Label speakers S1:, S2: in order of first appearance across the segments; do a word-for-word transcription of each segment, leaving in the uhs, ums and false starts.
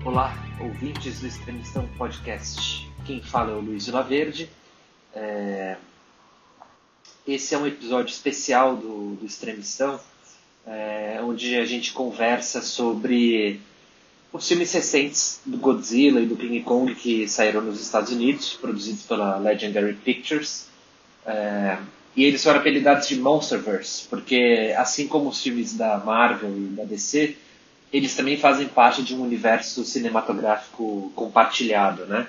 S1: Olá, ouvintes do Extremistão Podcast. Quem fala é o Luiz Vilaverde. É... Esse é um episódio especial do, do Extremistão, é... onde a gente conversa sobre os filmes recentes do Godzilla e do King Kong que saíram nos Estados Unidos, produzidos pela Legendary Pictures. É... E eles foram apelidados de Monsterverse, porque assim como os filmes da Marvel e da D C, eles também fazem parte de um universo cinematográfico compartilhado, né?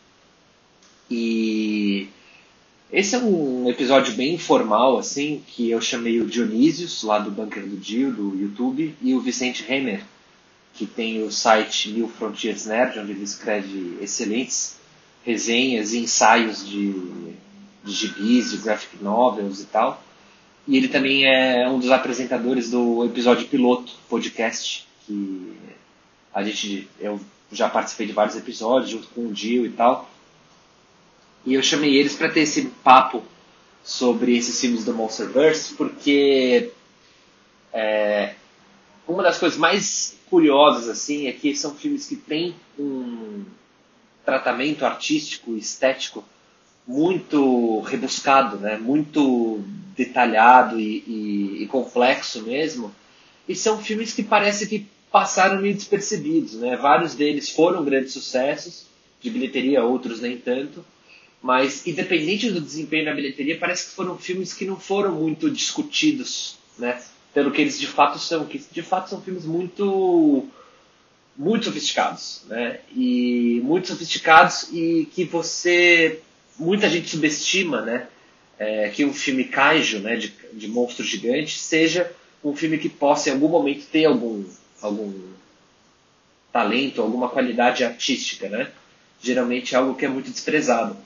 S1: E esse é um episódio bem informal, assim, que eu chamei o Dionísios, lá do Bunker do Dio, do YouTube, e o Vicente Renner, que tem o site New Frontiers Nerd, onde ele escreve excelentes resenhas e ensaios de, de gibis, de graphic novels e tal. E ele também é um dos apresentadores do episódio piloto, podcast, que a gente, eu já participei de vários episódios junto com o Dio e tal. E eu chamei eles para ter esse papo sobre esses filmes do Monsterverse, porque é, uma das coisas mais curiosas assim é que são filmes que têm um tratamento artístico e estético muito rebuscado, né? Muito detalhado e, e, e complexo mesmo. E são filmes que parece que passaram meio despercebidos, né? Vários deles foram grandes sucessos de bilheteria, outros nem tanto. Mas, independente do desempenho na bilheteria, parece que foram filmes que não foram muito discutidos, né? Pelo que eles de fato são, que de fato são filmes muito, muito sofisticados, né? E muito sofisticados e que você, muita gente subestima, né? É, que um filme kaiju, né? De, de monstro gigante, seja um filme que possa em algum momento ter algum, algum talento, alguma qualidade artística, né? Geralmente é algo que é muito desprezado.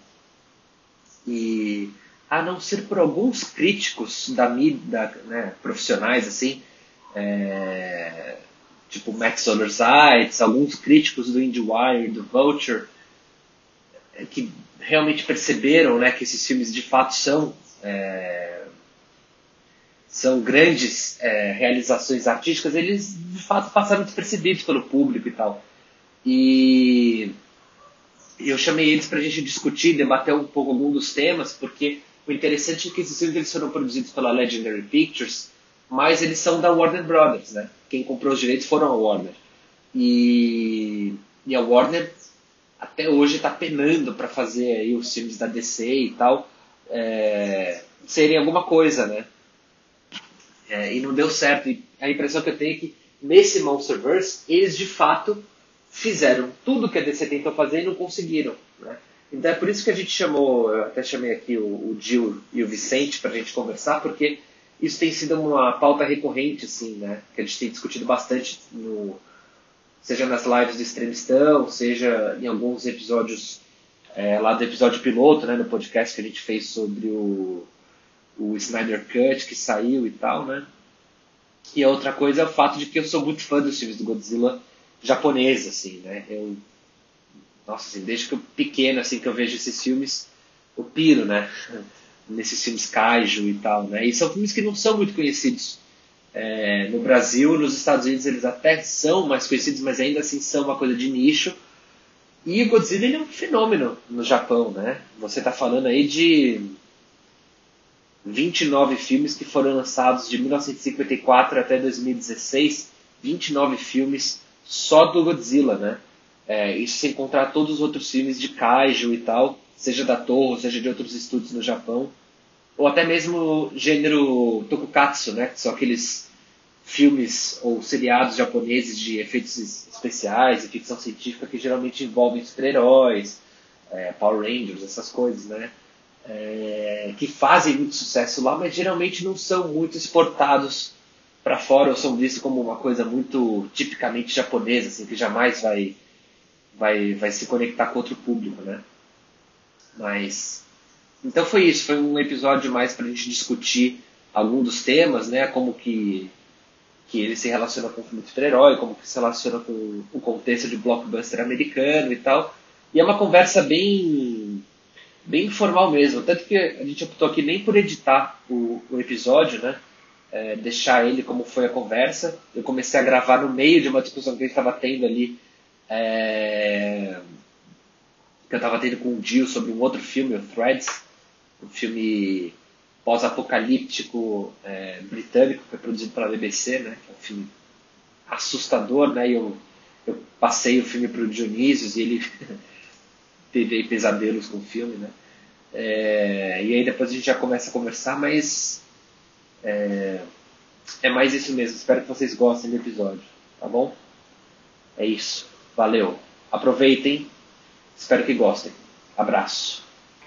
S1: E a não ser por alguns críticos da mídia, né, profissionais, assim, é, tipo Max Solarsides, alguns críticos do IndieWire, do Vulture, é, que realmente perceberam, né, que esses filmes de fato são... É, são grandes é, realizações artísticas, eles de fato passaram despercebidos pelo público e tal. E eu chamei eles para a gente discutir, debater um pouco algum dos temas, porque o interessante é que esses filmes eles foram produzidos pela Legendary Pictures, mas eles são da Warner Brothers, né? Quem comprou os direitos foram a Warner. E, e a Warner até hoje está penando para fazer aí os filmes da D C e tal é, serem alguma coisa, né? É, e não deu certo. E a impressão que eu tenho é que nesse Monsterverse eles de fato fizeram tudo que a D C tentou fazer e não conseguiram, né? Então é por isso que a gente chamou, eu até chamei aqui o, o Gil e o Vicente para a gente conversar, porque isso tem sido uma pauta recorrente, assim, né? Que a gente tem discutido bastante, no, seja nas lives do Extremistão, seja em alguns episódios é, lá do episódio piloto, né, no podcast que a gente fez sobre o o Snyder Cut que saiu e tal, né? E a outra coisa é o fato de que eu sou muito fã dos filmes do Godzilla japonês, assim, né? Eu, nossa, assim, desde que eu pequeno, assim, que eu vejo esses filmes, eu piro, né? Nesses filmes kaiju e tal, né? E são filmes que não são muito conhecidos é, no Brasil, nos Estados Unidos eles até são mais conhecidos, mas ainda assim são uma coisa de nicho. E o Godzilla ele é um fenômeno no Japão, né? Você tá falando aí de vinte e nove filmes que foram lançados de mil novecentos e cinquenta e quatro até dois mil e dezesseis, vinte e nove filmes só do Godzilla, né? É, isso sem contar todos os outros filmes de kaiju e tal, seja da Toho, seja de outros estúdios no Japão, ou até mesmo gênero tokusatsu, né? Que são aqueles filmes ou seriados japoneses de efeitos especiais e ficção científica que geralmente envolvem super-heróis, é, Power Rangers, essas coisas, né? É, que fazem muito sucesso lá, mas geralmente não são muito exportados para fora ou são vistos como uma coisa muito tipicamente japonesa, assim, que jamais vai, vai, vai se conectar com outro público, né? Mas então foi isso, foi um episódio mais para a gente discutir algum dos temas, né? Como que que ele se relaciona com o filme de super-herói, como que se relaciona com o contexto de blockbuster americano e tal. E é uma conversa bem bem informal mesmo, tanto que a gente optou aqui nem por editar o, o episódio, né? É, deixar ele como foi a conversa. Eu comecei a gravar no meio de uma discussão que a gente estava tendo ali é, que eu estava tendo com o Gil sobre um outro filme, o Threads, um filme pós-apocalíptico é, britânico, que foi produzido pela B B C, né, que é um filme assustador, né, e eu, eu passei o filme para o Dionísio e ele teve pesadelos com o filme, né, é, e aí depois a gente já começa a conversar, mas é, é mais isso mesmo. Espero que vocês gostem do episódio, tá bom? É isso, valeu, aproveitem, espero que gostem, abraço.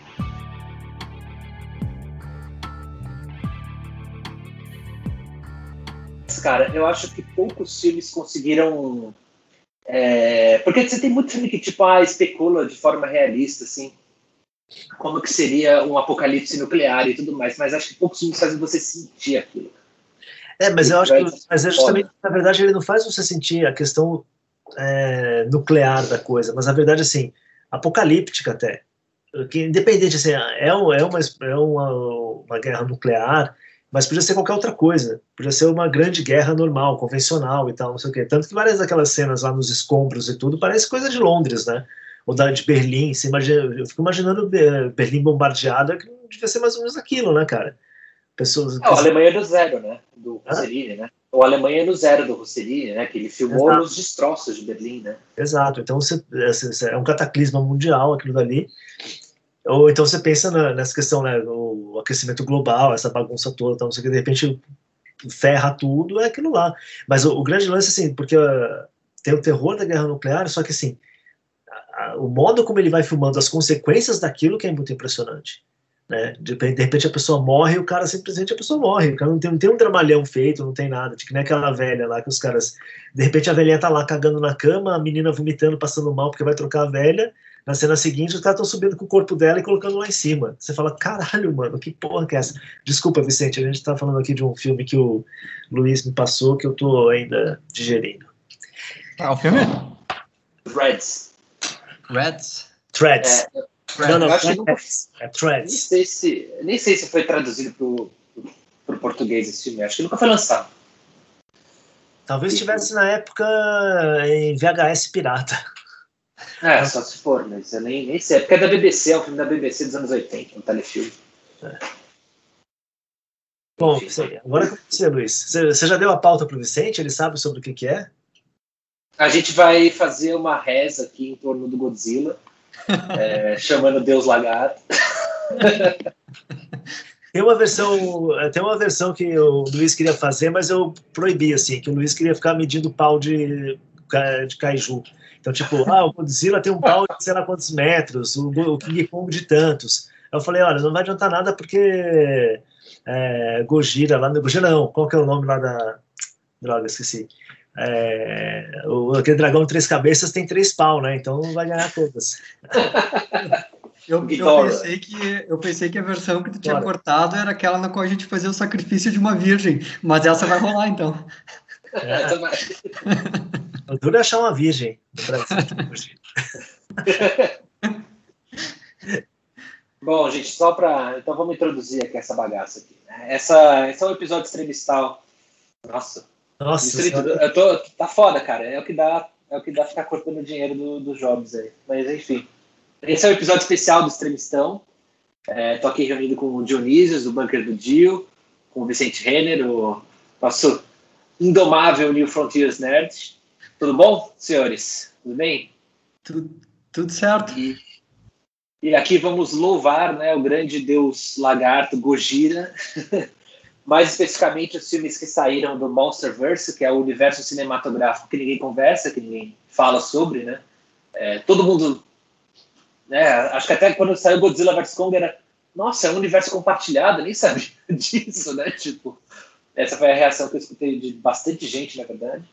S1: Cara, eu acho que poucos filmes conseguiram... É, porque você tem muito filme que tipo, ah, especula de forma realista, assim, como que seria um apocalipse nuclear e tudo mais, mas acho que poucos filmes fazem você sentir aquilo.
S2: É, mas eu acho que mas é justamente, na verdade, ele não faz você sentir a questão é, nuclear da coisa, mas na verdade, assim, apocalíptica até. Que, independente, assim, é, um, é, uma, é uma, uma guerra nuclear, mas podia ser qualquer outra coisa. Podia ser uma grande guerra normal, convencional e tal, não sei o quê. Tanto que várias daquelas cenas lá nos escombros e tudo, parece coisa de Londres, né? Ou da de Berlim. Você imagina, eu fico imaginando Berlim bombardeada, que não devia ser mais ou menos aquilo, né, cara? Pessoas,
S1: é, a Alemanha do Zero, né? Do Rossellini, né? O Alemanha do Zero do Rossellini, né? Que ele filmou Exato. Nos destroços de Berlim, né?
S2: Exato. Então você, é um cataclisma mundial aquilo dali. Ou então você pensa na, nessa questão, né? O aquecimento global, essa bagunça toda, então, não sei o que, de repente ferra tudo, é aquilo lá. Mas o, o grande lance, assim, porque uh, tem o terror da guerra nuclear, só que assim, a, a, o modo como ele vai filmando as consequências daquilo que é muito impressionante. Né? De, de repente a pessoa morre e o cara simplesmente a pessoa morre, o cara não tem, não tem um dramalhão feito, não tem nada, tipo, que nem aquela velha lá que os caras, de repente a velhinha tá lá cagando na cama, a menina vomitando, passando mal porque vai trocar a velha, na cena seguinte os caras estão subindo com o corpo dela e colocando lá em cima, você fala, caralho mano, que porra que é essa? Desculpa Vicente, a gente tá falando aqui de um filme que o Luiz me passou que eu tô ainda digerindo.
S3: Ah, o filme?
S1: Threads.
S3: Threads?
S2: Threads.
S1: É,
S2: Não, não,
S1: eu acho que nunca,
S2: é Threads.
S1: Nem sei se, nem sei se foi traduzido pro, pro, pro português esse filme. Acho que nunca foi lançado.
S2: Talvez estivesse na época em V H S pirata.
S1: É, só se for, mas eu nem, nem sei. É porque é da B B C, é um filme da B B C dos anos oitenta, um telefilme. É.
S2: Bom, Enfim, agora com você, Luiz. Você já deu a pauta pro Vicente? Ele sabe sobre o que, que é?
S1: A gente vai fazer uma reza aqui em torno do Godzilla. É, chamando Deus Lagarto.
S2: Tem uma versão, tem uma versão que o Luiz queria fazer, mas eu proibi, assim, que o Luiz queria ficar medindo pau de, de kaiju. Então, tipo, ah, o Godzilla tem um pau de sei lá quantos metros, o, o King Kong de tantos. Eu falei, olha, não vai adiantar nada porque é, Gojira lá, Gojira não, qual que é o nome lá da... Droga, esqueci. É, o, aquele dragão de três cabeças tem três pau, né? Então vai ganhar todas.
S3: Eu, eu, pensei que, eu pensei que a versão que tu tinha Bora. cortado era aquela na qual a gente fazia o sacrifício de uma virgem, mas essa vai rolar então.
S2: É. O duro é achar uma virgem no Brasil.
S1: Bom, gente, só para então vamos introduzir aqui essa bagaça aqui. Essa, esse é um episódio extremistal. Nossa.
S2: Nossa,
S1: eu tô, tá foda, cara. É o que dá, é o que dá ficar cortando o dinheiro do, do Jobs aí. Mas enfim. Esse é o episódio especial do Extremistão. É, tô aqui reunido com o Dionísio, do Bunker do Dio, com o Vicente Renner, o nosso indomável New Frontiers Nerd. Tudo bom, senhores? Tudo bem?
S3: Tudo, tudo certo.
S1: E, e aqui vamos louvar, né, o grande deus lagarto Gojira. Mais especificamente os filmes que saíram do Monsterverse, que é o universo cinematográfico que ninguém conversa, que ninguém fala sobre, né? É, todo mundo... Né, acho que até quando saiu Godzilla versus. Kong era... Nossa, é um universo compartilhado, eu nem sabia disso, né? Tipo, essa foi a reação que eu escutei de bastante gente, na verdade.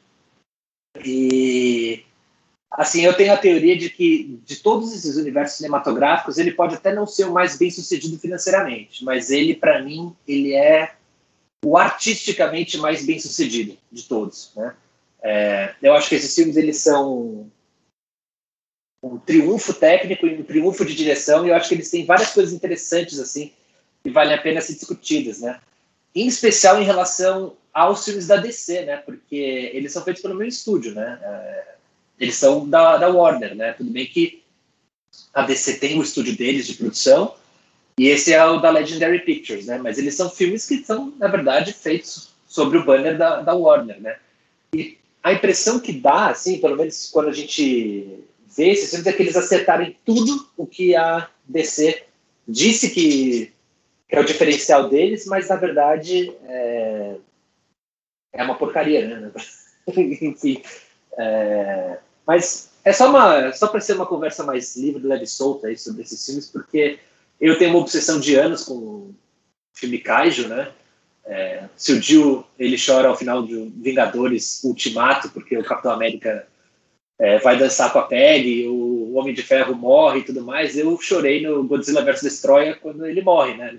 S1: E... Assim, eu tenho a teoria de que de todos esses universos cinematográficos, ele pode até não ser o mais bem sucedido financeiramente, mas ele, para mim, ele é o artisticamente mais bem sucedido de todos, né? É, eu acho que esses filmes eles são um triunfo técnico e um triunfo de direção, e eu acho que eles têm várias coisas interessantes assim que valem a pena ser discutidas, né? Em especial em relação aos filmes da D C, né? Porque eles são feitos pelo meu estúdio, né? É, eles são da, da Warner, né? Tudo bem que a D C tem o estúdio deles de produção, e esse é o da Legendary Pictures, né? Mas eles são filmes que são, na verdade, feitos sobre o banner da, da Warner, né? E a impressão que dá, assim, pelo menos quando a gente vê esses filmes, é que eles acertarem tudo o que a D C disse que, que é o diferencial deles, mas, na verdade, é, é uma porcaria, né? Enfim, é, mas é só, uma, só para ser uma conversa mais livre, leve e solta aí sobre esses filmes, porque eu tenho uma obsessão de anos com o filme Kaiju, né? É, se o Jill ele chora ao final de Vingadores Ultimato, porque o Capitão América é, vai dançar com a Peggy, o Homem de Ferro morre e tudo mais, eu chorei no Godzilla versus. Destroyer quando ele morre, né?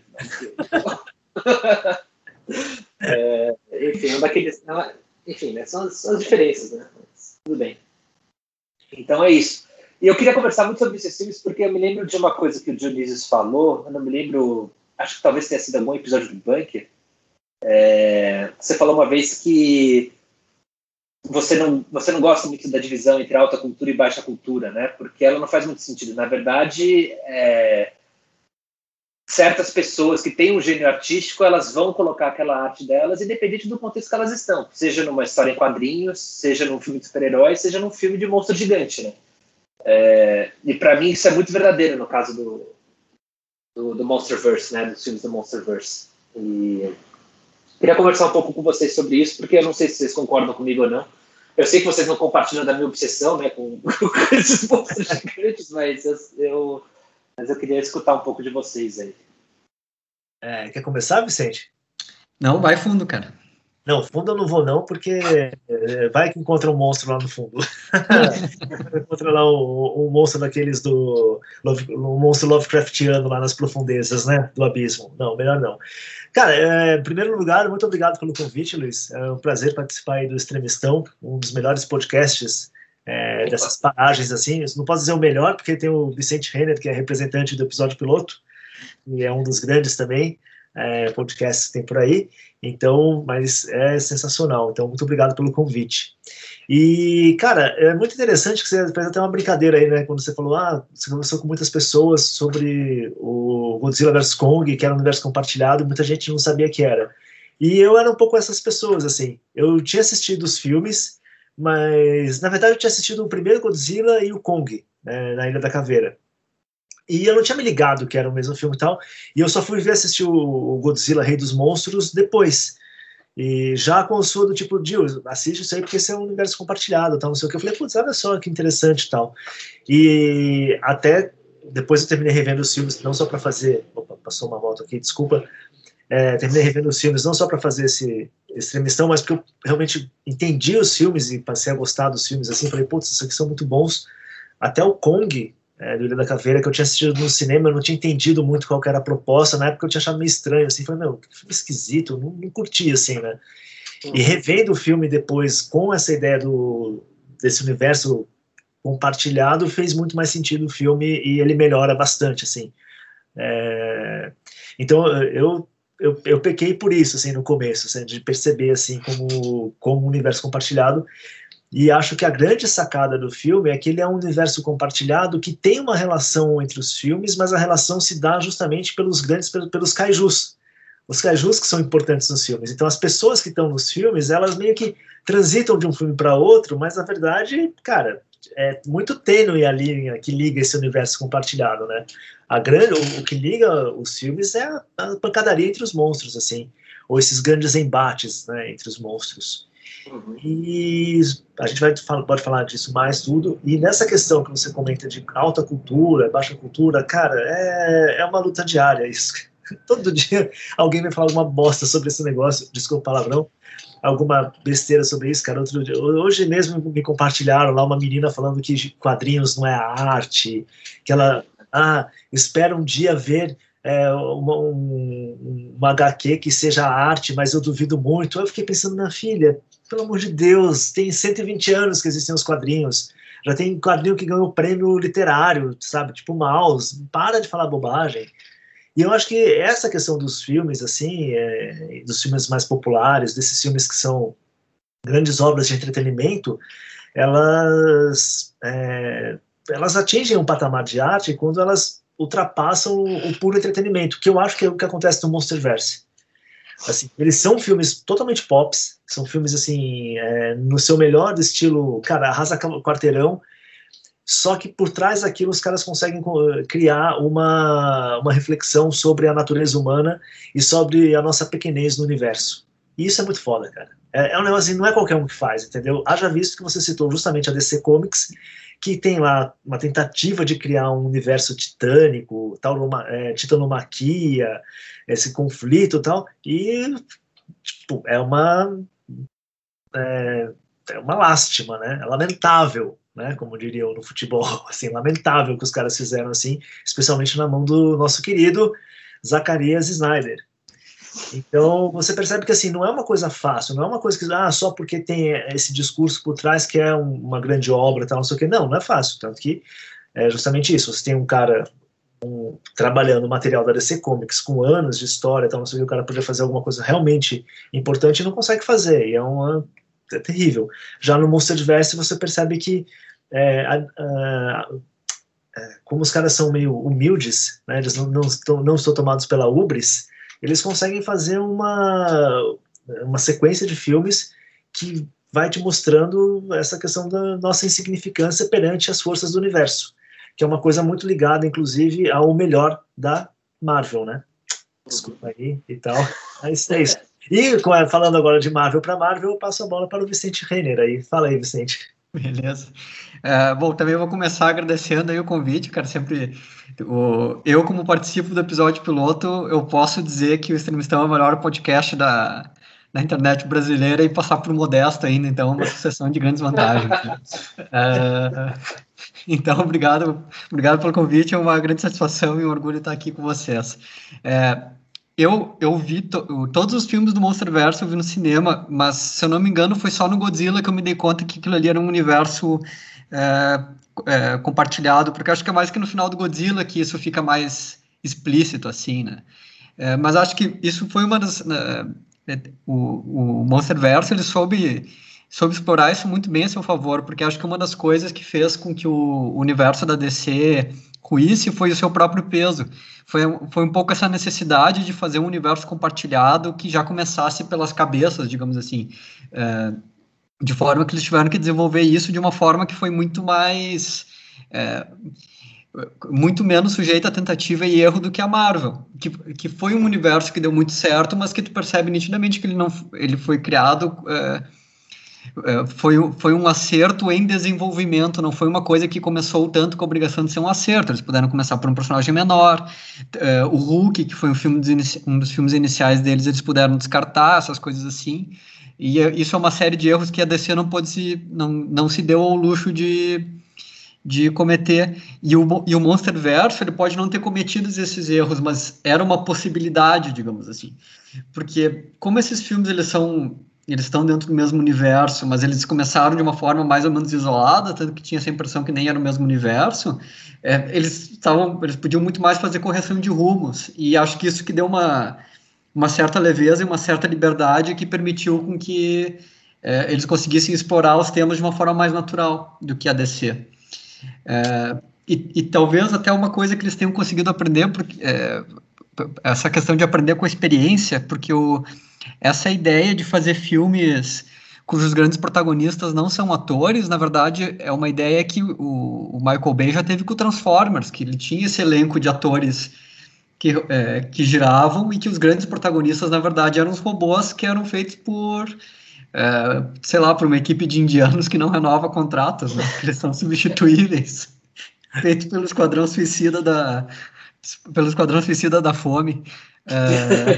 S1: é, enfim, é um daqueles, enfim, né? são, são as diferenças, né? Mas, tudo bem. Então é isso. E eu queria conversar muito sobre esses filmes porque eu me lembro de uma coisa que o Dionísio falou, eu não me lembro, acho que talvez tenha sido algum episódio do Bunker. É, você falou uma vez que você não, você não gosta muito da divisão entre alta cultura e baixa cultura, né? Porque ela não faz muito sentido. Na verdade, é, certas pessoas que têm um gênio artístico, elas vão colocar aquela arte delas, independente do contexto que elas estão. Seja numa história em quadrinhos, seja num filme de super-heróis, seja num filme de monstro gigante, né? É, e para mim isso é muito verdadeiro no caso do, do, do Monsterverse, né? Dos filmes do Monsterverse. E queria conversar um pouco com vocês sobre isso, porque eu não sei se vocês concordam comigo ou não. Eu sei que vocês não compartilham da minha obsessão, né, com, com esses monstros gigantes, mas eu, eu, mas eu queria escutar um pouco de vocês aí.
S2: É, quer começar, Vicente?
S3: Não, vai fundo, cara.
S2: Não, fundo eu não vou não, porque é, vai que encontra um monstro lá no fundo. Encontra lá um, um monstro daqueles do... um monstro Lovecraftiano lá nas profundezas, né, do abismo. Não, melhor não. Cara, é, em primeiro lugar, muito obrigado pelo convite, Luiz. É um prazer participar aí do Extremistão, um dos melhores podcasts é, dessas paragens, assim. Eu não posso dizer o melhor, porque tem o Vicente Renner, que é representante do episódio piloto, e é um dos grandes também. É, podcasts que tem por aí, então, mas é sensacional, então muito obrigado pelo convite. E, cara, é muito interessante que você fez até uma brincadeira aí, né, quando você falou, ah, você conversou com muitas pessoas sobre o Godzilla versus. Kong, que era um universo compartilhado, muita gente não sabia que era. E eu era um pouco essas pessoas, assim, eu tinha assistido os filmes, mas, na verdade, eu tinha assistido o primeiro Godzilla e o Kong, né, na Ilha da Caveira. E eu não tinha me ligado que era o mesmo filme e tal, e eu só fui ver assistir o Godzilla Rei dos Monstros depois. E já com o sua do tipo, Jill, assiste isso aí porque esse é um universo compartilhado, tal, não sei o que. Eu falei, putz, olha só que interessante e tal. E até depois eu terminei revendo os filmes, não só para fazer... Opa, passou uma moto aqui, desculpa. É, terminei revendo os filmes, não só para fazer esse Extremistão, mas porque eu realmente entendi os filmes e passei a gostar dos filmes, assim, falei, putz, esses aqui são muito bons. Até o Kong... É, do Ilha da Caveira, que eu tinha assistido no cinema, eu não tinha entendido muito qual que era a proposta, na época eu tinha achado meio estranho, assim, falei, meu, que filme esquisito, não, não curti, assim, né, uhum. E revendo o filme depois, com essa ideia do, desse universo compartilhado, fez muito mais sentido o filme, e ele melhora bastante, assim, é, então, eu, eu, eu pequei por isso, assim, no começo, assim, de perceber, assim, como, como um universo compartilhado. E acho que a grande sacada do filme é que ele é um universo compartilhado que tem uma relação entre os filmes, mas a relação se dá justamente pelos grandes, pelos kaijus. Os kaijus que são importantes nos filmes. Então as pessoas que estão nos filmes, elas meio que transitam de um filme para outro, mas na verdade, cara, é muito tênue a linha que liga esse universo compartilhado, né? A grande, o, o que liga os filmes é a, a pancadaria entre os monstros, assim, ou esses grandes embates, né, entre os monstros. Uhum. E a gente vai, pode falar disso mais tudo, e nessa questão que você comenta de alta cultura, baixa cultura, cara, é, é uma luta diária isso. Todo dia alguém vai falar alguma bosta sobre esse negócio, desculpa o palavrão, alguma besteira sobre isso, cara. Outro dia, hoje mesmo me compartilharam lá uma menina falando que quadrinhos não é arte, que ela, ah, espera um dia ver É, uma, um, uma agá quê que seja arte, mas eu duvido muito. Eu fiquei pensando, minha filha, pelo amor de Deus, tem cento e vinte anos que existem os quadrinhos, já tem quadrinho que ganhou prêmio literário, sabe, tipo Maus, para de falar bobagem. E eu acho que essa questão dos filmes, assim, é, dos filmes mais populares, desses filmes que são grandes obras de entretenimento, elas, é, elas atingem um patamar de arte quando elas ultrapassam o, o puro entretenimento, que eu acho que é o que acontece no Monsterverse. Assim, eles são filmes totalmente pops, são filmes assim, é, no seu melhor estilo, cara, arrasa quarteirão, só que por trás daquilo os caras conseguem criar uma, uma reflexão sobre a natureza humana e sobre a nossa pequenez no universo. E isso é muito foda, cara. É, é um negócio assim, não é qualquer um que faz, entendeu? Haja visto que você citou justamente a D C Comics, que tem lá uma tentativa de criar um universo titânico, tauroma, é, titanomaquia, esse conflito e tal, e tipo, é uma é, é uma lástima, né? É lamentável, né? Como diriam no futebol, assim, lamentável que os caras fizeram assim, especialmente na mão do nosso querido Zacarias Snyder. Então, você percebe que, assim, não é uma coisa fácil, não é uma coisa que, ah, só porque tem esse discurso por trás que é um, uma grande obra, tal, não sei o quê. Não, não é fácil, tanto que é justamente isso. Você tem um cara um, trabalhando o material da D C Comics com anos de história, tal, não sei o quê, o cara podia fazer alguma coisa realmente importante e não consegue fazer, e é, uma, é terrível. Já no Monsterverse você percebe que é, a, a, é, como os caras são meio humildes, né, eles não, não, estão, não estão tomados pela ubris, eles conseguem fazer uma, uma sequência de filmes que vai te mostrando essa questão da nossa insignificância perante as forças do universo, que é uma coisa muito ligada, inclusive, ao melhor da Marvel, né? Desculpa aí e tal. Mas é isso. E falando agora de Marvel para Marvel, eu passo a bola para o Vicente Renner aí. Fala aí, Vicente.
S3: Beleza. É, bom, também vou começar agradecendo aí o convite, cara, sempre... O, eu, como participo do episódio piloto, eu posso dizer que o Extremistão é o melhor podcast da, da internet brasileira e passar por Modesto ainda, então é uma sucessão de grandes vantagens. Né? É, então, obrigado, obrigado pelo convite, é uma grande satisfação e um orgulho estar aqui com vocês. É, eu, eu vi to, todos os filmes do Monsterverse, eu vi no cinema, mas, se eu não me engano, foi só no Godzilla que eu me dei conta que aquilo ali era um universo... É, É, compartilhado, porque acho que é mais que no final do Godzilla que isso fica mais explícito, assim, né? É, mas acho que isso foi uma das... Uh, o, o Monsterverse, ele soube, soube explorar isso muito bem a seu favor, porque acho que uma das coisas que fez com que o universo da D C ruísse foi o seu próprio peso. Foi, foi um pouco essa necessidade de fazer um universo compartilhado que já começasse pelas cabeças, digamos assim. É, de forma que eles tiveram que desenvolver isso de uma forma que foi muito mais, é, muito menos sujeita a tentativa e erro do que a Marvel, que, que foi um universo que deu muito certo, mas que tu percebe nitidamente que ele, não, ele foi criado, é, é, foi, foi um acerto em desenvolvimento, não foi uma coisa que começou tanto com a obrigação de ser um acerto, eles puderam começar por um personagem menor, é, o Hulk, que foi um, filme dos, um dos filmes iniciais deles, eles puderam descartar, essas coisas assim. E isso é uma série de erros que a D C não pôde se, não, não se deu ao luxo de, de cometer. E o, e o Monsterverse, ele pode não ter cometido esses erros, mas era uma possibilidade, digamos assim. Porque como esses filmes, eles são, eles estão dentro do mesmo universo, mas eles começaram de uma forma mais ou menos isolada, tanto que tinha essa impressão que nem era o mesmo universo, é, eles, tavam, eles podiam muito mais fazer correção de rumos. E acho que isso que deu uma... uma certa leveza e uma certa liberdade que permitiu com que é, eles conseguissem explorar os temas de uma forma mais natural do que a D C. É, e, e talvez até uma coisa que eles tenham conseguido aprender, porque, é, essa questão de aprender com a experiência, porque o, essa ideia de fazer filmes cujos grandes protagonistas não são atores, na verdade, é uma ideia que o, o Michael Bay já teve com o Transformers, que ele tinha esse elenco de atores Que, é, que giravam e que os grandes protagonistas, na verdade, eram os robôs que eram feitos por, é, sei lá, por uma equipe de indianos que não renova contratos, né? Eles são substituíveis, feitos pelo Esquadrão Suicida da, pelo Esquadrão Suicida da Fome. É,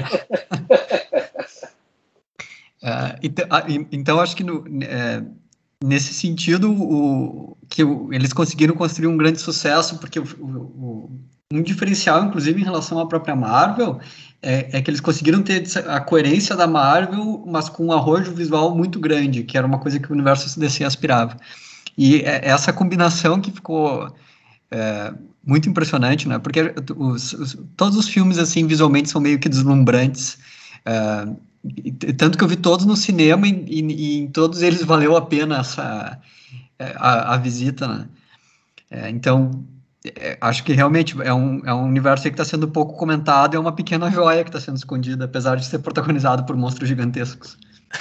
S3: é, então, então, acho que no, é, nesse sentido, o, que o, eles conseguiram construir um grande sucesso, porque o, o um diferencial, inclusive, em relação à própria Marvel, é, é que eles conseguiram ter a coerência da Marvel, mas com um arrojo visual muito grande, que era uma coisa que o universo D C aspirava. E é essa combinação que ficou é, muito impressionante, né? Porque os, os, todos os filmes, assim, visualmente são meio que deslumbrantes. É, tanto que eu vi todos no cinema e, e, e em todos eles valeu a pena essa... é, a, a visita, né? É, então, é, acho que realmente é um, é um universo aí que está sendo pouco comentado, é uma pequena joia que está sendo escondida, apesar de ser protagonizado por monstros gigantescos.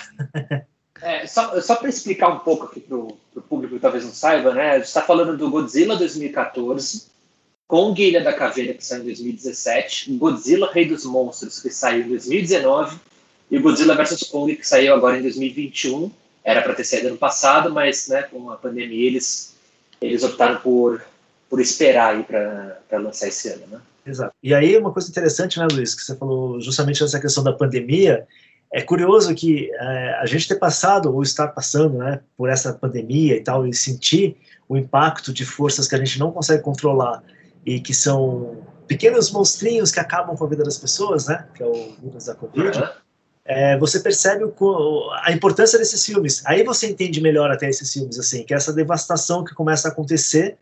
S1: É, só só para explicar um pouco aqui para o público que talvez não saiba, né? A gente está falando do Godzilla dois mil e quatorze, Kong Ilha da Caveira, que saiu em dois mil e dezessete, Godzilla Rei dos Monstros, que saiu em dois mil e dezenove, e o Godzilla versus. Kong, que saiu agora em dois mil e vinte e um. Era para ter saído ano passado, mas, né, com a pandemia eles, eles optaram por, por esperar aí para lançar esse ano, né?
S2: Exato. E aí uma coisa interessante, né, Luiz, que você falou justamente nessa questão da pandemia. É curioso que é, a gente ter passado, ou estar passando, né, por essa pandemia e tal, e sentir o impacto de forças que a gente não consegue controlar e que são pequenos monstrinhos que acabam com a vida das pessoas, né, que é o vírus da Covid, uhum. é, você percebe o, a importância desses filmes. Aí você entende melhor até esses filmes, assim, que é essa devastação que começa a acontecer.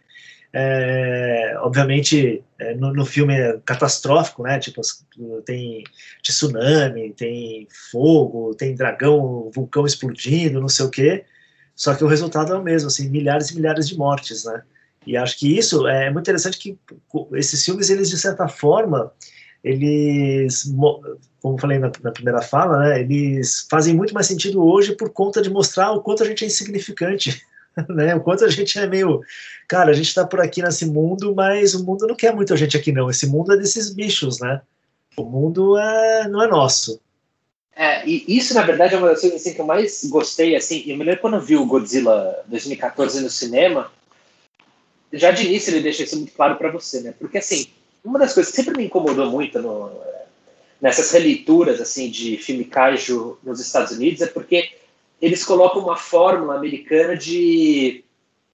S2: É, obviamente é, no, no filme é catastrófico, né? Tipo, tem tsunami, tem fogo, tem dragão, vulcão explodindo, não sei o quê. Só que o resultado é o mesmo, assim, milhares e milhares de mortes, né? E acho que isso é muito interessante, que esses filmes, eles de certa forma, eles, como eu falei na, na primeira fala, né? Eles fazem muito mais sentido hoje por conta de mostrar o quanto a gente é insignificante. Né? O quanto a gente é meio... Cara, a gente tá por aqui nesse mundo, mas o mundo não quer muito a gente aqui, não. Esse mundo é desses bichos, né? O mundo é... não é nosso.
S1: É, e isso, na verdade, é uma das coisas assim, que eu mais gostei, assim. Eu me lembro quando eu vi o Godzilla dois mil e quatorze no cinema, já de início ele deixa isso muito claro para você, né? Porque, assim, uma das coisas que sempre me incomodou muito no, nessas releituras, assim, de filme kaiju nos Estados Unidos é porque eles colocam uma fórmula americana de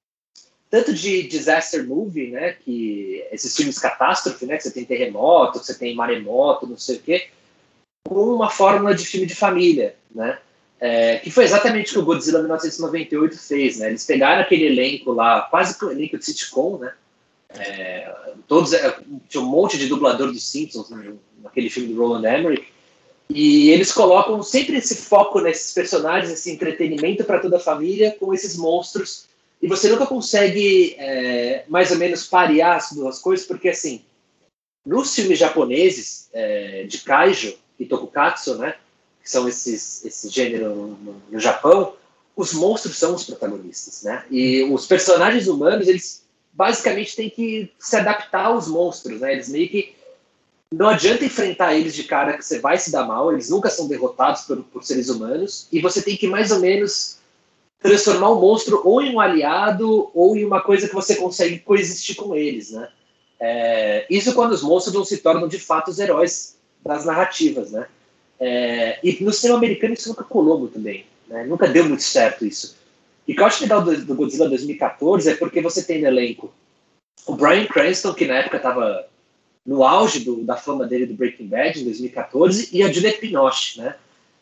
S1: tanto de disaster movie, né, que esses filmes catástrofe, né, que você tem terremoto, que você tem maremoto, não sei o quê, com uma fórmula de filme de família, né, é, que foi exatamente o que o Godzilla mil novecentos e noventa e oito fez, né, eles pegaram aquele elenco lá, quase que um elenco de sitcom, né, é, todos, tinha um monte de dublador dos Simpsons, né, naquele filme do Roland Emmerich. E eles colocam sempre esse foco nesses personagens, esse entretenimento para toda a família, com esses monstros. E você nunca consegue, é, mais ou menos, parear as duas coisas, porque, assim, nos filmes japoneses é, de kaiju e tokukatsu, né, que são esses, esse gênero no, no Japão, os monstros são os protagonistas, né? E os personagens humanos, eles basicamente têm que se adaptar aos monstros, né? Eles meio que não adianta enfrentar eles de cara que você vai se dar mal, eles nunca são derrotados por, por seres humanos, e você tem que mais ou menos transformar o monstro ou em um aliado ou em uma coisa que você consegue coexistir com eles, né? É, isso quando os monstros não se tornam de fato os heróis das narrativas, né? É, e no cinema americano isso nunca colou muito bem, né? Nunca deu muito certo isso. E o que eu acho legal do, do Godzilla dois mil e quatorze é porque você tem no elenco o Bryan Cranston, que na época estava no auge do, da fama dele do Breaking Bad, em dois mil e quatorze, e a Juliette Binoche, né?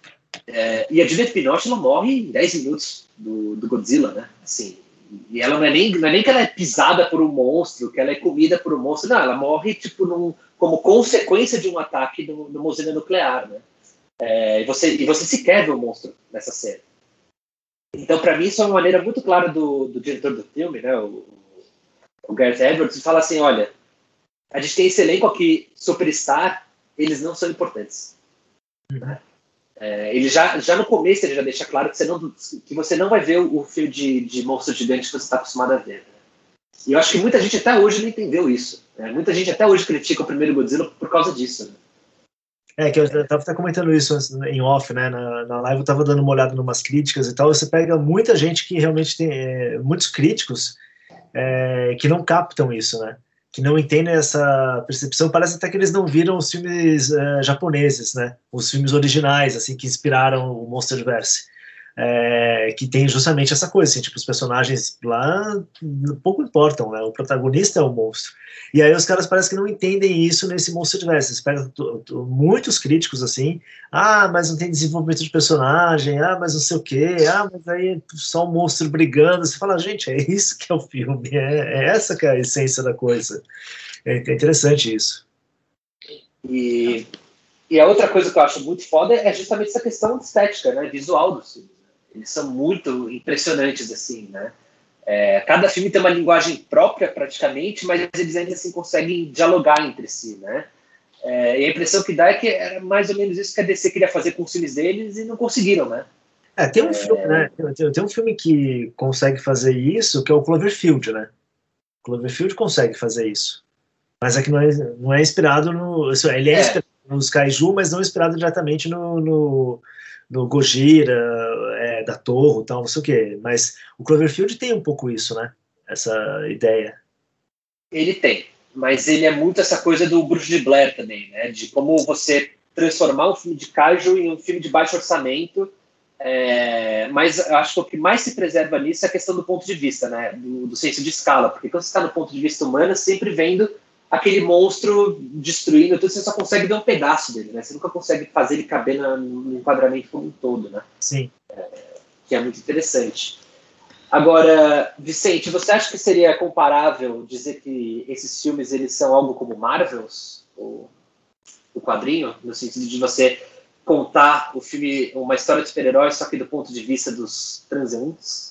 S1: É, e a Juliette Binoche, ela morre em dez minutos do, do Godzilla, né? Assim, e ela não é, nem, não é nem que ela é pisada por um monstro, que ela é comida por um monstro, não, ela morre tipo, num, como consequência de um ataque no, numa usina nuclear, né? É, e, você, e você sequer vê o monstro nessa cena. Então, para mim, isso é uma maneira muito clara do, do diretor do filme, né? O, o Gareth Edwards, de falar assim, olha, a gente tem esse elenco aqui, superstar, eles não são importantes. Uhum. É, ele já, já no começo ele já deixa claro que você não, que você não vai ver o, o filme de, de monstro gigante que você está acostumado a ver. Né? E eu acho que muita gente até hoje não entendeu isso. Né? Muita gente até hoje critica o primeiro Godzilla por causa disso. Né?
S2: É, que eu estava até comentando isso em off, né? Na, na live eu estava dando uma olhada em umas críticas e tal. Você pega muita gente que realmente tem, é, muitos críticos é, que não captam isso, né? Que não entendem essa percepção. Parece até que eles não viram os filmes uh, japoneses, né? Os filmes originais, assim, que inspiraram o Monsterverse. É, que tem justamente essa coisa, assim, tipo, os personagens lá pouco importam, né? O protagonista é o monstro. E aí os caras parecem que não entendem isso nesse Monsterverse. Eles pegam muitos críticos, assim, ah, mas não tem desenvolvimento de personagem, ah, mas não sei o quê, ah, mas aí é só um monstro brigando. Você fala, gente, é isso que é o filme, é, é essa que é a essência da coisa. É, é interessante isso.
S1: E, e a outra coisa que eu acho muito foda é justamente essa questão estética, né, visual dos filmes. Eles são muito impressionantes, assim, né? É, cada filme tem uma linguagem própria, praticamente, mas eles ainda assim conseguem dialogar entre si, né? É, e a impressão que dá é que era mais ou menos isso que a D C queria fazer com os filmes deles e não conseguiram, né?
S2: É, tem um é... filme, né? Tem, tem um filme que consegue fazer isso, que é o Cloverfield, né? Cloverfield consegue fazer isso. Mas é que não é, não é inspirado no... Ele é, é. inspirado nos Kaiju, mas não inspirado diretamente no... no no Gojira, é, da Torre e tal, não sei o quê. Mas o Cloverfield tem um pouco isso, né? Essa ideia.
S1: Ele tem, mas ele é muito essa coisa do Bruxo de Blair também, né? De como você transformar um filme de kaiju em um filme de baixo orçamento. É, mas eu acho que o que mais se preserva nisso é a questão do ponto de vista, né? Do, do senso de escala. Porque quando você está no ponto de vista humano, sempre vendo aquele monstro destruindo tudo, você só consegue ver um pedaço dele, né? Você nunca consegue fazer ele caber na, no enquadramento como um todo, né?
S2: Sim.
S1: É, que é muito interessante. Agora, Vicente, você acha que seria comparável dizer que esses filmes eles são algo como Marvels, o, o quadrinho, no sentido de você contar o filme, uma história de super-heróis, só que do ponto de vista dos transeuntes?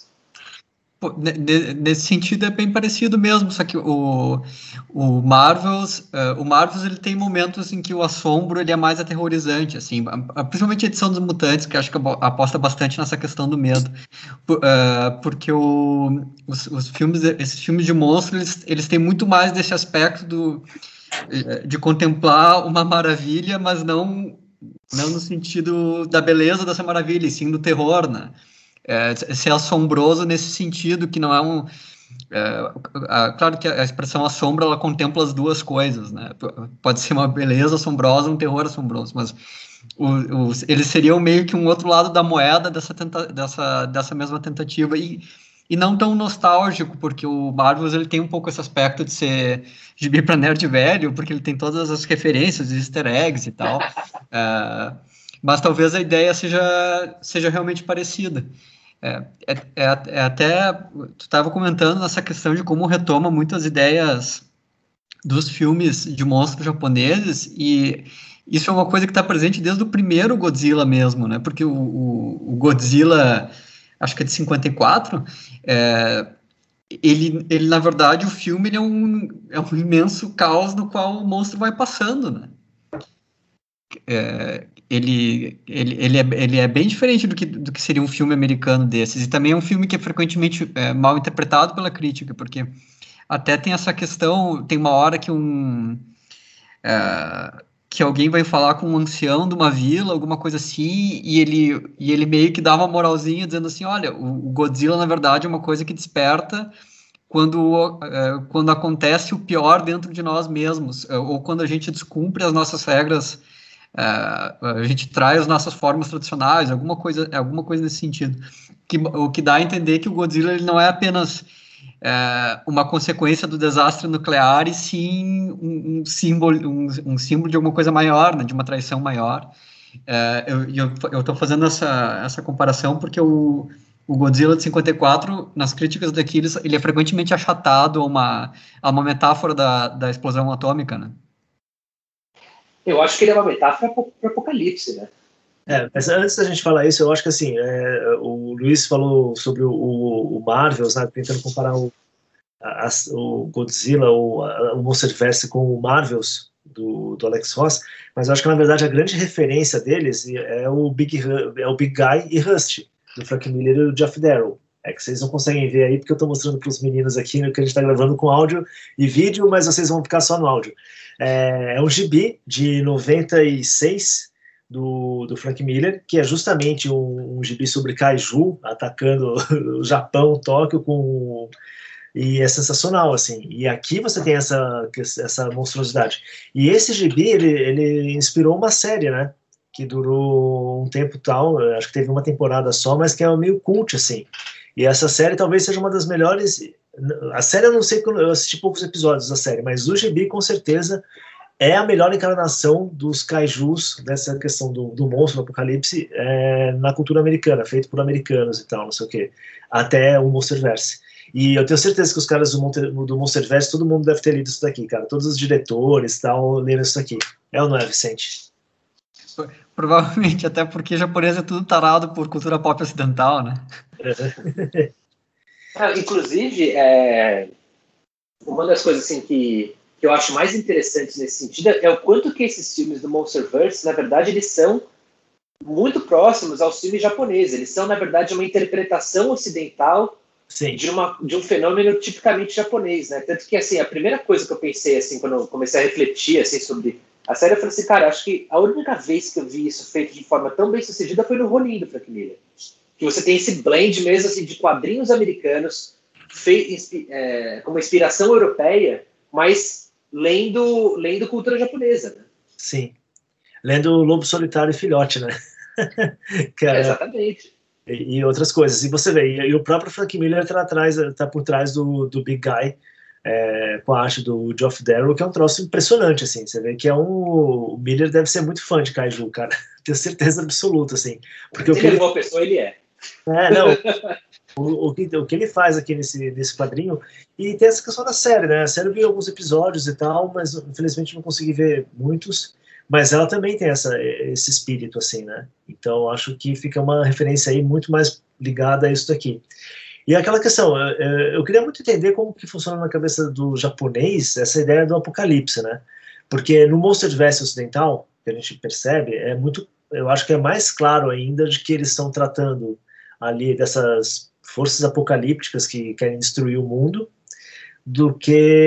S3: Nesse sentido é bem parecido mesmo, só que o, o Marvels, uh, o Marvels ele tem momentos em que o assombro ele é mais aterrorizante, assim, principalmente a edição dos Mutantes, que acho que aposta bastante nessa questão do medo, uh, porque o, os, os filmes, esses filmes de monstros, eles, eles têm muito mais desse aspecto do, de contemplar uma maravilha, mas não, não no sentido da beleza dessa maravilha, e sim do terror, né? É, ser assombroso nesse sentido, que não é um... É, a, claro que a expressão assombro, ela contempla as duas coisas, né? Pode ser uma beleza assombrosa, um terror assombroso, mas o, o, eles seriam meio que um outro lado da moeda dessa, tenta, dessa, dessa mesma tentativa, e, e não tão nostálgico, porque o Marvels ele tem um pouco esse aspecto de ser gibi para nerd velho, porque ele tem todas as referências, os easter eggs e tal, é, mas talvez a ideia seja, seja realmente parecida. É, é, é até, tu estava comentando nessa questão de como retoma muitas ideias dos filmes de monstros japoneses, e isso é uma coisa que está presente desde o primeiro Godzilla mesmo, né? Porque o, o, o Godzilla, acho que é de cinquenta e quatro, é, ele, ele, na verdade, o filme ele é, um, é um imenso caos no qual o monstro vai passando, né? É, ele, ele, ele, é, ele é bem diferente do que, do que seria um filme americano desses, e também é um filme que é frequentemente é, mal interpretado pela crítica, porque até tem essa questão, tem uma hora que um é, que alguém vai falar com um ancião de uma vila, alguma coisa assim, e ele, e ele meio que dá uma moralzinha dizendo assim, olha, o, o Godzilla na verdade é uma coisa que desperta quando, é, quando acontece o pior dentro de nós mesmos, ou quando a gente descumpre as nossas regras. Uh, a gente traz as nossas formas tradicionais, alguma coisa, alguma coisa nesse sentido, que, o que dá a entender que o Godzilla ele não é apenas uh, uma consequência do desastre nuclear, e sim um, um, símbolo, um, um símbolo de alguma coisa maior, né, de uma traição maior. Uh, eu eu estou fazendo essa, essa comparação porque o, o Godzilla de cinquenta e quatro, nas críticas daqui, ele, ele é frequentemente achatado a uma, a uma metáfora da, da explosão atômica, né?
S1: Eu acho que ele é uma metáfora para o apocalipse, né?
S2: É, mas antes da gente falar isso, eu acho que assim, é, o Luiz falou sobre o, o, o Marvels, né, tentando comparar o, a, o Godzilla, o, a, o Monsterverse com o Marvels, do, do Alex Ross, mas eu acho que na verdade a grande referência deles é o Big, é o Big Guy e Rusty, do Frank Miller e do Geoff Darrow. É que vocês não conseguem ver aí, porque eu estou mostrando para os meninos aqui, né, que a gente está gravando com áudio e vídeo, mas vocês vão ficar só no áudio. É, é um gibi de noventa e seis do, do Frank Miller, que é justamente um, um gibi sobre kaiju atacando o Japão, Tóquio, com, e é sensacional, assim. E aqui você tem essa, essa monstruosidade. E esse gibi, ele, ele inspirou uma série, né? Que durou um tempo tal, acho que teve uma temporada só, mas que é meio cult, assim. E essa série talvez seja uma das melhores. A série eu não sei, eu assisti poucos episódios da série, mas o gibi com certeza é a melhor encarnação dos kaijus, dessa questão do, do monstro, do apocalipse, é, na cultura americana, feito por americanos e tal, não sei o quê, até o Monsterverse. E eu tenho certeza que os caras do, Monster, do Monsterverse, todo mundo deve ter lido isso daqui, cara. Todos os diretores e tal leram isso daqui. É ou não é, Vicente?
S3: Provavelmente, até porque japonês é tudo tarado por cultura pop ocidental, né?
S1: Ah, inclusive, é, uma das coisas assim, que, que eu acho mais interessantes nesse sentido é o quanto que esses filmes do Monsterverse, na verdade, eles são muito próximos aos filmes japoneses. Eles são, na verdade, uma interpretação ocidental
S2: Sim.
S1: de, uma, de um fenômeno tipicamente japonês, né? Tanto que, assim, a primeira coisa que eu pensei, assim, quando eu comecei a refletir, assim, sobre a série, eu falei assim, cara, acho que a única vez que eu vi isso feito de forma tão bem sucedida foi no Ronin do Frank Miller. Que você tem esse blend mesmo, assim, de quadrinhos americanos fei, é, com uma inspiração europeia, mas lendo, lendo cultura japonesa, né?
S2: Sim. Lendo Lobo Solitário e Filhote, né? que
S1: É,
S2: é,
S1: exatamente.
S2: e, e outras coisas. E você vê, e, e o próprio Frank Miller está atrás, tá por trás do, do Big Guy, é, com a arte do Geoff Darrow, que é um troço impressionante, assim. Você vê que é um... O Miller deve ser muito fã de Kaiju, cara. Tenho certeza absoluta, assim. Porque
S1: Se
S2: o que
S1: ele é
S2: ele...
S1: uma pessoa, ele é.
S2: É, não... O, o, que, o que ele faz aqui nesse, nesse quadrinho, e tem essa questão da série, né? A série eu vi alguns episódios e tal, mas infelizmente não consegui ver muitos, mas ela também tem essa, esse espírito, assim, né? Então acho que fica uma referência aí muito mais ligada a isso daqui. E aquela questão, eu, eu queria muito entender como que funciona na cabeça do japonês essa ideia do apocalipse, né? Porque no Monsterverse ocidental, que a gente percebe, é muito, eu acho que é mais claro ainda de que eles estão tratando ali dessas forças apocalípticas que querem destruir o mundo, do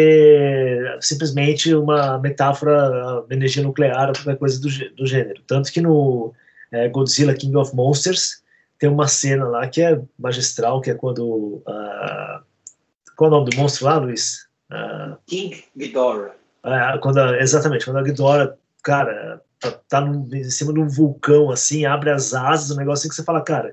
S2: que simplesmente uma metáfora, energia nuclear ou qualquer coisa do, do gênero. Tanto que no é, Godzilla King of Monsters tem uma cena lá que é magistral, que é quando... Uh, qual é o nome do monstro lá, Luiz? Uh,
S1: King Ghidorah.
S2: Uh, quando a, exatamente, quando a Ghidorah, cara, tá, tá num, em cima de um vulcão, assim, abre as asas, um negócio assim que você fala, cara,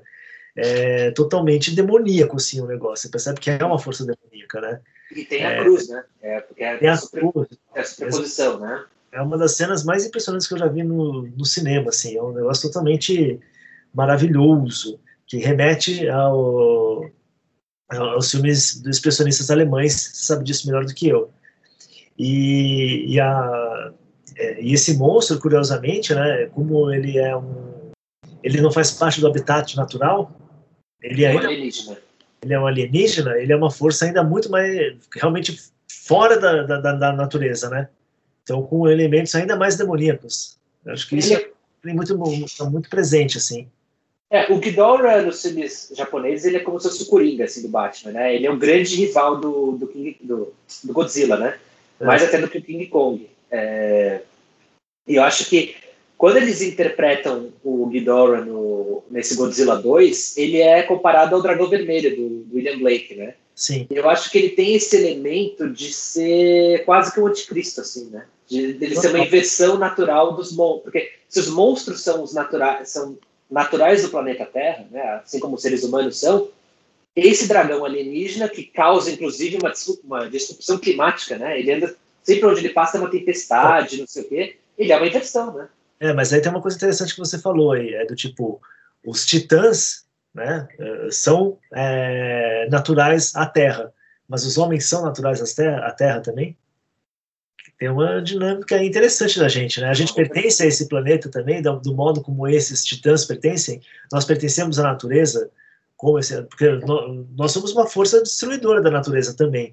S2: é totalmente demoníaco, assim, o negócio. Você percebe que é uma força demoníaca, né?
S1: E tem
S2: é,
S1: a cruz, né? É, porque é,
S2: tem
S1: a,
S2: a
S1: super,
S2: cruz,
S1: é a superposição, né?
S2: É uma das cenas mais impressionantes que eu já vi no, no cinema, assim. É um negócio totalmente maravilhoso, que remete ao, aos filmes dos expressionistas alemães, você sabe disso melhor do que eu. E, e, a, é, e esse monstro, curiosamente, né, como ele é um... Ele não faz parte do habitat natural, ele
S1: É um
S2: ainda...
S1: alienígena.
S2: Ele é um alienígena, ele é uma força ainda muito mais... realmente fora da, da, da natureza, né? Então, com elementos ainda mais demoníacos. Eu acho que isso
S1: Ele,
S2: é muito, muito presente, assim.
S1: É, o Ghidorah nos filmes japoneses, ele é como se fosse o Coringa, assim, do Batman, né? Ele é um grande rival do, do, King, do, do Godzilla, né? É. Mais até do que o King Kong. É... E eu acho que quando eles interpretam o Ghidorah no, nesse Godzilla dois, ele é comparado ao Dragão Vermelho, do, do William Blake, né?
S2: Sim.
S1: Eu acho que ele tem esse elemento de ser quase que um anticristo, assim, né? De, de ele ser uma inversão natural dos monstros. Porque se os monstros são os naturais, são naturais do planeta Terra, né? Assim como os seres humanos são, esse dragão alienígena, que causa, inclusive, uma, uma disrupção climática, né? Ele anda, sempre onde ele passa, uma tempestade, não sei o quê. Ele é uma inversão, né?
S2: É, mas aí tem uma coisa interessante que você falou aí, é do tipo, os titãs, né, são é, naturais à Terra, mas os homens são naturais à terra, à terra também? Tem uma dinâmica interessante da gente, né? A gente pertence a esse planeta também, do, do modo como esses titãs pertencem. Nós pertencemos à natureza, como esse, porque nós, nós somos uma força destruidora da natureza também.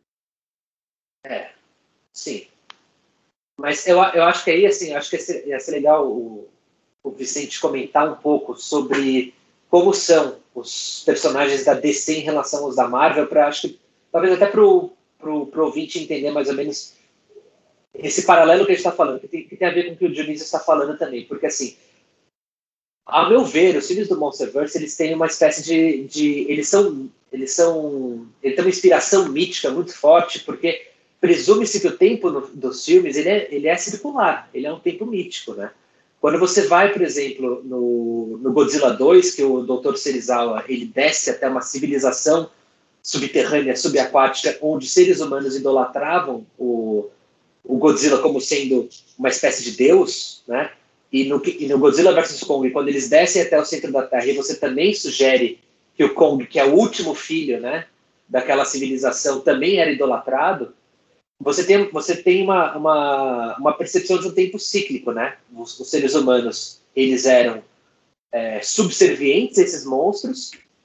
S1: É, sim. Mas eu, eu acho que aí, assim, acho que ia ser, ia ser legal o, o Vicente comentar um pouco sobre como são os personagens da D C em relação aos da Marvel, para acho que talvez até para o ouvinte entender mais ou menos esse paralelo que a gente está falando, que tem, que tem a ver com o que o Dionísio está falando também, porque assim, ao meu ver, os filmes do Monsterverse, eles têm uma espécie de, de eles são, eles são, eles têm uma inspiração mítica muito forte, porque presume-se que o tempo no, dos filmes ele é, ele é circular, ele é um tempo mítico, né? Quando você vai, por exemplo, no, no Godzilla dois, que o doutor Serizawa ele desce até uma civilização subterrânea, subaquática, onde seres humanos idolatravam o, o Godzilla como sendo uma espécie de deus, né? E no, e no Godzilla versus. Kong, quando eles descem até o centro da Terra, e você também sugere que o Kong, que é o último filho, né, daquela civilização, também era idolatrado, você tem, você tem uma, uma, uma percepção de um tempo cíclico, né? Os, os seres humanos, eles eram é, subservientes a esses monstros,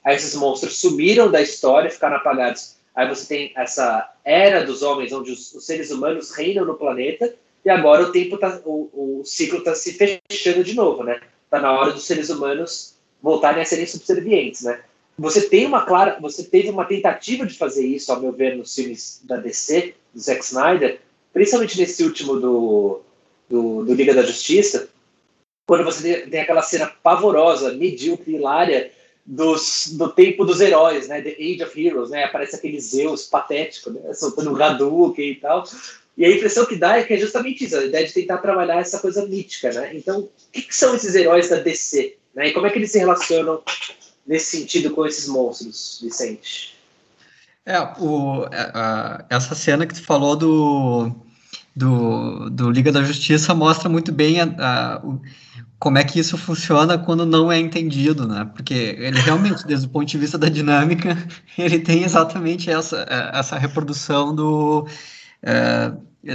S1: aí esses monstros sumiram da história, ficaram apagados. Aí você tem essa era dos homens, onde os, os seres humanos reinam no planeta, e agora o tempo tá, o, o ciclo está se fechando de novo, né? Tá na hora dos seres humanos voltarem a serem subservientes, né? Você tem uma clara, você teve uma tentativa de fazer isso, ao meu ver, nos filmes da D C, do Zack Snyder, principalmente nesse último do, do, do Liga da Justiça, quando você tem aquela cena pavorosa, medíocre, hilária, dos, do tempo dos heróis, né? The Age of Heroes, né? Aparece aquele Zeus patético, né? Soltando um Hadouken e tal. E a impressão que dá é que é justamente isso, a ideia de tentar trabalhar essa coisa mítica, né? Então, o que, que são esses heróis da D C? Né? E como é que eles se relacionam nesse sentido com esses monstros, Vicente?
S3: É, o, a, essa cena que tu falou do, do, do Liga da Justiça mostra muito bem a, a, o, como é que isso funciona quando não é entendido, né? Porque ele realmente, desde o ponto de vista da dinâmica, ele tem exatamente essa, essa reprodução do... É,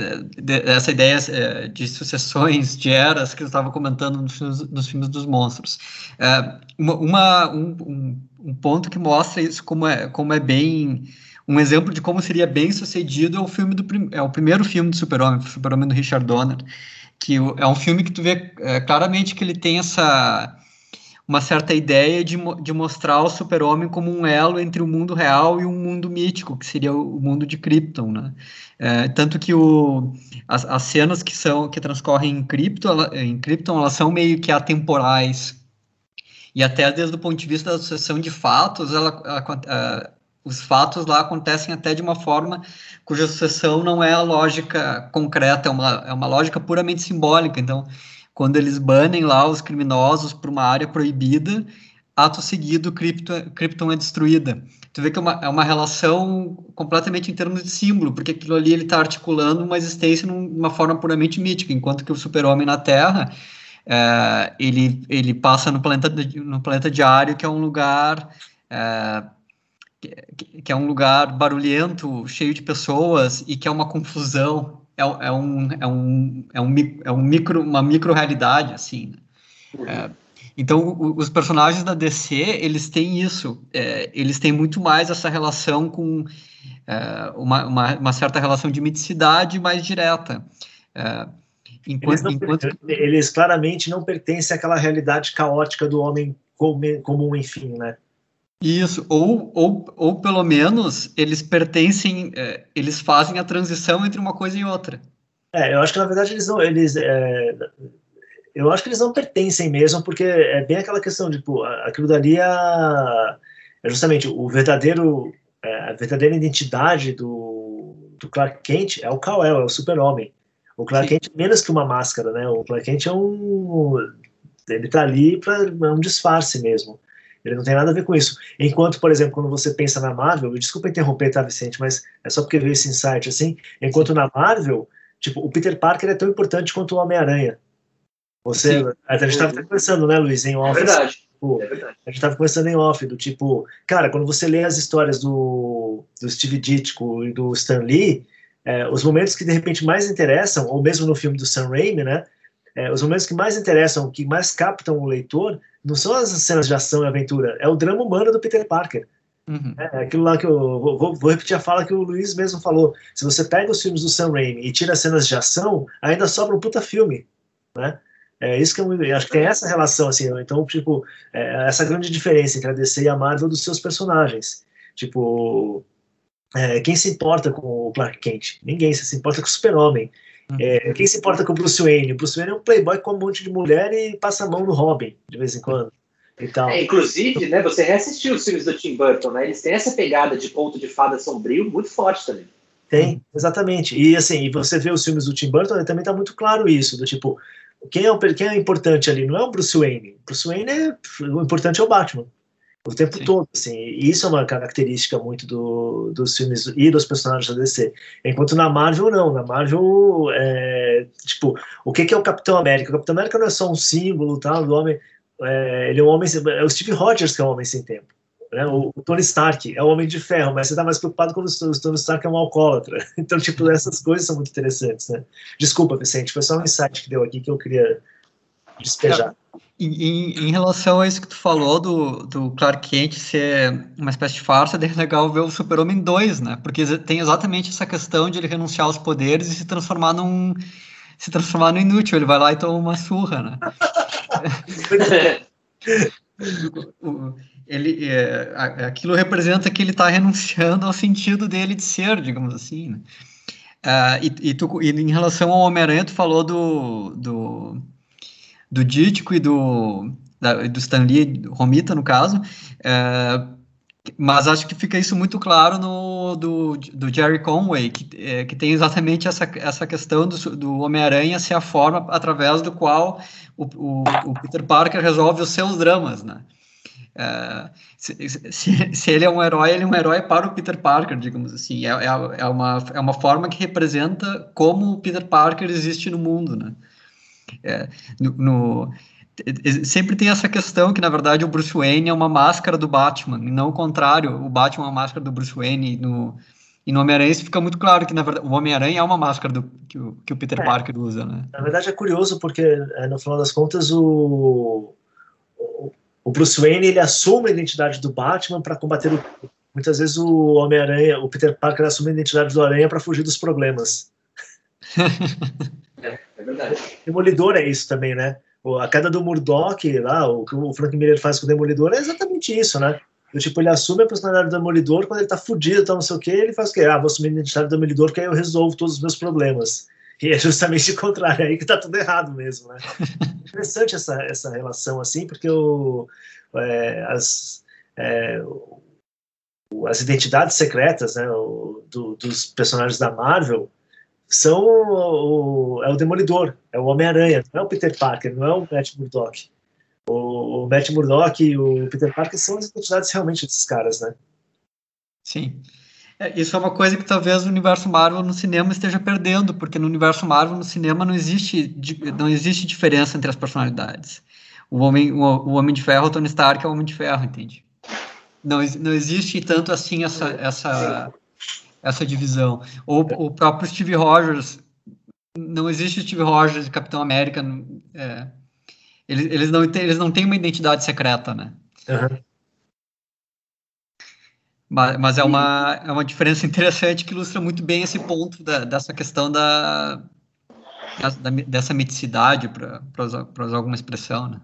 S3: essa ideia de sucessões, de eras que eu estava comentando nos filmes, nos filmes dos monstros. É, uma, uma, um, um ponto que mostra isso como é, como é bem... Um exemplo de como seria bem sucedido é o, filme do, é o primeiro filme do Super-Homem, Super-Homem do Richard Donner, que é um filme que tu vê é, claramente que ele tem essa... uma certa ideia de, de mostrar o Super-Homem como um elo entre o mundo real e um mundo mítico, que seria o mundo de Krypton, né? É, tanto que o, as, as cenas que, são, que transcorrem em Krypton, ela, em Krypton, elas são meio que atemporais, e até desde o ponto de vista da sucessão de fatos, ela, ela, uh, os fatos lá acontecem até de uma forma cuja sucessão não é a lógica concreta, é uma, é uma lógica puramente simbólica. Então, quando eles banem lá os criminosos para uma área proibida, ato seguido, Krypton, Krypton é destruída. Tu vê que é uma, é uma relação completamente em termos de símbolo, porque aquilo ali ele está articulando uma existência de uma forma puramente mítica, enquanto que o Super-Homem na Terra, é, ele, ele passa no planeta, no planeta diário, que é um lugar... É, que, que é um lugar barulhento, cheio de pessoas, e que é uma confusão. É, é, um, é, um, é, um, é um micro, uma micro-realidade, assim. Uhum. É, então, o, os personagens da D C, eles têm isso. É, eles têm muito mais essa relação com é, uma, uma, uma certa relação de miticidade mais direta. É, enquanto,
S2: eles, não,
S3: enquanto...
S2: eles claramente não pertencem àquela realidade caótica do homem comum, enfim, né?
S3: Isso, ou, ou, ou pelo menos eles pertencem, é, eles fazem a transição entre uma coisa e outra.
S2: É, eu acho que na verdade eles não, eles, é, eu acho que eles não pertencem mesmo, porque é bem aquela questão de, tipo, aquilo dali é, é justamente o verdadeiro, é, a verdadeira identidade do, do Clark Kent é o Kal-El, é o Super-Homem. O Clark Sim. Kent é menos que uma máscara, né? O Clark Kent é um, ele tá ali para é um disfarce mesmo. Ele não tem nada a ver com isso. Enquanto, por exemplo, quando você pensa na Marvel, desculpa interromper, tá, Vicente, mas é só porque veio esse insight, assim, enquanto Sim. na Marvel, tipo, o Peter Parker é tão importante quanto o Homem-Aranha. Você, Sim. a gente estava conversando, né, Luiz, em off.
S1: É verdade.
S2: Tipo,
S1: é verdade.
S2: A gente estava conversando em off, do tipo, cara, quando você lê as histórias do, do Steve Ditko e do Stan Lee, é, os momentos que de repente mais interessam, ou mesmo no filme do Sam Raimi, né, é, os momentos que mais interessam, que mais captam o leitor, não são as cenas de ação e aventura, é o drama humano do Peter Parker. Uhum. É aquilo lá que eu vou, vou, vou repetir a fala que o Luiz mesmo falou. Se você pega os filmes do Sam Raimi e tira as cenas de ação, ainda sobra um puta filme, né? É isso que eu, eu acho que tem essa relação, assim. Então, tipo, é, essa grande diferença entre a D C e a Marvel dos seus personagens. Tipo, é, quem se importa com o Clark Kent? Ninguém. Você se importa com o Super-Homem. É, quem se importa com o Bruce Wayne? O Bruce Wayne é um playboy com um monte de mulher e passa a mão no Robin, de vez em quando. E tal.
S1: É, inclusive, né, você reassistiu os filmes do Tim Burton, né? Eles têm essa pegada de conto de fada sombrio muito forte também.
S2: Tem, exatamente. E assim, e você vê os filmes do Tim Burton, também tá muito claro isso, do tipo, quem é, o, quem é importante ali? Não é o Bruce Wayne. O Bruce Wayne é, o importante é o Batman. O tempo Sim. todo, assim, e isso é uma característica muito do, dos filmes e dos personagens da D C. Enquanto na Marvel, não. Na Marvel, é, tipo, o que, que é o Capitão América? O Capitão América não é só um símbolo, tal, do homem, é, ele é um homem, é o Steve Rogers que é um homem sem tempo. Né? O, o Tony Stark é o Homem de Ferro, mas você tá mais preocupado quando o Tony Stark é um alcoólatra. Então, tipo, essas coisas são muito interessantes, né? Desculpa, Vicente, foi só um insight que deu aqui que eu queria despejar.
S3: Em, em relação a isso que tu falou do, do Clark Kent ser uma espécie de farsa, é legal ver o Super-Homem dois, né? Porque tem exatamente essa questão de ele renunciar aos poderes e se transformar num se transformar no inútil. Ele vai lá e toma uma surra, né? ele, é, aquilo representa que ele está renunciando ao sentido dele de ser, digamos assim, né? Uh, e, e, tu, e em relação ao Homem-Aranha, tu falou do... do do Dítico e do, da, do Stan Lee, Romita, no caso, é, mas acho que fica isso muito claro no do, do Jerry Conway, que, é, que tem exatamente essa, essa questão do, do Homem-Aranha ser a forma através do qual o, o, o Peter Parker resolve os seus dramas, né? É, se, se, se ele é um herói, ele é um herói para o Peter Parker, digamos assim. É, é, é, uma, é uma forma que representa como o Peter Parker existe no mundo, né? É, no, no, sempre tem essa questão que, na verdade, o Bruce Wayne é uma máscara do Batman, e não o contrário, o Batman é uma máscara do Bruce Wayne, e no, e no Homem-Aranha isso fica muito claro, que, na verdade, o Homem-Aranha é uma máscara do, que, o, que o Peter é, Parker usa, né?
S2: Na verdade é curioso, porque, no final das contas, o, o, o Bruce Wayne, ele assume a identidade do Batman para combater o... Muitas vezes o Homem-Aranha, o Peter Parker assume a identidade do Aranha para fugir dos problemas.
S1: É, é verdade.
S2: Demolidor é isso também, né? A queda do Murdock, lá, o que o Frank Miller faz com o Demolidor é exatamente isso, né? Do tipo, ele assume a personalidade do Demolidor, quando ele tá fudido, tá não sei o que, ele faz o quê? Ah, vou assumir a identidade do Demolidor, que aí eu resolvo todos os meus problemas. E é justamente o contrário, é aí que tá tudo errado mesmo, né? Interessante essa, essa relação, assim, porque o, é, as, é, o, as identidades secretas, né, o, do, dos personagens da Marvel são o, é o Demolidor, é o Homem-Aranha, não é o Peter Parker, não é o Matt Murdock. O, o Matt Murdock e o Peter Parker são as identidades realmente desses caras, né?
S3: Sim. É, isso é uma coisa que talvez o universo Marvel no cinema esteja perdendo, porque no universo Marvel no cinema não existe, não existe diferença entre as personalidades. O Homem, o, o Homem de Ferro, o Tony Stark é o Homem de Ferro, entende? Não, não existe tanto assim essa... essa essa divisão. Ou o próprio Steve Rogers, não existe Steve Rogers e Capitão América, é, eles, eles, não têm, eles não têm uma identidade secreta, né?
S2: Uhum.
S3: Mas, mas é, uma, é uma diferença interessante que ilustra muito bem esse ponto da, dessa questão da, da dessa miticidade, para usar alguma expressão, né?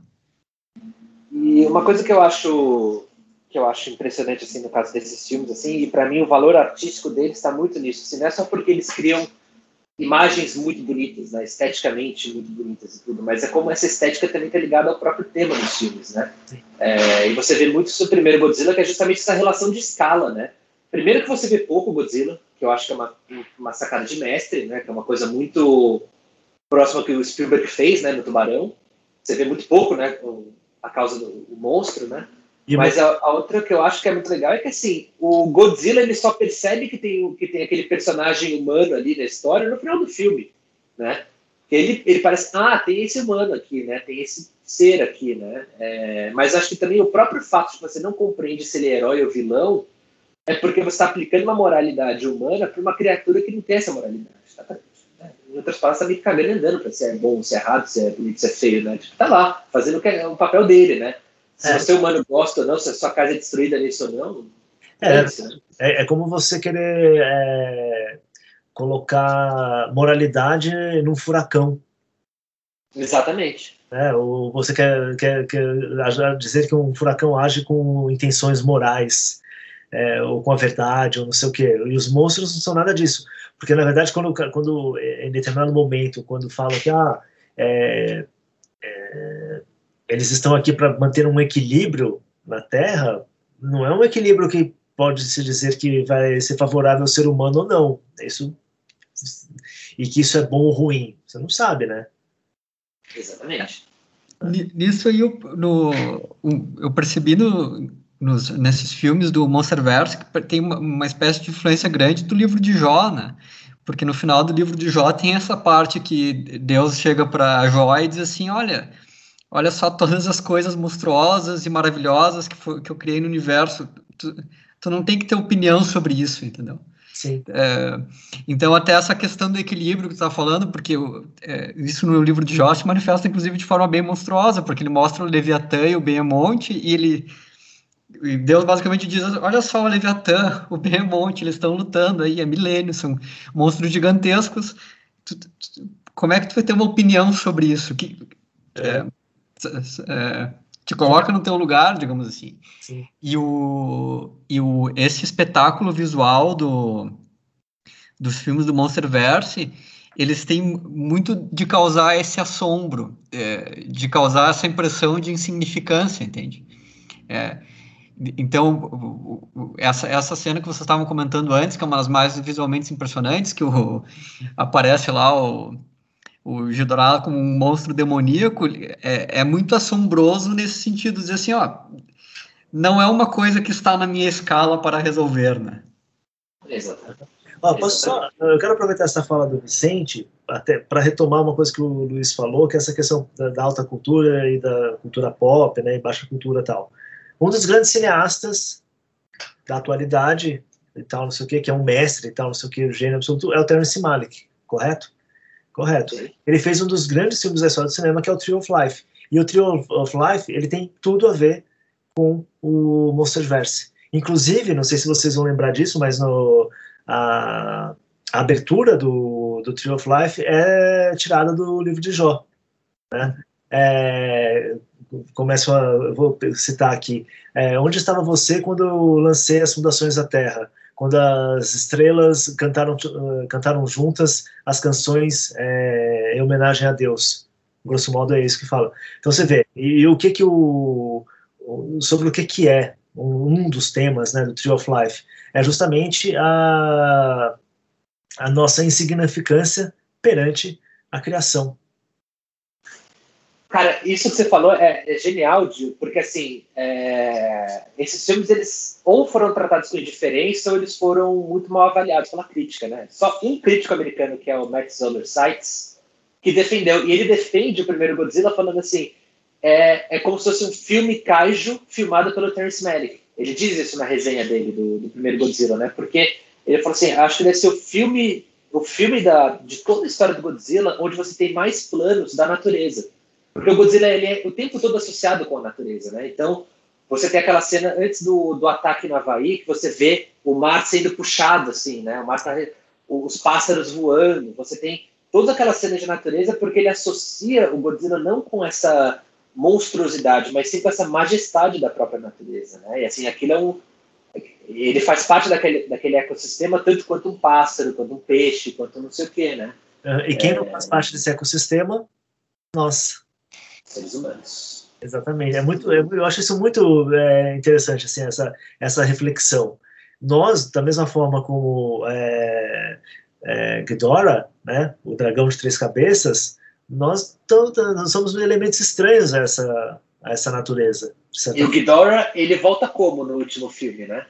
S1: E uma coisa que eu acho que eu acho impressionante, assim, no caso desses filmes, assim, e para mim o valor artístico deles está muito nisso, assim, não é só porque eles criam imagens muito bonitas, né, esteticamente muito bonitas e tudo, mas é como essa estética também está ligada ao próprio tema dos filmes, né? É, e você vê muito isso no primeiro Godzilla, que é justamente essa relação de escala, né? Primeiro que você vê pouco Godzilla, que eu acho que é uma, uma sacada de mestre, né, que é uma coisa muito próxima que o Spielberg fez, né, no Tubarão. Você vê muito pouco, né, a causa do o monstro, né? Mas a, a outra que eu acho que é muito legal é que, assim, o Godzilla, ele só percebe que tem, que tem aquele personagem humano ali na história no final do filme, né? Ele, ele parece, ah, tem esse humano aqui, né? Tem esse ser aqui, né? É, mas acho que também o próprio fato de que você não compreende se ele é herói ou vilão é porque você está aplicando uma moralidade humana para uma criatura que não tem essa moralidade, tá? Né? Em outras palavras, está meio cagando andando para se é bom, se é errado, se é bonito, se é feio, né? Tipo, tá lá, fazendo o, que é, o papel dele, né? Se é. Você humano gosta ou não, se a sua casa é destruída nisso ou não.
S2: É, é, isso, né? é, é como você querer é, colocar moralidade num furacão.
S1: Exatamente.
S2: É, ou você quer, quer, quer dizer que um furacão age com intenções morais, é, ou com a verdade, ou não sei o quê. E os monstros não são nada disso. Porque, na verdade, quando, quando em determinado momento, quando falam que ah, é, é, eles estão aqui para manter um equilíbrio na Terra, não é um equilíbrio que pode se dizer que vai ser favorável ao ser humano ou não. Isso, e que isso é bom ou ruim. Você não sabe, né?
S1: Exatamente.
S3: Nisso aí eu, no, eu percebi no, nos, nesses filmes do Monsterverse que tem uma, uma espécie de influência grande do livro de Jó, né? Porque no final do livro de Jó tem essa parte que Deus chega para Jó e diz assim, olha... Olha só todas as coisas monstruosas e maravilhosas que, foi, que eu criei no universo. Tu, tu não tem que ter opinião sobre isso, entendeu?
S2: Sim.
S3: É, então, até essa questão do equilíbrio que tu está falando, porque é, isso no livro de Jó se manifesta, inclusive, de forma bem monstruosa, porque ele mostra o Leviatã e o Behemonte, e ele e Deus basicamente diz, olha só o Leviatã, o Behemonte, eles estão lutando aí há milênios, são monstros gigantescos. Tu, tu, como é que tu vai ter uma opinião sobre isso? Que, é, é, te coloca no teu lugar, digamos assim.
S2: Sim.
S3: E, o, e o, esse espetáculo visual do, dos filmes do Monsterverse, eles têm muito de causar esse assombro, é, de causar essa impressão de insignificância, entende? É, então, essa, essa cena que vocês estavam comentando antes, que é uma das mais visualmente impressionantes, que o, aparece lá o, o Ghidorah como um monstro demoníaco, é, é muito assombroso nesse sentido, dizer assim, ó, não é uma coisa que está na minha escala para resolver, né?
S1: Exatamente.
S2: Ó, posso só, eu quero aproveitar essa fala do Vicente até para retomar uma coisa que o Luiz falou, que é essa questão da, da alta cultura e da cultura pop, né, e baixa cultura e tal. Um dos grandes cineastas da atualidade e tal, não sei o que, que é um mestre e tal, não sei o que, o gênio absoluto, é o Terrence Malick, correto? Correto.
S1: Sim.
S2: Ele fez um dos grandes filmes da história do cinema, que é o Tree of Life. E o Tree of Life, ele tem tudo a ver com o Monsterverse. Inclusive, não sei se vocês vão lembrar disso, mas no, a, a abertura do, do Tree of Life é tirada do livro de Jó, né? É, começo a, eu vou citar aqui, é, onde estava você quando eu lancei as fundações da Terra, quando as estrelas cantaram, uh, cantaram juntas as canções é, em homenagem a Deus, grosso modo é isso que fala. Então você vê, e, e o que que o, o sobre o que que é um, um dos temas, né, do Tree of Life, é justamente a, a nossa insignificância perante a criação.
S1: Cara, isso que você falou é, é genial, Gil, porque assim, é, esses filmes, eles ou foram tratados com indiferença ou eles foram muito mal avaliados pela crítica, né? Só um crítico americano, que é o Matt Zoller Seitz, que defendeu, e ele defende o primeiro Godzilla falando assim, é, é como se fosse um filme kaiju filmado pelo Terrence Malick. Ele diz isso na resenha dele, do, do primeiro Godzilla, né? Porque ele falou assim, acho que deve ser o filme, o filme da, de toda a história do Godzilla onde você tem mais planos da natureza. Porque o Godzilla, ele é o tempo todo associado com a natureza, né? Então, você tem aquela cena antes do, do ataque no Havaí, que você vê o mar sendo puxado, assim, né? O mar tá, os pássaros voando. Você tem toda aquela cena de natureza porque ele associa o Godzilla não com essa monstruosidade, mas sim com essa majestade da própria natureza, né? E assim, aquilo é um... Ele faz parte daquele, daquele ecossistema tanto quanto um pássaro, quanto um peixe, quanto não sei o quê, né?
S2: E quem
S1: é...
S2: não faz parte desse ecossistema? Nós.
S1: Seres humanos.
S2: Exatamente. É muito, eu acho isso muito é, interessante, assim, essa, essa reflexão. Nós, da mesma forma como é, é, Ghidorah, né, o dragão de três cabeças, nós, nós somos elementos estranhos a essa, a essa natureza.
S1: E o Ghidorah, ele volta como no último filme, né?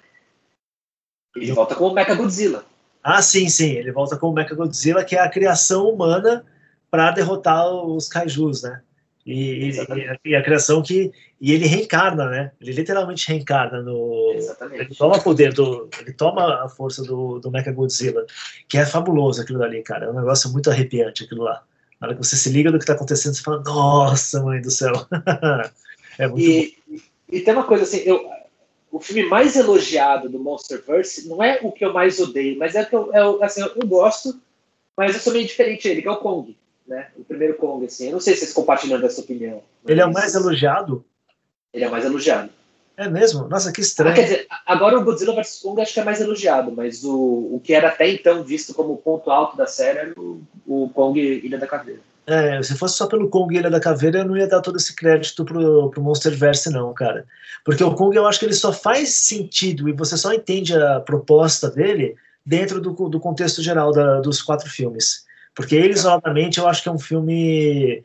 S1: Ele volta como o Mechagodzilla.
S2: Ah, sim, sim. Ele volta como o Mechagodzilla, que é a criação humana para derrotar os kaijus, né? E, e, a, e a criação que... E ele reencarna, né? Ele literalmente reencarna no...
S1: Exatamente.
S2: Ele toma poder do... Ele toma a força do, do Mechagodzilla, que é fabuloso aquilo dali, cara. É um negócio muito arrepiante aquilo lá. Na hora que você se liga do que tá acontecendo, você fala, nossa, mãe do céu. É muito
S1: e,
S2: bom.
S1: E tem uma coisa assim, eu, o filme mais elogiado do Monsterverse não é o que eu mais odeio, mas é o que eu, é, assim, eu gosto, mas eu sou meio diferente dele, que é o Kong. Né? O primeiro Kong, assim. Eu não sei se vocês compartilham dessa opinião.
S2: Ele é o mais elogiado?
S1: Ele é o mais elogiado.
S2: É mesmo? Nossa, que estranho.
S1: Ah, quer dizer, agora o Godzilla versus. Kong acho que é mais elogiado, mas o, o que era até então visto como o ponto alto da série era o, o Kong Ilha da Caveira.
S2: É, se fosse só pelo Kong Ilha da Caveira, eu não ia dar todo esse crédito pro, pro Monsterverse, não, cara. Porque o Kong, eu acho que ele só faz sentido e você só entende a proposta dele dentro do, do contexto geral da, dos quatro filmes. Porque ele, isoladamente, eu acho que é um filme,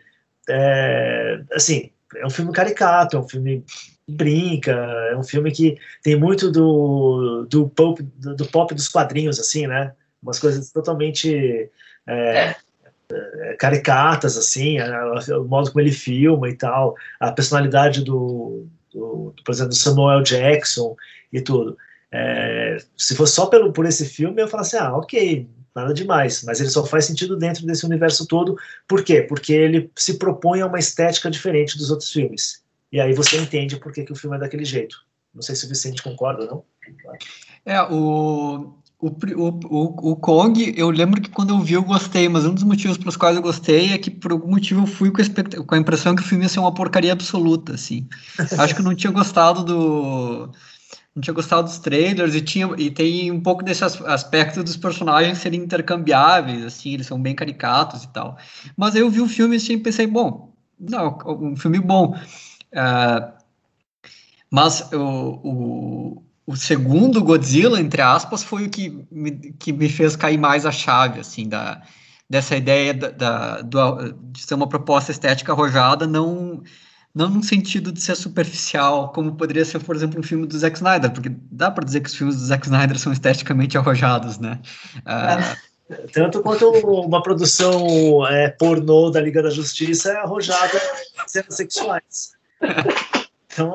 S2: é, assim, é um filme caricato, é um filme que brinca, é um filme que tem muito do, do, pop, do, do pop dos quadrinhos, assim, né? Umas coisas totalmente é, é. caricatas, assim, a, a, o modo como ele filma e tal, a personalidade do, do, do por exemplo, do Samuel Jackson e tudo. É, se fosse só pelo, por esse filme, eu ia falar assim, ah, ok, nada demais, mas ele só faz sentido dentro desse universo todo. Por quê? Porque ele se propõe a uma estética diferente dos outros filmes. E aí você entende por que, que o filme é daquele jeito. Não sei se o Vicente concorda ou não.
S3: É, o, o, o, o Kong, eu lembro que quando eu vi eu gostei, mas um dos motivos pelos quais eu gostei é que por algum motivo eu fui com a, expect... com a impressão que o filme ia ser uma porcaria absoluta, assim. Acho que eu não tinha gostado do... Não tinha gostado dos trailers e, tinha, e tem um pouco desse aspecto dos personagens serem intercambiáveis, assim, eles são bem caricatos e tal. Mas aí eu vi o filme assim, e pensei, bom, não, um filme bom. Uh, mas o, o, o segundo Godzilla, entre aspas, foi o que me, que me fez cair mais a chave, assim, da, dessa ideia da, da, do, de ser uma proposta estética arrojada, não... não no sentido de ser superficial, como poderia ser, por exemplo, um filme do Zack Snyder, porque dá para dizer que os filmes do Zack Snyder são esteticamente arrojados, né?
S2: Uh... Tanto quanto uma produção é, pornô da Liga da Justiça é arrojada em cenas sexuais. Então...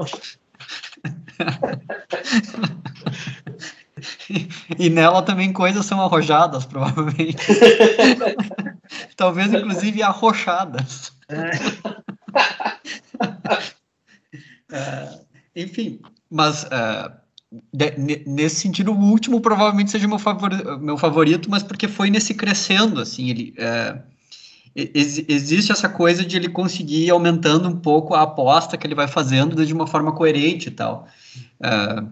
S3: e, e nela também coisas são arrojadas, provavelmente. Talvez, inclusive, arrochadas. É. Uh, enfim, mas uh, de, nesse sentido o último provavelmente seja meu favorito, meu favorito, mas porque foi nesse crescendo, assim, ele uh, ex, existe essa coisa de ele conseguir ir aumentando um pouco a aposta que ele vai fazendo de uma forma coerente e tal. Uh,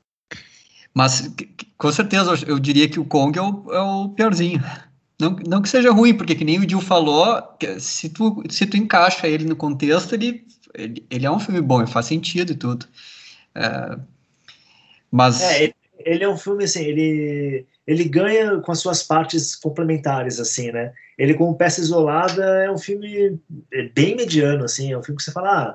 S3: mas com certeza eu diria que o Kong é o, é o piorzinho. Não, não que seja ruim, porque que nem o Gil falou, se tu, se tu encaixa ele no contexto, ele, ele, ele é um filme bom, faz sentido e tudo. É, mas...
S2: É, ele, ele é um filme, assim, ele, ele ganha com as suas partes complementares, assim, né? Ele, como peça isolada, é um filme bem mediano, assim, é um filme que você fala, ah,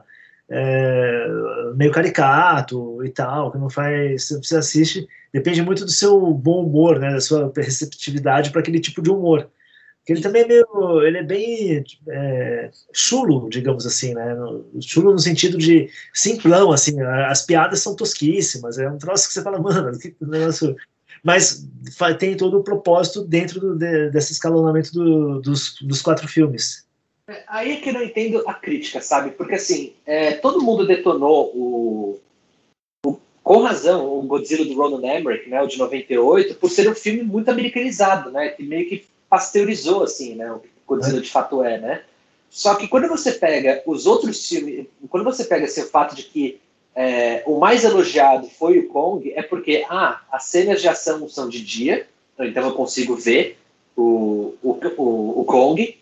S2: é, meio caricato e tal, que não faz... Você assiste, depende muito do seu bom humor, né? Da sua receptividade para aquele tipo de humor. Porque ele também é meio, ele é bem é, chulo, digamos assim, né? Chulo no sentido de simplão, assim, as piadas são tosquíssimas, é um troço que você fala, mano, que negócio... Mas tem todo o propósito dentro do, de, desse escalonamento do, dos, dos quatro filmes.
S1: Aí é que eu não entendo a crítica, sabe? Porque, assim, é, todo mundo detonou o, o, com razão, o Godzilla do Roland Emmerich, né, o de noventa e oito, por ser um filme muito americanizado, né? Que meio que pasteurizou, assim, né, o que Godzilla de fato é, né? Só que quando você pega os outros filmes, quando você pega assim, o fato de que é, o mais elogiado foi o Kong, é porque, ah, as cenas de ação são de dia, então eu consigo ver o, o, o, o Kong.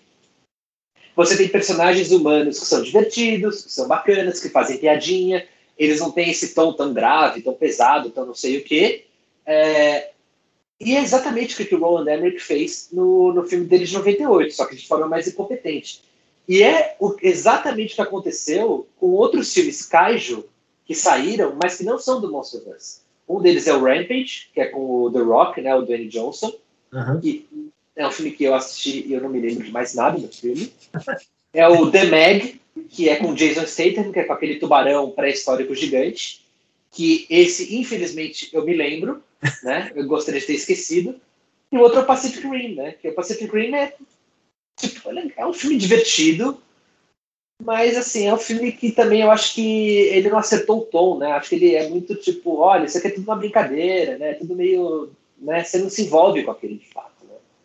S1: Você tem personagens humanos que são divertidos, que são bacanas, que fazem piadinha, eles não têm esse tom tão grave, tão pesado, tão não sei o quê. É... E é exatamente o que o Roland Emmerich fez no, no filme dele de noventa e oito, só que de forma mais incompetente. E é o, exatamente o que aconteceu com outros filmes kaiju que saíram, mas que não são do Monsterverse. Um deles é o Rampage, que é com o The Rock, né, o Dwayne Johnson,
S2: uhum.
S1: que é um filme que eu assisti e eu não me lembro de mais nada do filme. É o The Meg, que é com Jason Statham, que é com aquele tubarão pré-histórico gigante, que esse, infelizmente, eu me lembro, né? Eu gostaria de ter esquecido. E o outro é o Pacific Rim, né? Que o Pacific Rim é, tipo, é um filme divertido, mas, assim, é um filme que também eu acho que ele não acertou o tom, né? Acho que ele é muito, tipo, olha, isso aqui é tudo uma brincadeira, né? Tudo meio... né? Você não se envolve com aquele, de fato.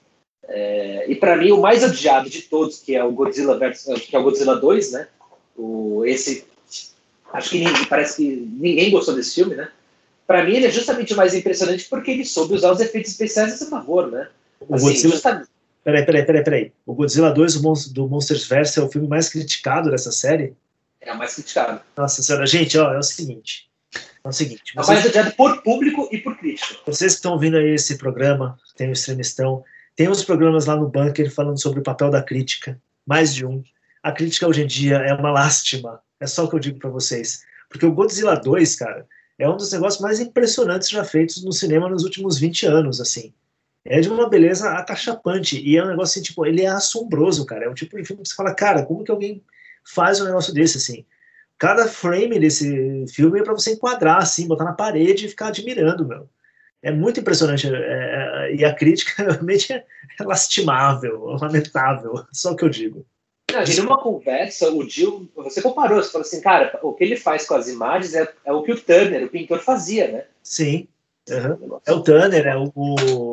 S1: É, e para mim o mais odiado de todos, que é o Godzilla versus, que é o Godzilla dois, né? O, esse, acho que ninguém, parece que ninguém gostou desse filme, né? Para mim ele é justamente o mais impressionante porque ele soube usar os efeitos especiais a seu favor, né?
S2: O
S1: assim,
S2: Godzilla...
S1: justamente...
S2: Peraí, peraí, peraí, peraí. O Godzilla dois do Monsters-Verse é o filme mais criticado dessa série?
S1: É o mais criticado.
S2: Nossa senhora, gente, ó, é o seguinte. É o seguinte.
S1: É o mais odiado por público e por crítica.
S2: Vocês que estão ouvindo aí esse programa, tem o Extremistão. Tem uns programas lá no Bunker falando sobre o papel da crítica, mais de um. A crítica hoje em dia é uma lástima, é só o que eu digo para vocês. Porque o Godzilla dois, cara, é um dos negócios mais impressionantes já feitos no cinema nos últimos vinte anos, assim. É de uma beleza acachapante, e é um negócio assim, tipo, ele é assombroso, cara. É um tipo de filme que você fala, cara, como que alguém faz um negócio desse, assim? cada frame desse filme é para você enquadrar, assim, botar na parede e ficar admirando, meu. É muito impressionante, é, é, e a crítica realmente é, é lastimável, lamentável, só o que eu digo.
S1: Não, e numa conversa, o Gil, você comparou, você falou assim, cara, o que ele faz com as imagens é, é o que o Turner, o pintor, fazia, né?
S2: Sim, uhum. É o Turner, é o, o,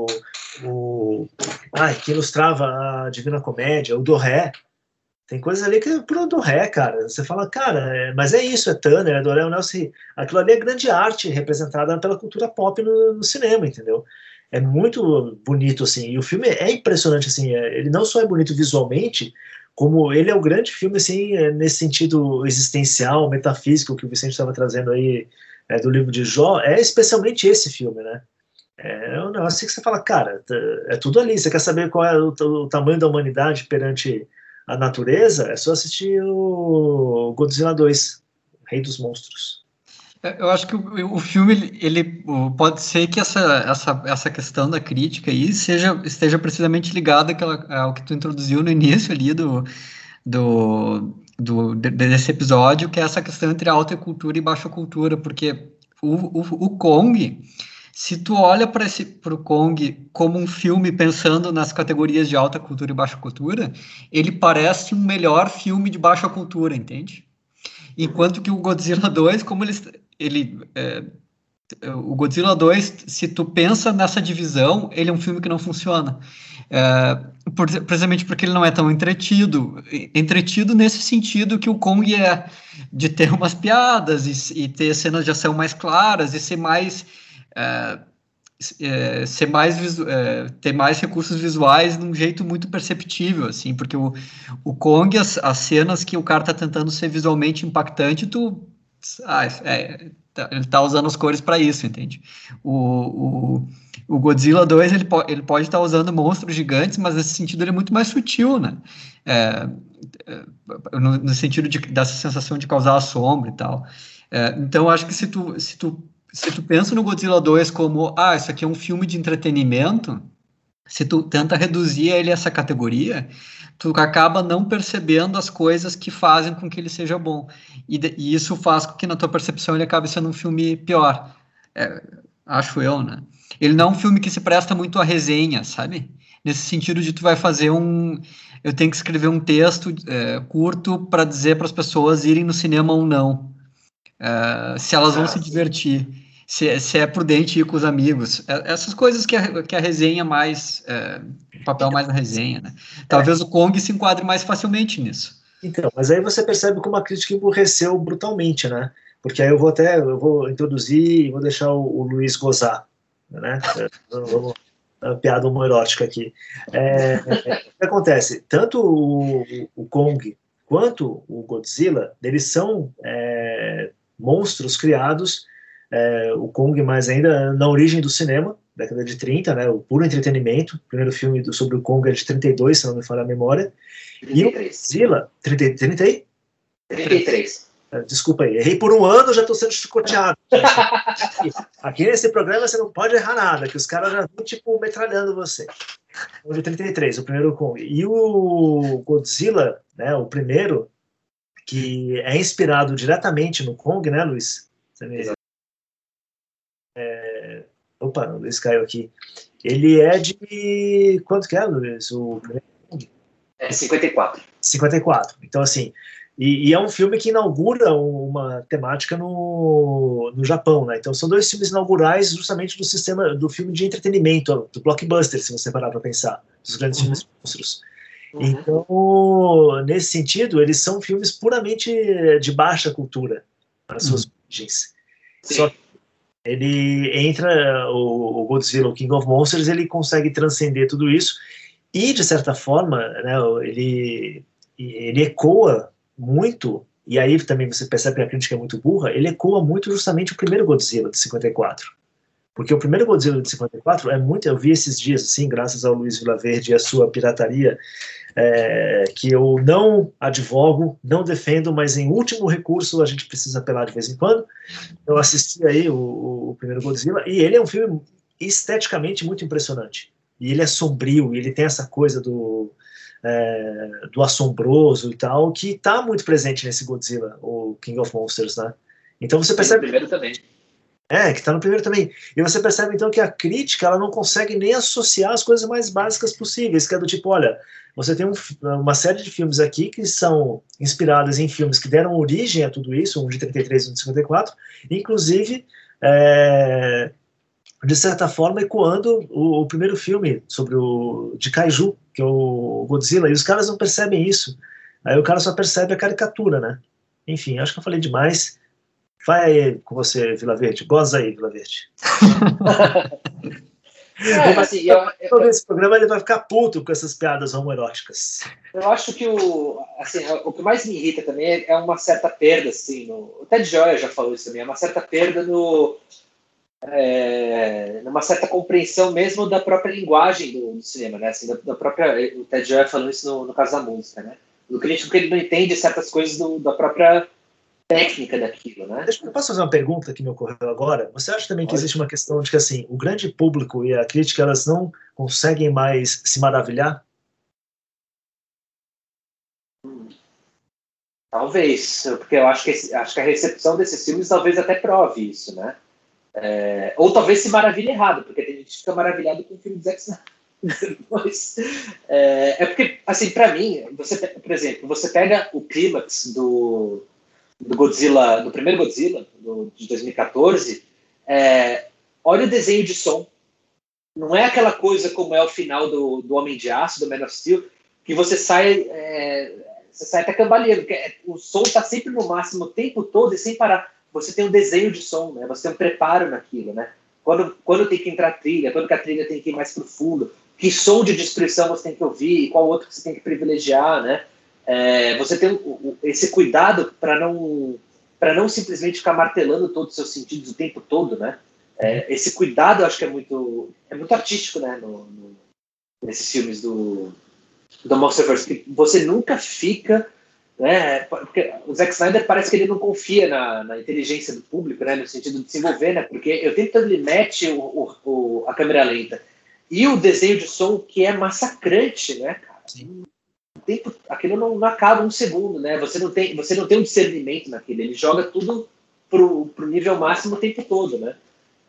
S2: o ai, que ilustrava a Divina Comédia, o Doré. Tem coisas ali que é pro Doré, cara. Você fala, cara, é, mas é isso, é Turner, é Doré, o Nelson. Aquilo ali é grande arte representada pela cultura pop no, no cinema, entendeu? É muito bonito, assim, e o filme é impressionante, assim, é, ele não só é bonito visualmente, como ele é o grande filme, assim, é, nesse sentido existencial, metafísico, que o Vicente estava trazendo aí é, do livro de Jó, é especialmente esse filme, né? É um negócio que você fala, cara, é tudo ali, você quer saber qual é o, o tamanho da humanidade perante a natureza, é só assistir o Godzilla dois, Rei dos Monstros.
S3: Eu acho que o, o filme, ele, ele pode ser que essa, essa, essa questão da crítica aí seja, esteja precisamente ligada àquela, ao que tu introduziu no início ali do, do, do, desse episódio, que é essa questão entre alta cultura e baixa cultura, porque o, o, o Kong, se tu olha para o Kong como um filme pensando nas categorias de alta cultura e baixa cultura, ele parece um melhor filme de baixa cultura, entende? Enquanto que o Godzilla dois, como ele, ele é, o Godzilla dois, se tu pensa nessa divisão, ele é um filme que não funciona. É, por, precisamente porque ele não é tão entretido. Entretido nesse sentido que o Kong é de ter umas piadas e, e ter cenas de ação mais claras e ser mais... É, é, ser mais é, ter mais recursos visuais de um jeito muito perceptível, assim, porque o, o Kong, as, as cenas que o cara tá tentando ser visualmente impactante, tu ah, é, tá, ele tá usando as cores para isso, entende? O, o, o Godzilla dois, ele, po ele pode estar tá usando monstros gigantes, mas nesse sentido ele é muito mais sutil, né? É, no, no sentido de, dessa sensação de causar assombro e tal. É, então, acho que se tu, se tu Se tu pensa no Godzilla dois como, ah, isso aqui é um filme de entretenimento, se tu tenta reduzir ele a essa categoria, tu acaba não percebendo as coisas que fazem com que ele seja bom. E, de, e isso faz com que na tua percepção ele acabe sendo um filme pior. É, acho eu, né? Ele não é um filme que se presta muito a resenha, sabe? Nesse sentido de tu vai fazer um... Eu tenho que escrever um texto é, curto para dizer para as pessoas irem no cinema ou não. Uh, se elas vão ah, se divertir, se, se é prudente ir com os amigos, essas coisas que a, que a resenha mais, é, o papel mais na resenha, né? Talvez é. o Kong se enquadre mais facilmente nisso.
S2: Então, mas aí você percebe como a crítica emburreceu brutalmente, né? Porque aí eu vou até, eu vou introduzir e vou deixar o, o Luiz gozar, né? Vamos, uma piada homoerótica aqui. É, é, o que acontece? Tanto o, o Kong quanto o Godzilla, eles são é, monstros criados, é, o Kong mais ainda na origem do cinema, década de trinta, né, o puro entretenimento. O primeiro filme do, sobre o Kong é de trinta e dois, se não me falha a memória.
S1: trinta e três.
S2: E o Godzilla, trinta, trinta e?
S1: trinta e três.
S2: Desculpa aí, errei por um ano, já estou sendo chicoteado. Aqui nesse programa você não pode errar nada, que os caras já estão, tipo, metralhando você. O de trinta e três, o primeiro Kong. E o Godzilla, né, o primeiro, que é inspirado diretamente no Kong, né, Luiz? Me... É... Opa, o Luiz caiu aqui. Ele é de... Quanto que é, Luiz? O primeiro Kong?
S1: É cinquenta e quatro.
S2: cinquenta e quatro. Então, assim... E, e é um filme que inaugura uma temática no, no Japão, né? Então são dois filmes inaugurais justamente do sistema do filme de entretenimento, do blockbuster, se você parar para pensar, dos grandes uhum. filmes de monstros. Uhum. Então, nesse sentido, eles são filmes puramente de baixa cultura, nas suas uhum. origens. Sim. Só que ele entra, o, o Godzilla, o King of Monsters, ele consegue transcender tudo isso e, de certa forma, né, ele, ele ecoa muito, e aí também você percebe que a crítica é muito burra, ele ecoa muito justamente o primeiro Godzilla de cinquenta e quatro. Porque o primeiro Godzilla de cinquenta e quatro é muito, eu vi esses dias, assim, graças ao Luiz Vilaverde e a sua pirataria, é, que eu não advogo, não defendo, mas em último recurso a gente precisa apelar de vez em quando. Eu assisti aí o, o primeiro Godzilla, e ele é um filme esteticamente muito impressionante. E ele é sombrio, e ele tem essa coisa do... é, do assombroso e tal, que está muito presente nesse Godzilla, o King of Monsters, né? Então você percebe...
S1: No primeiro também.
S2: É, que está no primeiro também. E você percebe, então, que a crítica ela não consegue nem associar as coisas mais básicas possíveis, que é do tipo, olha, você tem um, uma série de filmes aqui que são inspirados em filmes que deram origem a tudo isso, um de trinta e três e um de cinquenta e quatro, inclusive, é, de certa forma, ecoando o, o primeiro filme sobre o de Kaiju, que é o Godzilla, e os caras não percebem isso. Aí o cara só percebe a caricatura, né? Enfim, acho que eu falei demais. Vai aí com você, Vila Verde. Goza aí, Vila Verde.
S1: É, assim, eu, eu,
S2: esse programa ele vai ficar puto com essas piadas homoeróticas.
S1: Eu acho que o, assim, o que mais me irrita também é uma certa perda, assim, no, o Ted Gioia já falou isso também, é uma certa perda no, é, numa certa compreensão mesmo da própria linguagem do, do cinema, né? Assim, da, da própria, o Ted Gioia falou isso no, no caso da música, né? Do crítico que ele não entende certas coisas do, da própria técnica daquilo, né?
S2: Deixa eu posso fazer uma pergunta que me ocorreu agora? Você acha também que existe uma questão de que assim, o grande público e a crítica elas não conseguem mais se maravilhar?
S1: Hum, talvez, porque eu acho que, esse, acho que a recepção desses filmes talvez até prove isso, né? É, ou talvez se maravilhe errado, porque tem gente que fica maravilhado com o filme de Zack Snyder. Mas, é, é porque, assim, pra mim, você, por exemplo, você pega o clímax do do Godzilla, do primeiro Godzilla, do, de dois mil e quatorze, é, olha o desenho de som. Não é aquela coisa como é o final do, do Homem de Aço, do Man of Steel, que você sai, é, você sai até cambaleando, porque o som está sempre no máximo o tempo todo e sem parar. Você tem um desenho de som, né? Você tem um preparo naquilo, né? Quando, quando tem que entrar trilha, quando que a trilha tem que ir mais profundo, que som de descrição você tem que ouvir, e qual outro que você tem que privilegiar, né? É, você tem o, o, esse cuidado para não, para não simplesmente ficar martelando todos os seus sentidos o tempo todo, né? É, esse cuidado eu acho que é muito, é muito artístico, né? No, no, nesses filmes do, do Monsterverse, que você nunca fica, né? Porque o Zack Snyder parece que ele não confia na, na inteligência do público, né? No sentido de se envolver, né? Porque eu tempo todo ele mete o, o, o, a câmera lenta e o desenho de som que é massacrante, né, cara?
S2: Sim.
S1: Tempo, aquilo não, não acaba um segundo, né? Você não tem, você não tem um discernimento naquilo. Ele joga tudo pro, pro nível máximo o tempo todo, né?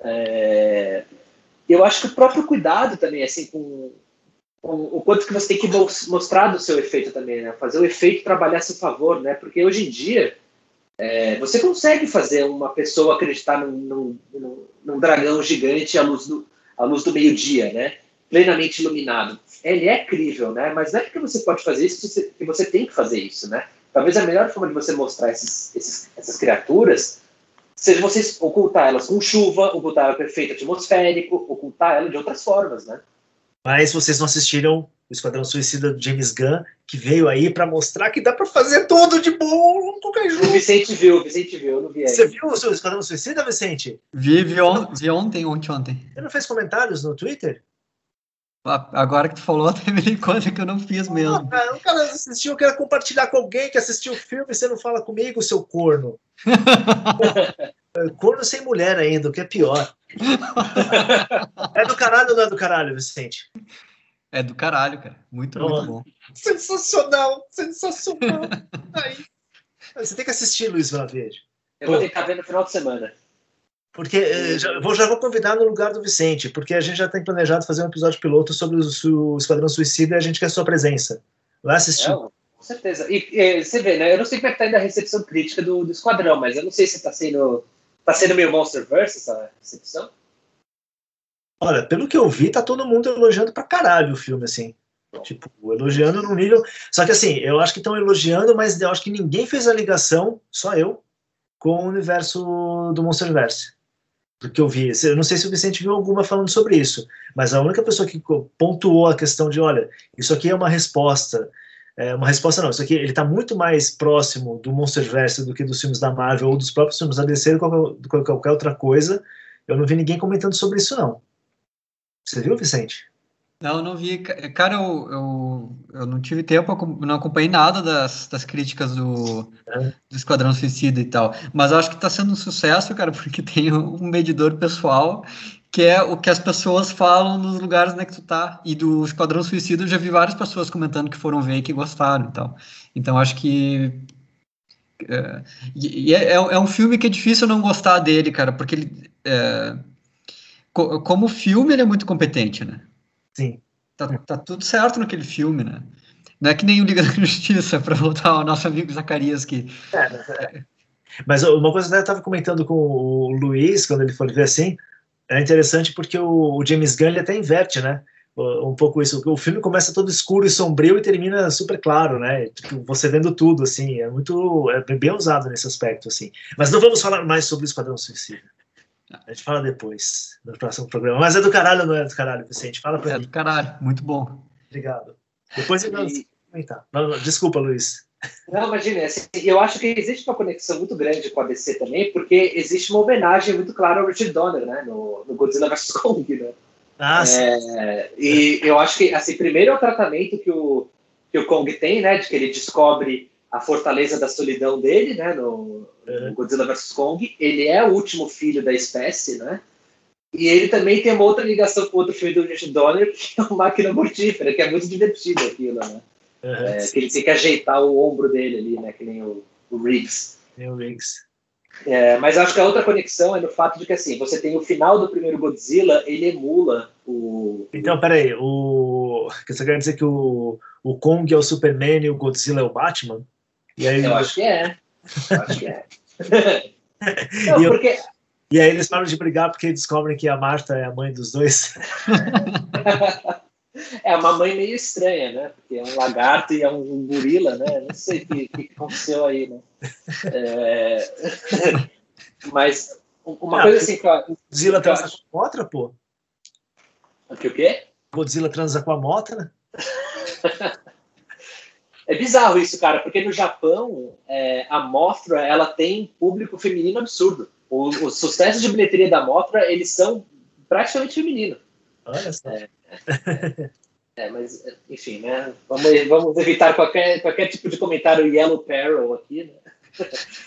S1: É, eu acho que o próprio cuidado também, assim, com, com o quanto que você tem que mostrar do seu efeito também, né? Fazer o efeito trabalhar a seu favor, né? Porque hoje em dia é, você consegue fazer uma pessoa acreditar num, num, num, num dragão gigante à luz do, à luz do meio-dia, né? Plenamente iluminado. Ele é crível, né? Mas não é porque você pode fazer isso que você, que você tem que fazer isso, né? Talvez a melhor forma de você mostrar esses, esses, essas criaturas seja você ocultar elas com chuva, ocultar ela com efeito atmosférico, ocultar ela de outras formas, né?
S2: Mas vocês não assistiram o Esquadrão Suicida do James Gunn, que veio aí para mostrar que dá para fazer tudo de bom com Kaiju.
S1: O Vicente viu, o Vicente viu, eu não vi ainda.
S2: Você viu o seu Esquadrão Suicida, Vicente?
S3: Vi, vi, on, vi ontem, ontem, ontem.
S2: Você não fez comentários no Twitter?
S3: Agora que tu falou, até me dei conta que eu não fiz mesmo.
S2: Ah, cara, o cara assistiu, eu quero compartilhar com alguém que assistiu o filme e você não fala comigo, seu corno. Corno sem mulher ainda, o que é pior. É do caralho ou não é do caralho, Vicente?
S3: É do caralho, cara. Muito, oh, muito bom.
S2: Sensacional, sensacional. Aí. Você tem que assistir, Luiz Vila Verde.
S1: Eu Pô. vou tentar ver no final de semana.
S2: Porque já vou, já vou convidar no lugar do Vicente, porque a gente já tem planejado fazer um episódio piloto sobre o, o Esquadrão Suicida e a gente quer a sua presença. Vai assistir.
S1: É, com certeza. E, e você vê, né? Eu não sei como é que tá ainda a recepção crítica do, do Esquadrão, mas eu não sei se tá sendo, tá sendo meio Monsterverse essa recepção.
S2: Olha, pelo que eu vi, tá todo mundo elogiando pra caralho o filme, assim. Tipo, elogiando num nível... Só que assim, eu acho que estão elogiando, mas eu acho que ninguém fez a ligação, só eu, com o universo do Monsterverse. Do que eu vi. Eu não sei se o Vicente viu alguma falando sobre isso, mas a única pessoa que pontuou a questão de, olha, isso aqui é uma resposta... É uma resposta não, isso aqui ele tá muito mais próximo do Monsterverse do que dos filmes da Marvel ou dos próprios filmes da D C do que qualquer, qualquer outra coisa. Eu não vi ninguém comentando sobre isso, não. Você viu, Vicente?
S3: Não, não vi. Cara, eu, eu, eu não tive tempo, não acompanhei nada das, das críticas do, é. do Esquadrão Suicida e tal. Mas eu acho que tá sendo um sucesso, cara, porque tem um medidor pessoal que é o que as pessoas falam nos lugares onde é que tu tá. E do Esquadrão Suicida eu já vi várias pessoas comentando que foram ver e que gostaram. Então, então acho que... É, e é, é um filme que é difícil não gostar dele, cara, porque ele... É, co, como filme ele é muito competente, né?
S2: Sim.
S3: Tá, tá tudo certo naquele filme, né? Não é que nem o Liga da Justiça, para voltar ao nosso amigo Zacarias, que...
S2: É, mas uma coisa que eu estava comentando com o Luiz, quando ele for ver assim, é interessante porque o, o James Gunn ele até inverte, né? Um pouco isso. O filme começa todo escuro e sombrio e termina super claro, né? Tipo, você vendo tudo, assim, é muito... é bem usado nesse aspecto, assim. Mas não vamos falar mais sobre o Esquadrão Suicida. A gente fala depois, no próximo programa. Mas é do caralho, não é do caralho, Vicente? Fala pra
S3: é
S2: mim.
S3: É do caralho, muito bom.
S2: Obrigado. Depois eu vou comentar. Desculpa, Luiz.
S1: Não, imagina, assim, eu acho que existe uma conexão muito grande com a D C também, porque existe uma homenagem muito clara ao Richard Donner, né, no, no Godzilla versus. Kong, né?
S2: Ah, sim.
S1: É, e eu acho que, assim, primeiro é o tratamento que o, que o Kong tem, né, de que ele descobre a fortaleza da solidão dele, né, no, no Godzilla versus. Kong. Ele é o último filho da espécie, né, e ele também tem uma outra ligação com outro filme do Richard Donner, que é o Máquina Mortífera, que é muito divertido aquilo, né. Uhum. É, que ele tem que ajeitar o ombro dele ali, né? Que nem o, o Riggs.
S2: Nem o Riggs.
S1: É, mas acho que a outra conexão é no fato de que, assim, você tem o final do primeiro Godzilla, ele emula o...
S2: Então, peraí, o... você quer dizer que o, o Kong é o Superman e o Godzilla é o Batman?
S1: E aí... Eu acho que é. Eu acho que é. Não,
S2: e, eu...
S1: porque...
S2: e aí eles param de brigar porque descobrem que a Marta é a mãe dos dois.
S1: É uma mãe meio estranha, né? Porque é um lagarto e é um gorila, né? Não sei o que, que aconteceu aí, né? É... Mas uma ah, coisa assim... Que eu,
S2: Godzilla
S1: que eu
S2: transa
S1: acho...
S2: com a Mothra, pô?
S1: O que o quê?
S2: Godzilla transa com a Mothra?
S1: É bizarro isso, cara, porque no Japão é, a Mothra, ela tem público feminino absurdo. O, o sucesso de bilheteria da Mothra, eles são praticamente femininos.
S2: Olha só.
S1: É, é, mas, enfim, né? Vamos, vamos evitar qualquer, qualquer tipo de comentário Yellow Peril aqui, né?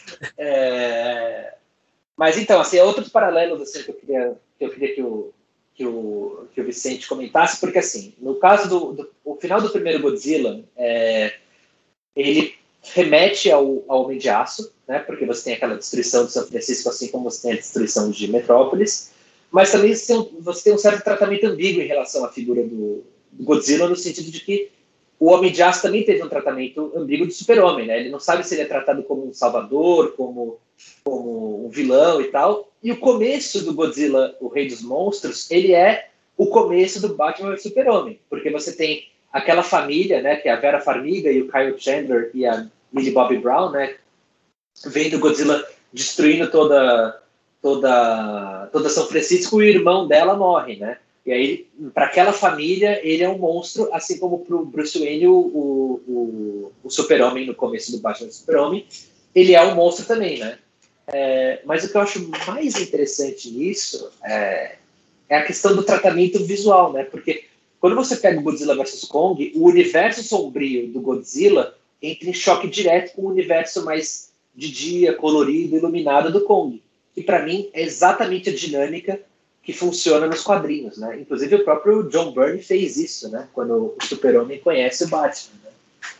S1: É, mas então, assim, é outros paralelos assim, que eu queria que, eu queria que, o, que, o, que o Vicente comentasse, porque assim, no caso do, do o final do primeiro Godzilla, é, ele remete ao, ao Homem de Aço, né? Porque você tem aquela destruição de São Francisco, assim como você tem a destruição de Metrópolis. Mas também você tem, um, você tem um certo tratamento ambíguo em relação à figura do, do Godzilla, no sentido de que o Homem de Aço também teve um tratamento ambíguo de super-homem, né? Ele não sabe se ele é tratado como um salvador, como, como um vilão e tal. E o começo do Godzilla, o Rei dos Monstros, ele é o começo do Batman e super-homem, porque você tem aquela família, né, que é a Vera Farmiga e o Kyle Chandler e a Millie Bobby Brown, né, vendo o Godzilla destruindo toda... toda, toda São Francisco, e o irmão dela morre, né? E aí, para aquela família, ele é um monstro, assim como para o Bruce Wayne, o, o, o super-homem, no começo do Batman do Super-Homem, ele é um monstro também, né? É, mas o que eu acho mais interessante nisso é, é a questão do tratamento visual, né? Porque quando você pega o Godzilla versus. Kong, o universo sombrio do Godzilla entra em choque direto com o universo mais de dia, colorido, iluminado do Kong. Que para mim é exatamente a dinâmica que funciona nos quadrinhos, né? Inclusive o próprio John Byrne fez isso, né? Quando o Super-Homem conhece o Batman, né?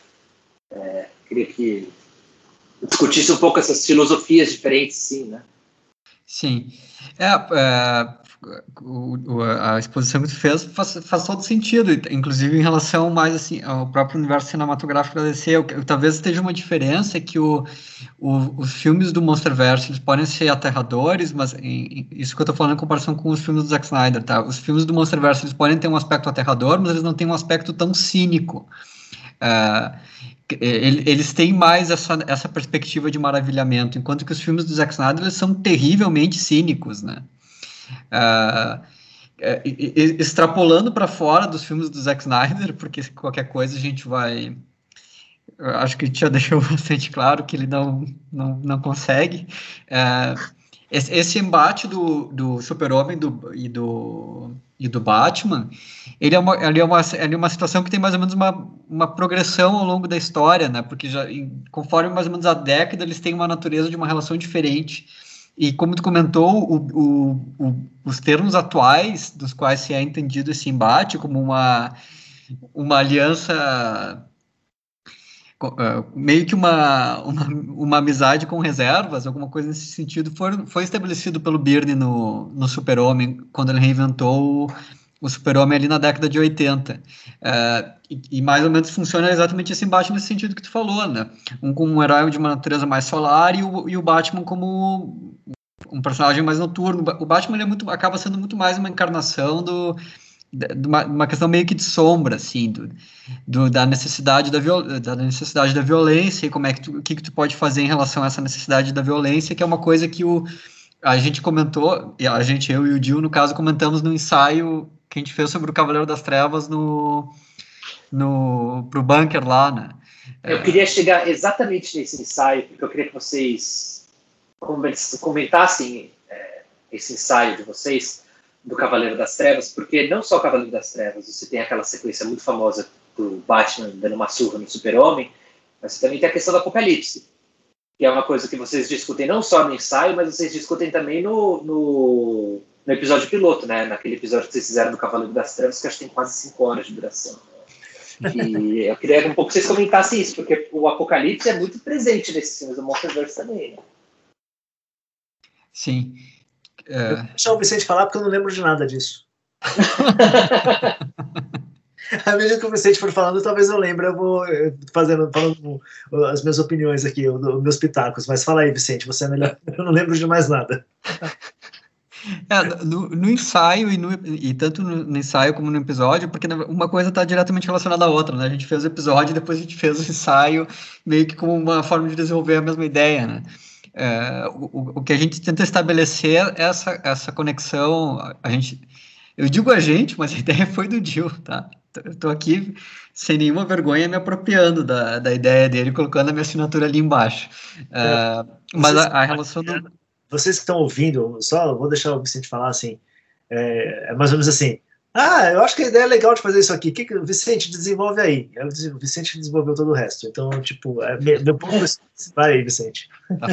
S1: É, queria que discutisse um pouco essas filosofias diferentes, sim, né?
S3: Sim. É, é o, a exposição que tu fez faz, faz todo sentido, inclusive em relação mais assim ao próprio universo cinematográfico da D C. Eu, eu, talvez esteja uma diferença que o, o, os filmes do Monsterverse eles podem ser aterradores, mas em, isso que eu tô falando em comparação com os filmes do Zack Snyder, tá? Os filmes do Monsterverse eles podem ter um aspecto aterrador, mas eles não têm um aspecto tão cínico. Uh, eles têm mais essa, essa perspectiva de maravilhamento, enquanto que os filmes do Zack Snyder eles são terrivelmente cínicos, né? Uh, extrapolando para fora dos filmes do Zack Snyder, porque qualquer coisa a gente vai... Eu acho que a gente já deixou bastante claro que ele não, não, não consegue. Uh, esse, esse embate do, do Super-Homem do, e, do, e do Batman, ele é, uma, ele, é uma, ele é uma situação que tem mais ou menos uma, uma progressão ao longo da história, né? Porque já, em, conforme mais ou menos a década, eles têm uma natureza de uma relação diferente. E como tu comentou, o, o, o, os termos atuais dos quais se é entendido esse embate como uma, uma aliança, uh, meio que uma, uma, uma amizade com reservas, alguma coisa nesse sentido, foi, foi estabelecido pelo Byrne no, no Super-Homem, quando ele reinventou o, o Super-Homem ali na década de oitenta. Uh, e, e mais ou menos funciona exatamente esse embate nesse sentido que tu falou, né? Um como um herói de uma natureza mais solar e o, e o Batman como um personagem mais noturno. O Batman ele é muito, acaba sendo muito mais uma encarnação do, de uma, uma questão meio que de sombra, assim, do, do, da, necessidade da, viol, da necessidade da violência e como é que tu, o que, que tu pode fazer em relação a essa necessidade da violência, que é uma coisa que o, a gente comentou, a gente, eu e o Gil, no caso, comentamos no ensaio que a gente fez sobre o Cavaleiro das Trevas no, no, pro bunker lá, né?
S1: Eu é... queria chegar exatamente nesse ensaio, porque eu queria que vocês comentassem é, esse ensaio de vocês do Cavaleiro das Trevas, porque não só o Cavaleiro das Trevas, você tem aquela sequência muito famosa do Batman dando uma surra no Super-Homem, mas você também tem a questão do Apocalipse, que é uma coisa que vocês discutem não só no ensaio, mas vocês discutem também no, no, no episódio piloto, né? Naquele episódio que vocês fizeram do Cavaleiro das Trevas, que acho que tem quase cinco horas de duração. E eu queria um pouco que vocês comentassem isso, porque o Apocalipse é muito presente nesses filmes do Monsterverse também, né?
S3: Sim.
S2: É... Vou deixar o Vicente falar porque eu não lembro de nada disso. À medida que o Vicente for falando, talvez eu lembre, eu vou fazendo, falando as minhas opiniões aqui, os meus pitacos. Mas fala aí, Vicente, você é melhor. Eu não lembro de mais nada.
S3: É, no, no ensaio, e, no, e tanto no, no ensaio como no episódio, porque uma coisa está diretamente relacionada à outra, né? A gente fez o episódio e depois a gente fez o ensaio, meio que como uma forma de desenvolver a mesma ideia, né? É, o, o que a gente tenta estabelecer é essa, essa conexão, a gente, eu digo a gente, mas a ideia foi do Gil, tá? Eu tô aqui sem nenhuma vergonha me apropriando da, da ideia dele, colocando a minha assinatura ali embaixo. É, mas a, a relação do...
S2: Vocês que estão ouvindo, só vou deixar o Vicente falar assim, é, é mais ou menos assim, ah, eu acho que a ideia é legal de fazer isso aqui, que que o Vicente desenvolve aí? O Vicente desenvolveu todo o resto, então, tipo, é, meu ponto vai aí, Vicente.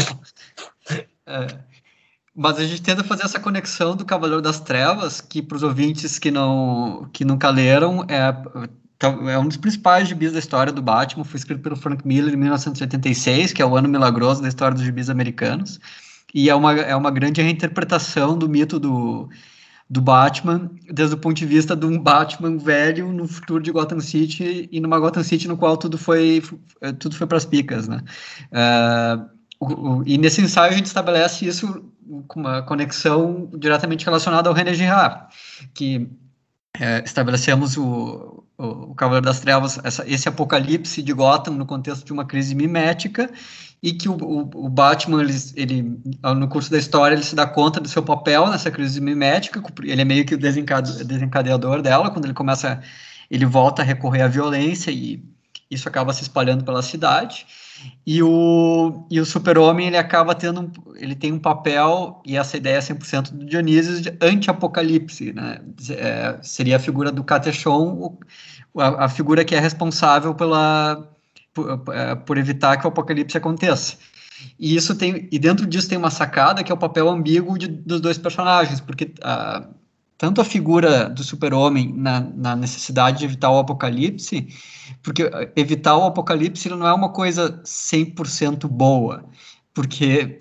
S3: É, mas a gente tenta fazer essa conexão do Cavaleiro das Trevas, que para os ouvintes que, não, que nunca leram, é, é um dos principais gibis da história do Batman, foi escrito pelo Frank Miller em mil novecentos e oitenta e seis, que é o ano milagroso da história dos gibis americanos, e é uma, é uma grande reinterpretação do mito do... do Batman, desde o ponto de vista de um Batman velho no futuro de Gotham City e numa Gotham City no qual tudo foi tudo foi para as picas, né? Uh, o, o, e nesse ensaio a gente estabelece isso com uma conexão diretamente relacionada ao René Girard, que é, estabelecemos o, o, o Cavaleiro das Trevas, essa, esse apocalipse de Gotham no contexto de uma crise mimética, e que o, o, o Batman, ele, ele, no curso da história, ele se dá conta do seu papel nessa crise mimética, ele é meio que o desencade, desencadeador dela, quando ele começa, ele volta a recorrer à violência, e isso acaba se espalhando pela cidade, e o, e o Super-Homem, ele acaba tendo, um, ele tem um papel, e essa ideia é cem por cento do Dionísio, de anti-apocalipse, né? É, seria a figura do Catechon, a, a figura que é responsável pela... Por, por evitar que o apocalipse aconteça. E isso tem, e dentro disso tem uma sacada que é o papel ambíguo de, dos dois personagens, porque a, tanto a figura do Super-Homem na, na necessidade de evitar o apocalipse, porque evitar o apocalipse não é uma coisa cem por cento boa, porque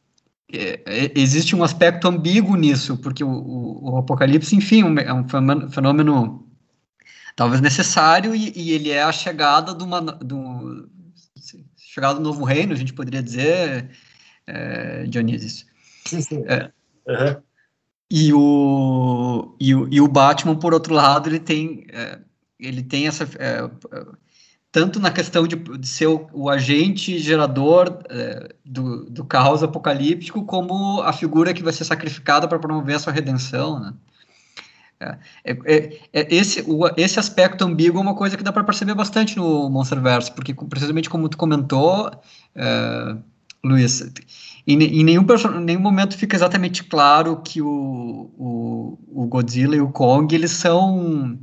S3: é, é, existe um aspecto ambíguo nisso, porque o, o, o apocalipse, enfim, é um fenômeno talvez necessário, e, e ele é a chegada de uma do, chegada do novo reino, a gente poderia dizer, é, Dionísio.
S2: Sim, sim.
S3: É,
S2: uhum.
S3: e, o, e, o, e o Batman, por outro lado, ele tem, é, ele tem essa... É, tanto na questão de, de ser o, o agente gerador é, do, do caos apocalíptico, como a figura que vai ser sacrificada para promover a sua redenção, né? É, é, é, esse, o, esse aspecto ambíguo é uma coisa que dá para perceber bastante no Monsterverse, porque precisamente como tu comentou, é, Luiz, em, em nenhum, nenhum momento fica exatamente claro que o, o, o Godzilla e o Kong, eles são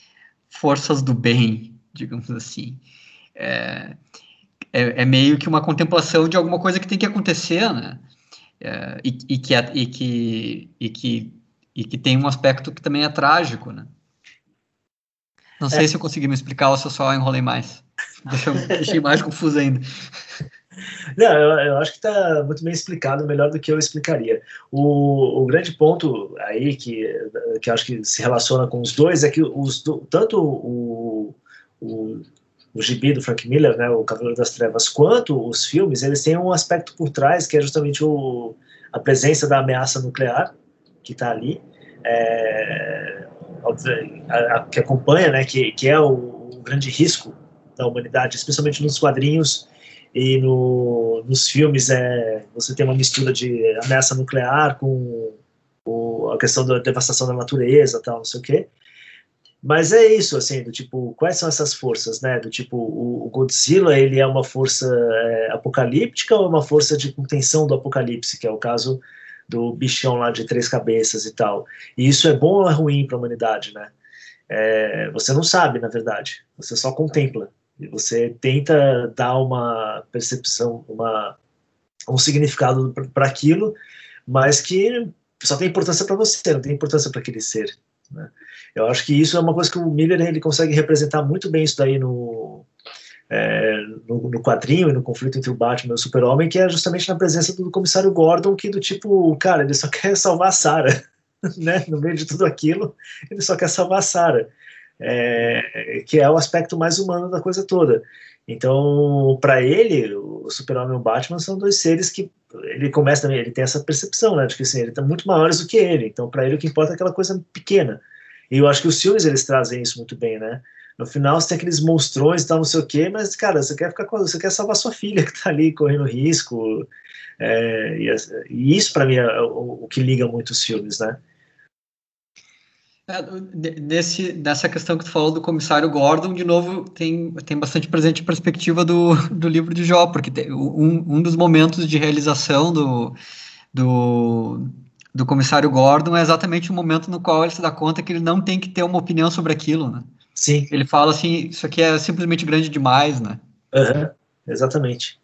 S3: forças do bem, digamos assim. É, é, é meio que uma contemplação de alguma coisa que tem que acontecer, né? é, e, e, que, e, que, e, que, e que tem um aspecto que também é trágico, né? Não sei é. se eu consegui me explicar ou se eu só enrolei mais. Deixa eu, deixei mais confuso ainda.
S2: Não, eu, eu acho que está muito bem explicado, melhor do que eu explicaria. O, o grande ponto aí que, que eu acho que se relaciona com os dois é que os, tanto o, o, o gibi do Frank Miller, né, o Cavaleiro das Trevas, quanto os filmes, eles têm um aspecto por trás que é justamente o, a presença da ameaça nuclear que está ali, é, a, a, que acompanha, né, que, que é o, o grande risco da humanidade, especialmente nos quadrinhos e no, nos filmes. É, você tem uma mistura de ameaça nuclear com o, a questão da devastação da natureza, tal, não sei o quê. Mas é isso, assim, do tipo, quais são essas forças, né? Do tipo, o, o Godzilla, ele é uma força é, apocalíptica ou é uma força de contenção do apocalipse, que é o caso do bichão lá de três cabeças e tal. E isso é bom ou é ruim para a humanidade, né? É, você não sabe, na verdade. Você só contempla. E você tenta dar uma percepção, uma, um significado para aquilo, mas que só tem importância para você, não tem importância para aquele ser, né? Eu acho que isso é uma coisa que o Miller ele consegue representar muito bem isso daí no, é, no, no quadrinho e no conflito entre o Batman e o Super-Homem, que é justamente na presença do comissário Gordon, que do tipo, cara, ele só quer salvar a Sarah, né? No meio de tudo aquilo, ele só quer salvar a Sarah. É, que é o aspecto mais humano da coisa toda. Então, para ele, o Super-Homem e o Batman são dois seres que ele começa também, ele tem essa percepção, né, de que assim, ele está muito maiores do que ele. Então, para ele, o que importa é aquela coisa pequena. E eu acho que os filmes eles trazem isso muito bem, né? No final, você tem aqueles monstrões e tal, não sei o quê, mas, cara, você quer ficar com, você quer salvar sua filha que está ali correndo risco. É, e, e isso, para mim, é o, o que liga muito os filmes, né?
S3: Nesse, nessa questão que tu falou do comissário Gordon, de novo, tem, tem bastante presente a perspectiva do, do livro de Jó, porque tem, um, um dos momentos de realização do, do, do comissário Gordon é exatamente o momento no qual ele se dá conta que ele não tem que ter uma opinião sobre aquilo, né?
S2: Sim.
S3: Ele fala assim, isso aqui é simplesmente grande demais, né?
S2: Uhum, exatamente.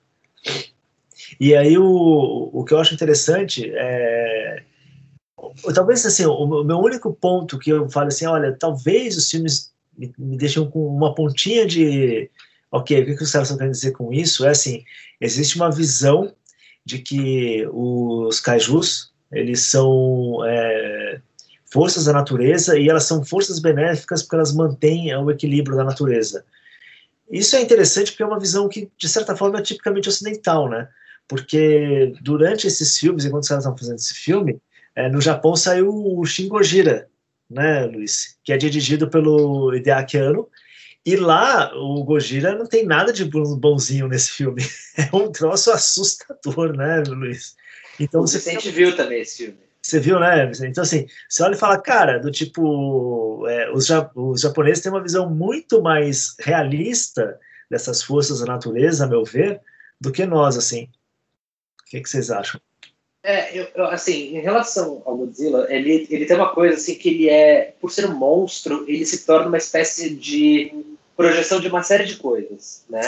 S2: E aí o, o que eu acho interessante é... Talvez assim, o meu único ponto que eu falo assim, olha, talvez os filmes me, me deixam com uma pontinha de, ok, o que, que os caras estão querendo dizer com isso? É assim, existe uma visão de que os kaijus, eles são é, forças da natureza e elas são forças benéficas porque elas mantêm o equilíbrio da natureza. Isso é interessante porque é uma visão que, de certa forma, é tipicamente ocidental, né? Porque durante esses filmes, enquanto os caras estão fazendo esse filme, É, no Japão saiu o Shin Gojira, né, Luiz? Que é dirigido pelo Hideaki Anno, e lá o Gojira não tem nada de bonzinho nesse filme. É um troço assustador, né, Luiz?
S1: Então, o Vicente fica... viu também esse filme.
S2: Você viu, né, Vicente? Então, assim, você olha e fala, cara, do tipo, é, os, ja os japoneses têm uma visão muito mais realista dessas forças da natureza, a meu ver, do que nós, assim. O que, que vocês acham?
S1: É, eu, eu, assim, em relação ao Godzilla, ele, ele tem uma coisa assim que ele é, por ser um monstro, ele se torna uma espécie de projeção de uma série de coisas, né?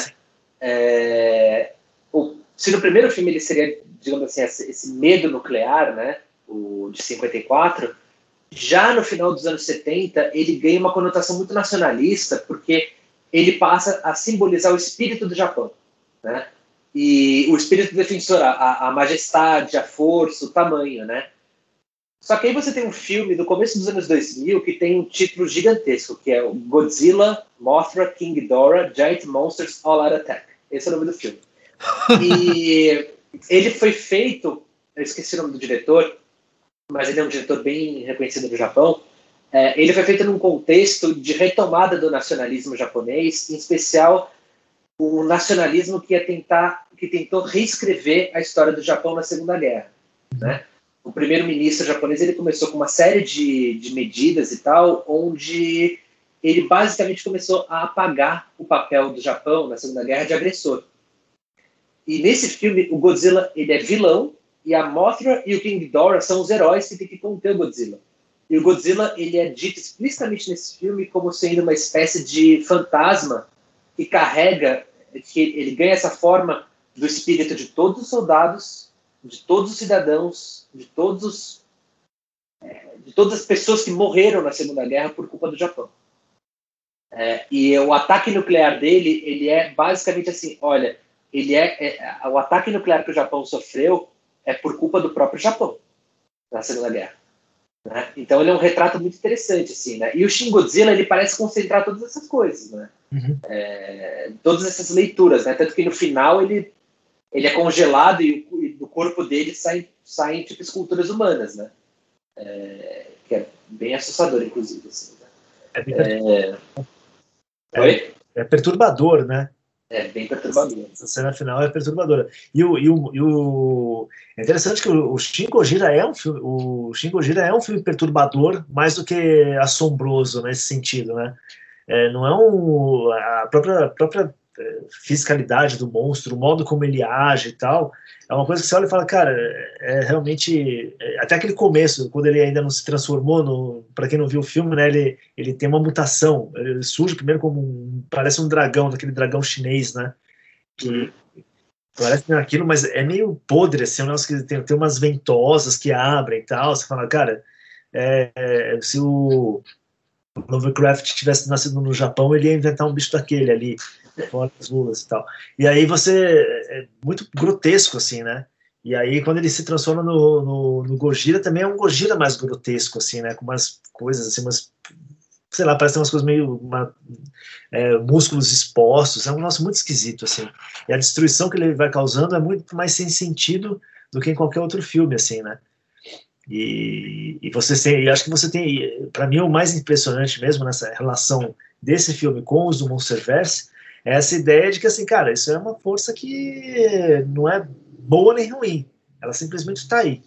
S1: É, o, se no primeiro filme ele seria, digamos assim, esse, esse medo nuclear, né? O de cinquenta e quatro, já no final dos anos setenta ele ganha uma conotação muito nacionalista, porque ele passa a simbolizar o espírito do Japão, né? E o espírito defensor, a, a majestade, a força, o tamanho, né? Só que aí você tem um filme do começo dos anos dois mil que tem um título gigantesco, que é o Godzilla, Mothra, King Ghidorah, Giant Monsters All Out Attack. Esse é o nome do filme. E ele foi feito, eu esqueci o nome do diretor, mas ele é um diretor bem reconhecido no Japão. É, ele foi feito num contexto de retomada do nacionalismo japonês, em especial o nacionalismo que ia tentar, que tentou reescrever a história do Japão na Segunda Guerra, né? O primeiro-ministro japonês ele começou com uma série de, de medidas e tal, onde ele basicamente começou a apagar o papel do Japão na Segunda Guerra de agressor. E nesse filme o Godzilla ele é vilão e a Mothra e o King Ghidorah são os heróis que tem que conter o Godzilla. E o Godzilla ele é dito explicitamente nesse filme como sendo uma espécie de fantasma que carrega, que ele ganha essa forma do espírito de todos os soldados, de todos os cidadãos, de todos os, de todas as pessoas que morreram na Segunda Guerra por culpa do Japão. É, e o ataque nuclear dele, ele é basicamente assim, olha, ele é, é o ataque nuclear que o Japão sofreu é por culpa do próprio Japão na Segunda Guerra, né? Então ele é um retrato muito interessante, assim, né? E o Shin Godzilla, ele parece concentrar todas essas coisas, né? Uhum. É, todas essas leituras, né? Tanto que no final ele, ele é congelado e, e do corpo dele saem, saem tipo esculturas humanas, né? É, que é bem assustador, inclusive, assim, né?
S2: É bem perturbador. É, Oi? É perturbador, né?
S1: É bem perturbador.
S2: Essa cena final é perturbadora. E o, e o, e o... é interessante que o, o Shin Gojira é um filme, o Shin Gojira é um filme perturbador, mais do que assombroso nesse sentido, né? É, não é um, a própria, a própria fiscalidade do monstro, o modo como ele age e tal, é uma coisa que você olha e fala, cara, é realmente, é, até aquele começo, quando ele ainda não se transformou, para quem não viu o filme, né, ele, ele tem uma mutação, ele surge primeiro como um, parece um dragão, daquele dragão chinês, né, que parece aquilo, mas é meio podre, assim, um negócio que tem, tem umas ventosas que abrem e tal, você fala, cara, é, é, se o Lovecraft tivesse nascido no Japão, ele ia inventar um bicho daquele ali, fora as lulas e tal. E aí você, é muito grotesco, assim, né? E aí quando ele se transforma no, no, no Gojira, também é um Gojira mais grotesco, assim, né? Com umas coisas, assim, umas, sei lá, parece umas coisas meio, uma, é, músculos expostos, é um negócio muito esquisito, assim. E a destruição que ele vai causando é muito mais sem sentido do que em qualquer outro filme, assim, né? E, e você tem, e acho que você tem, para mim o mais impressionante mesmo nessa relação desse filme com os do Monsterverse é essa ideia de que, assim, cara, isso é uma força que não é boa nem ruim, ela simplesmente está aí.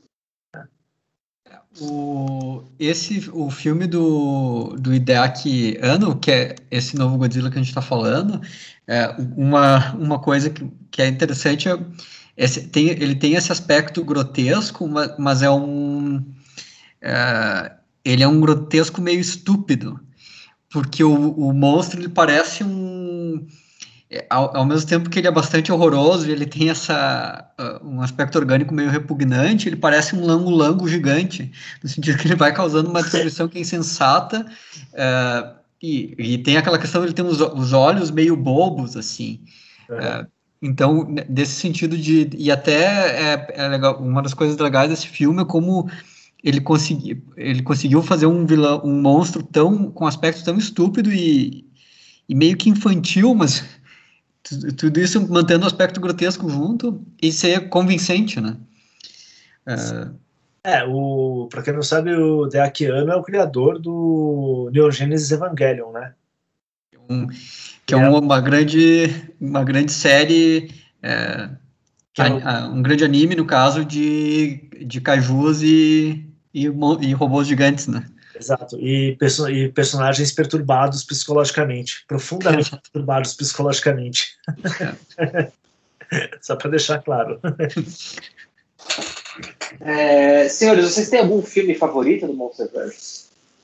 S3: O, esse, o filme do, do Hideaki Anno, que é esse novo Godzilla que a gente está falando, é uma, uma coisa que, que é interessante, é, esse, tem, ele tem esse aspecto grotesco, mas, mas é um é, ele é um grotesco meio estúpido, porque o, o monstro ele parece um Ao, ao mesmo tempo que ele é bastante horroroso e ele tem essa, uh, um aspecto orgânico meio repugnante, ele parece um lango-lango gigante, no sentido que ele vai causando uma destruição que é insensata, uh, e, e tem aquela questão, ele tem os, os olhos meio bobos, assim.
S2: Uhum.
S3: Uh, então, desse sentido de... E até é, é legal, uma das coisas legais desse filme é como ele, consegui, ele conseguiu fazer um vilão, um monstro tão, com aspecto tão estúpido e, e meio que infantil, mas... Tudo isso mantendo o aspecto grotesco junto e ser convincente, né?
S2: É, é o, pra quem não sabe, o Hideaki Anno é o criador do Neon Genesis Evangelion, né?
S3: Um, que é, é uma, grande, uma grande série, é,
S2: que é
S3: a, a, um grande anime, no caso, de, de kaijus e, e, e robôs gigantes, né?
S2: Exato, e, perso e personagens perturbados psicologicamente, profundamente perturbados psicologicamente. É. Só para deixar claro.
S1: É, senhores, vocês têm algum filme favorito do Monsterverse?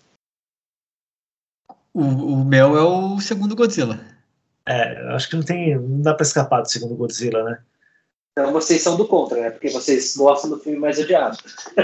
S3: O, o meu é o segundo Godzilla.
S2: É, acho que não tem, não dá para escapar do segundo Godzilla, né?
S1: Então vocês são do contra, né? Porque vocês gostam do filme mais odiado.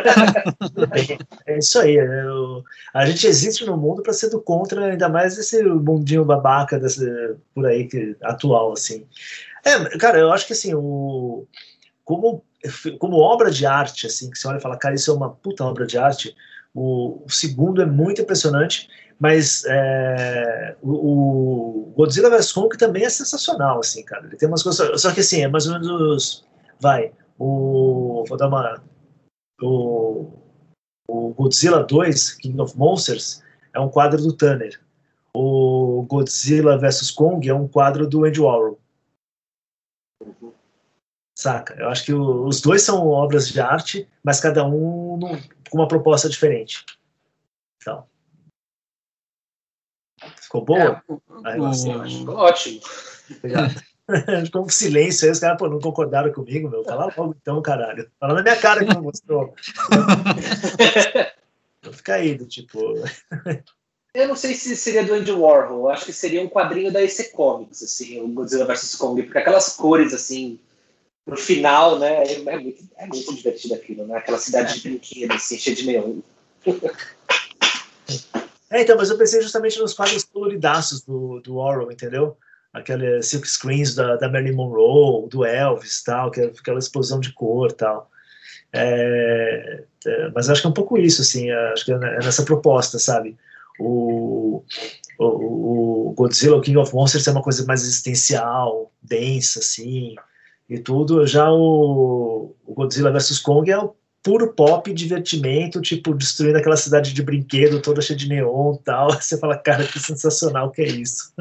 S2: É isso aí. Eu, a gente existe no mundo para ser do contra, ainda mais esse mundinho babaca desse, por aí que, atual, assim. É, cara, eu acho que assim, o, como, como obra de arte, assim, que você olha e fala, cara, isso é uma puta obra de arte. O, o segundo é muito impressionante, mas é, o, o Godzilla versus. Kong também é sensacional, assim, cara. Ele tem umas coisas, só que assim, é mais ou menos, vai, o, vou dar uma, o, o Godzilla dois, King of Monsters, é um quadro do Tanner. O Godzilla versus. Kong é um quadro do Andy Warhol. Saca? Eu acho que o, os dois são obras de arte, mas cada um no, com uma proposta diferente. Então. Ficou boa?
S3: É, o,
S2: a relação?
S1: O... Ficou ótimo.
S2: Obrigado. Ficou um silêncio aí, os caras, pô, não concordaram comigo, meu. Fala logo então, caralho. Fala na minha cara que não gostou. Então fica aí, do tipo.
S1: Eu não sei se seria do Andy Warhol, acho que seria um quadrinho da E C Comics, assim, o Godzilla versus. Kong, porque aquelas cores, assim, no final, né, é, é, muito, é muito divertido aquilo, né? Aquela cidade de brinquedos, assim, cheia de neon.
S2: É, então, mas eu pensei justamente nos quadros coloridaços do, do Orwell, entendeu? Aqueles silk screens da, da Marilyn Monroe, do Elvis, tal, que é aquela explosão de cor, tal. É, é, mas acho que é um pouco isso, assim, acho que é nessa proposta, sabe? O, o, o Godzilla, o King of Monsters é uma coisa mais existencial, densa, assim, e tudo. Já o, o Godzilla versus Kong é o puro pop, divertimento, tipo, destruindo aquela cidade de brinquedo toda cheia de neon e tal. Você fala, cara, que sensacional que é isso.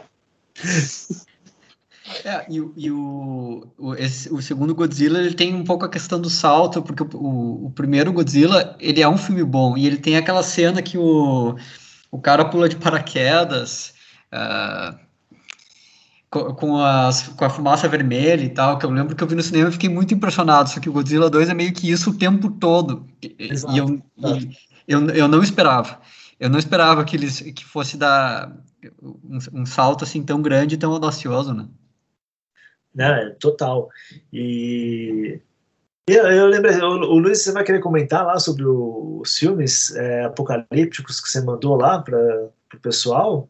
S3: É, e, e o, o, esse, o segundo Godzilla, ele tem um pouco a questão do salto, porque o, o, o primeiro Godzilla, ele é um filme bom, e ele tem aquela cena que o, o cara pula de paraquedas, uh, com, com, as, com a fumaça vermelha e tal, que eu lembro que eu vi no cinema e fiquei muito impressionado, só que o Godzilla dois é meio que isso o tempo todo, e, e eu, e, eu, eu não esperava. Eu não esperava que, eles, que fosse dar um, um salto assim tão grande e tão audacioso, né?
S2: Né, total. E eu, eu lembro, o, o Luiz, você vai querer comentar lá sobre o, os filmes é, apocalípticos que você mandou lá para o pessoal?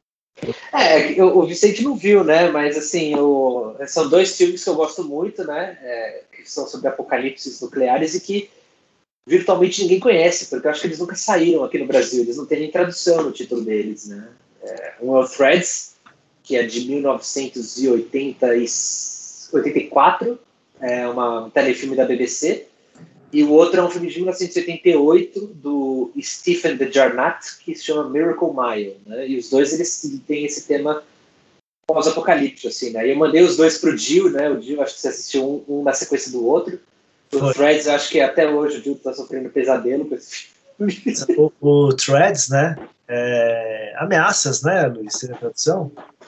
S1: É, eu, o Vicente não viu, né? Mas assim, o, são dois filmes que eu gosto muito, né? É, que são sobre apocalipses nucleares e que virtualmente ninguém conhece, porque eu acho que eles nunca saíram aqui no Brasil, eles não têm nem tradução no título deles, né? É, um é o Threads, que é de mil novecentos e oitenta e quatro, é uma, um telefilme da B B C, e o outro é um filme de mil novecentos e oitenta e oito, do Stephen DeJarnett, que se chama Miracle Mile, né? E os dois, eles têm esse tema pós-apocalipse, assim, né? E eu mandei os dois pro Gil, né? O Gil, acho que você assistiu um, um na sequência do outro. O Foi. Threads, eu acho que até hoje o Gil tá sofrendo pesadelo com esse filme.
S2: O, o Threads, né? É, ameaças, né, Luiz? Seria a tradução?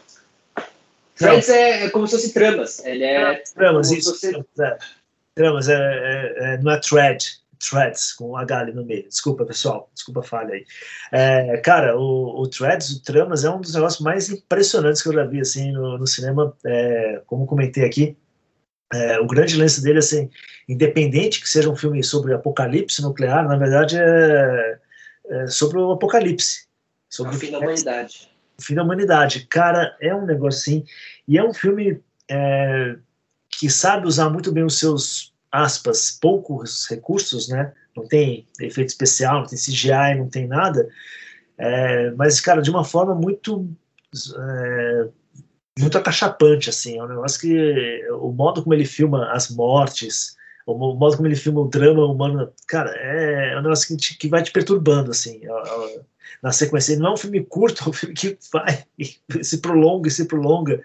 S1: Threads é, é como se fosse tramas. Ele é.
S2: Tramas, isso. Fosse... É. Tramas, é, é, é, não é thread, threads, com um H ali no meio. Desculpa, pessoal, desculpa a falha aí. É, cara, o, o Threads, o Tramas, é um dos negócios mais impressionantes que eu já vi, assim, no, no cinema. É, como comentei aqui, é, o grande lance dele, assim, independente que seja um filme sobre apocalipse nuclear, na verdade é, é sobre o apocalipse. Sobre
S1: o fim da humanidade.
S2: O fim da humanidade. Cara, é um negócio assim, e é um filme... É, que sabe usar muito bem os seus, aspas, poucos recursos, né? Não tem efeito especial, não tem C G I, não tem nada, é, mas, cara, de uma forma muito é, muito acachapante, assim, é um negócio que o modo como ele filma as mortes, o modo como ele filma o drama humano, cara, é um negócio que, te, que vai te perturbando, assim, na sequência. Ele não é um filme curto, é um filme que vai se prolonga e se prolonga.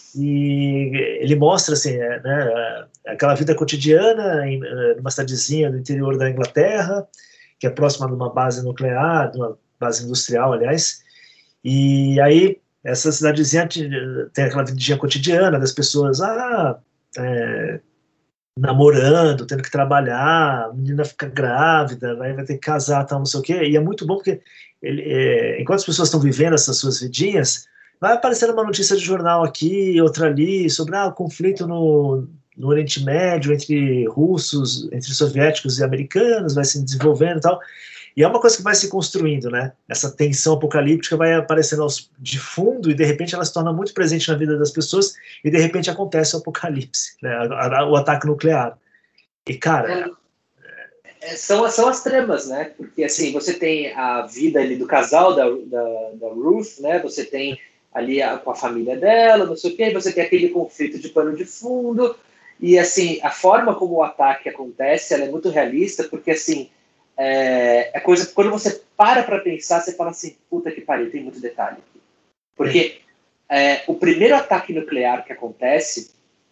S2: E ele mostra assim, né, aquela vida cotidiana em uma cidadezinha do interior da Inglaterra, que é próxima de uma base nuclear, de uma base industrial, aliás. E aí essa cidadezinha tem aquela vidinha cotidiana das pessoas, ah, é, namorando, tendo que trabalhar, a menina fica grávida, vai, vai ter que casar, tal, não sei o quê. E é muito bom porque ele, é, enquanto as pessoas estão vivendo essas suas vidinhas, vai aparecendo uma notícia de jornal aqui, outra ali, sobre ah, o conflito no, no Oriente Médio entre russos, entre soviéticos e americanos, vai se desenvolvendo e tal. E é uma coisa que vai se construindo, né? Essa tensão apocalíptica vai aparecendo aos, de fundo e, de repente, ela se torna muito presente na vida das pessoas e, de repente, acontece o apocalipse, né? O ataque nuclear. E, cara...
S1: É, são, são as tramas, né? Porque, assim, você tem a vida ali do casal, da, da, da Ruth, né? Você tem ali a, com a família dela, não sei o quê, você tem aquele conflito de pano de fundo, e assim, a forma como o ataque acontece, ela é muito realista, porque assim, é, é coisa que quando você para para pensar, você fala assim, puta que pariu, tem muito detalhe aqui. Porque é, o primeiro ataque nuclear que acontece,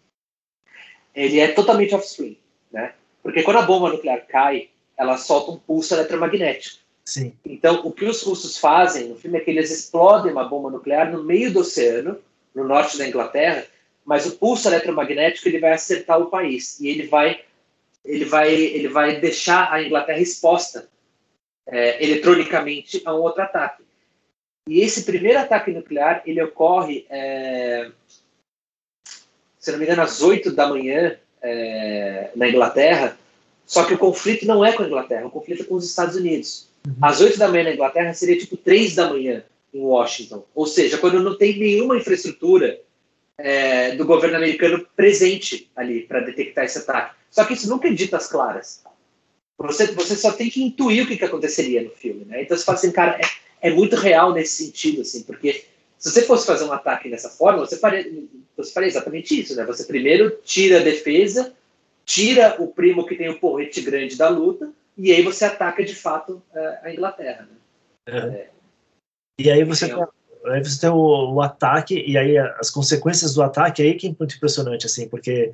S1: ele é totalmente off-screen, né? Porque quando a bomba nuclear cai, ela solta um pulso eletromagnético.
S2: Sim.
S1: Então, o que os russos fazem no filme é que eles explodem uma bomba nuclear no meio do oceano, no norte da Inglaterra, mas o pulso eletromagnético ele vai acertar o país e ele vai, ele vai, ele vai deixar a Inglaterra exposta é, eletronicamente a um outro ataque. E esse primeiro ataque nuclear ele ocorre, é, se não me engano, às oito da manhã é, na Inglaterra, só que o conflito não é com a Inglaterra, o conflito é com os Estados Unidos. Às oito da manhã na Inglaterra seria tipo três da manhã em Washington. Ou seja, quando não tem nenhuma infraestrutura é, do governo americano presente ali para detectar esse ataque. Só que isso nunca é dito às claras. Você, você só tem que intuir o que, que aconteceria no filme, né? Então você fala assim, cara, é, é muito real nesse sentido, assim, porque se você fosse fazer um ataque dessa forma, você faria, você faria exatamente isso, né? Você primeiro tira a defesa, tira o primo que tem o porrete grande da luta, e aí você ataca de fato a Inglaterra, né?
S2: É. É. E aí você tem, aí você tem o, o ataque, e aí as consequências do ataque aí que é muito impressionante, assim, porque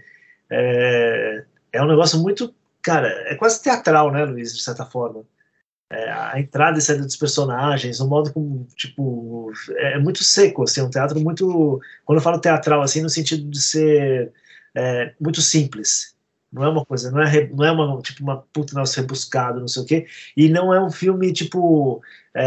S2: é, é um negócio muito, cara, é quase teatral, né, Luiz, de certa forma. É, a entrada e saída dos personagens, o modo como, tipo, é, é muito seco, assim, é um teatro muito, quando eu falo teatral, assim, no sentido de ser é, muito simples. Não é uma coisa, não é, não é uma, tipo, uma puta nossa rebuscado, não sei o quê, e não é um filme, tipo,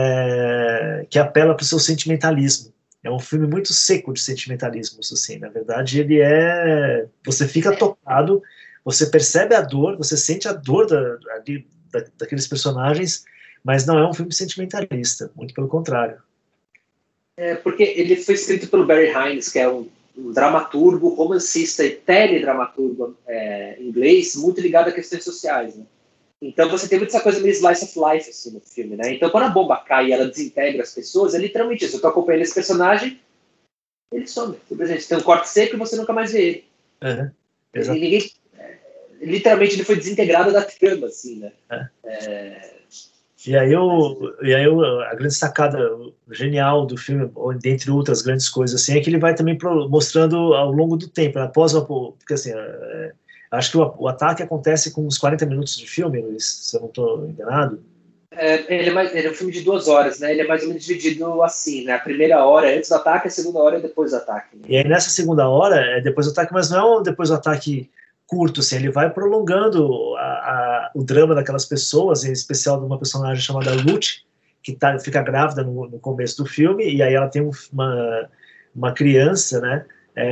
S2: é, que apela para o seu sentimentalismo. É um filme muito seco de sentimentalismos, assim, na verdade, ele é, você fica tocado, você percebe a dor, você sente a dor da, da, daqueles personagens, mas não é um filme sentimentalista, muito pelo contrário.
S1: É, porque ele foi escrito pelo Barry Hines, que é um um dramaturgo, romancista e teledramaturgo é, inglês, muito ligado a questões sociais, né? Então você tem muita essa coisa meio slice of life assim, no filme, né? Então quando a bomba cai e ela desintegra as pessoas, é literalmente isso. Eu tô acompanhando esse personagem, ele some. Simplesmente tem um corte seco e você nunca mais vê ele.
S2: Uhum.
S1: ele ninguém, é, literalmente ele foi desintegrado da trama, assim, né? É. É...
S2: E aí, eu, e aí eu, a grande sacada genial do filme, dentre outras grandes coisas, assim, é que ele vai também pro, mostrando ao longo do tempo, né, após uma, porque assim, é, acho que o, o ataque acontece com uns quarenta minutos de filme, Luiz, se eu não estou enganado.
S1: É, ele, é mais, ele é um filme de duas horas, né? Ele é mais ou menos dividido assim, né? A primeira hora é antes do ataque, a segunda hora é depois do ataque. Né?
S2: E aí nessa segunda hora é depois do ataque, mas não é um depois do ataque curto, assim, ele vai prolongando a, a, o drama daquelas pessoas, em especial de uma personagem chamada Lute, que tá, fica grávida no, no começo do filme, e aí ela tem uma, uma criança, né,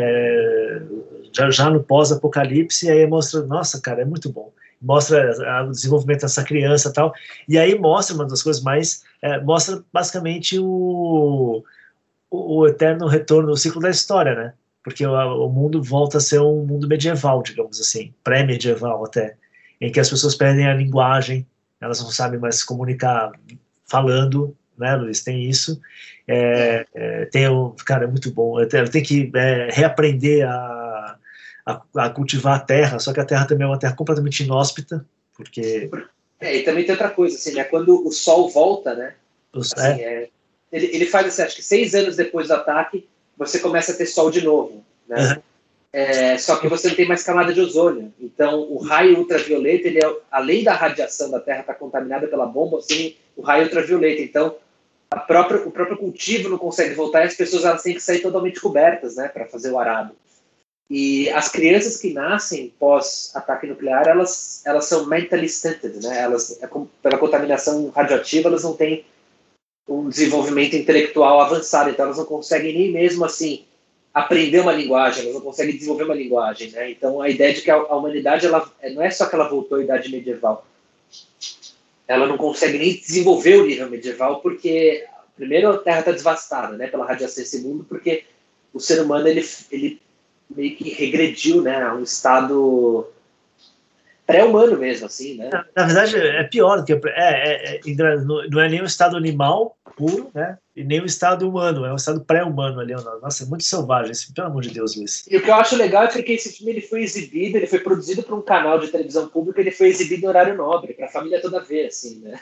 S2: é, já, já no pós-apocalipse, e aí mostra, nossa, cara, é muito bom. Mostra o desenvolvimento dessa criança e tal, e aí mostra uma das coisas mais, é, mostra basicamente o, o, o eterno retorno, o ciclo da história, né, porque o, o mundo volta a ser um mundo medieval, digamos assim, pré-medieval até, em que as pessoas perdem a linguagem, elas não sabem mais se comunicar falando, né, Luiz, tem isso, é, é, tem o, cara, é muito bom, ela tem que é, reaprender a, a, a cultivar a terra, só que a terra também é uma terra completamente inóspita, porque...
S1: É, e também tem outra coisa, assim, né, quando o sol volta, né,
S2: os,
S1: assim, é. É, ele, ele faz assim, acho que seis anos depois do ataque, você começa a ter sol de novo, né? Uhum. É, só que você não tem mais camada de ozônio. Então, o raio ultravioleta, ele é, além da radiação da Terra estar contaminada pela bomba, assim, o raio ultravioleta. Então, a própria, o próprio cultivo não consegue voltar e as pessoas elas têm que sair totalmente cobertas, né, para fazer o arado. E as crianças que nascem pós-ataque nuclear, elas, elas são mentally stunted, né? Elas, pela contaminação radioativa, elas não têm um desenvolvimento intelectual avançado, então elas não conseguem nem mesmo assim aprender uma linguagem, elas não conseguem desenvolver uma linguagem, né? Então a ideia de que a, a humanidade ela, não é só que ela voltou à idade medieval, ela não consegue nem desenvolver o nível medieval porque primeiro a Terra está devastada, né, pela radiação desse mundo, porque o ser humano ele, ele meio que regrediu, né, a um estado pré-humano mesmo, assim, né?
S2: Na, na verdade, é pior do que... É, é, é, não é nem um estado animal puro, né? E nem um estado humano, é um estado pré-humano ali. Nossa, é muito selvagem, assim, pelo amor de Deus, Luiz.
S1: E o que eu acho legal é que esse filme ele foi exibido, ele foi produzido por um canal de televisão pública, ele foi exibido em horário nobre, para a família toda ver, assim, né?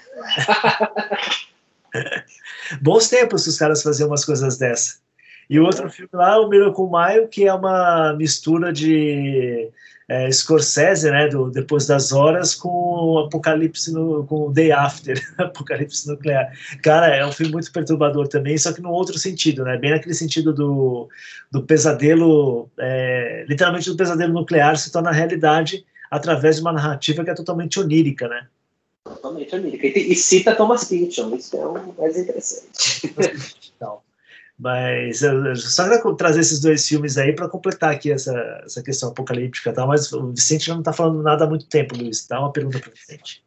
S2: Bons tempos que os caras faziam umas coisas dessas. E o outro filme lá, o Miracle Mile, que é uma mistura de é, Scorsese, né, do Depois das Horas, com o Apocalipse, no, com o Day After, Apocalipse Nuclear. Cara, é um filme muito perturbador também, só que no outro sentido, né, bem naquele sentido do, do pesadelo, é, literalmente do pesadelo nuclear se torna realidade através de uma narrativa que é totalmente onírica, né.
S1: Totalmente onírica. E, e cita Thomas Pynchon, isso é o mais interessante.
S2: Então, Mas eu só queria trazer esses dois filmes aí para completar aqui essa, essa questão apocalíptica, tá? Mas o Vicente já não está falando nada há muito tempo, Luiz. Dá uma pergunta para o Vicente.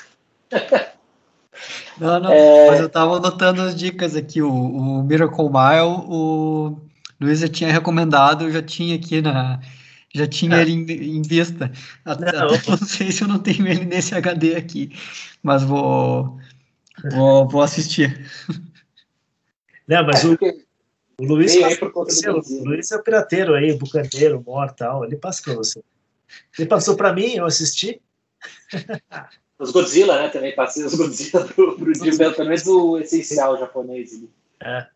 S3: Não, não, é... mas eu estava anotando as dicas aqui. O, o Miracle Mile, o Luiz já tinha recomendado, eu já tinha aqui na... Já tinha ah. ele em, em vista. Até não. Até não sei se eu não tenho ele nesse H D aqui, mas vou, vou, vou assistir.
S2: Não, mas o, o Luiz passa por você, o Luiz é o pirateiro aí, o bucaneiro, mortal, ele passa pra você. Ele passou pra mim, eu assisti.
S1: Os Godzilla, né, também passei os Godzilla pro, pro Gilberto, pelo menos o essencial japonês.
S2: É.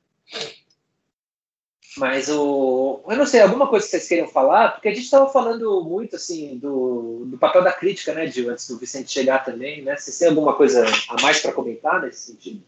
S1: Mas o... eu não sei, alguma coisa que vocês queiram falar? Porque a gente estava falando muito, assim, do, do papel da crítica, né, Gil, antes do Vicente chegar também, né? Vocês têm alguma coisa a mais para comentar nesse sentido?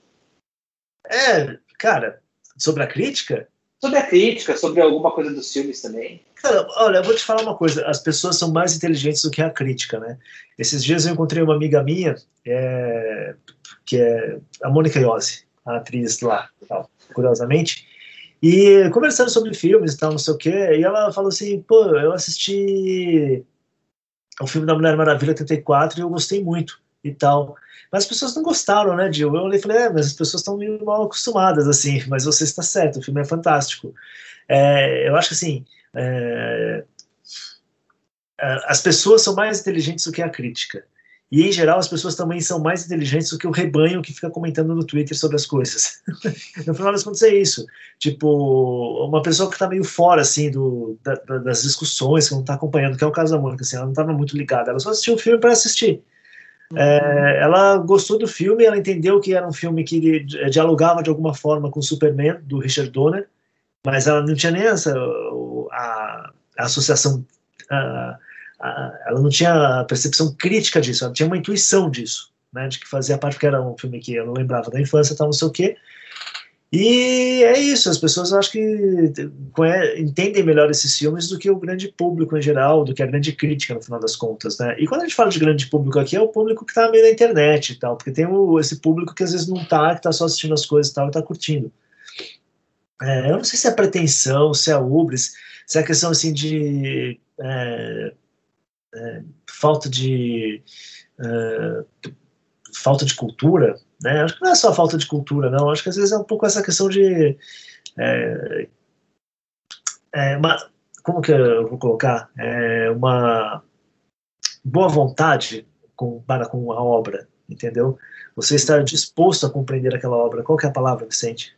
S2: É, cara, sobre a crítica?
S1: Sobre a crítica, sobre alguma coisa dos filmes também.
S2: Cara, olha, eu vou te falar uma coisa, as pessoas são mais inteligentes do que a crítica, né? Esses dias eu encontrei uma amiga minha, é, que é a Mônica Iose, a atriz lá, tal, curiosamente, e conversando sobre filmes e tal, não sei o quê, e ela falou assim, pô, eu assisti o filme da Mulher Maravilha oitenta e quatro e eu gostei muito e tal. Mas as pessoas não gostaram, né, Gil? Eu olhei e falei, é, mas as pessoas estão meio mal acostumadas, assim, mas você está certo, o filme é fantástico. É, eu acho que, assim, é, as pessoas são mais inteligentes do que a crítica. E, em geral, as pessoas também são mais inteligentes do que o rebanho que fica comentando no Twitter sobre as coisas. No final das contas é isso. Tipo, uma pessoa que está meio fora, assim, do, da, das discussões, que não está acompanhando, que é o caso da Mônica, assim, ela não estava muito ligada, ela só assistiu o filme para assistir. É, ela gostou do filme, ela entendeu que era um filme que dialogava de alguma forma com o Superman, do Richard Donner, mas ela não tinha nem essa a, a associação, a, a, ela não tinha a percepção crítica disso, ela tinha uma intuição disso, né, de que fazia parte, porque era um filme que eu não lembrava da infância, tal, não sei o quê. E é isso, as pessoas eu acho que entendem melhor esses filmes do que o grande público em geral, do que a grande crítica no final das contas, né? E quando a gente fala de grande público aqui, é o público que está meio na internet e tal, porque tem o, esse público que às vezes não está, que está só assistindo as coisas e tal, e está curtindo. É, eu não sei se é pretensão, se é ubris, se é questão assim de é, é, falta de é, falta de cultura, né? Acho que não é só falta de cultura, não. Acho que às vezes é um pouco essa questão de é, é uma, como que eu vou colocar? É uma boa vontade com, para com a obra, entendeu? Você estar disposto a compreender aquela obra. Qual que é a palavra, Vicente?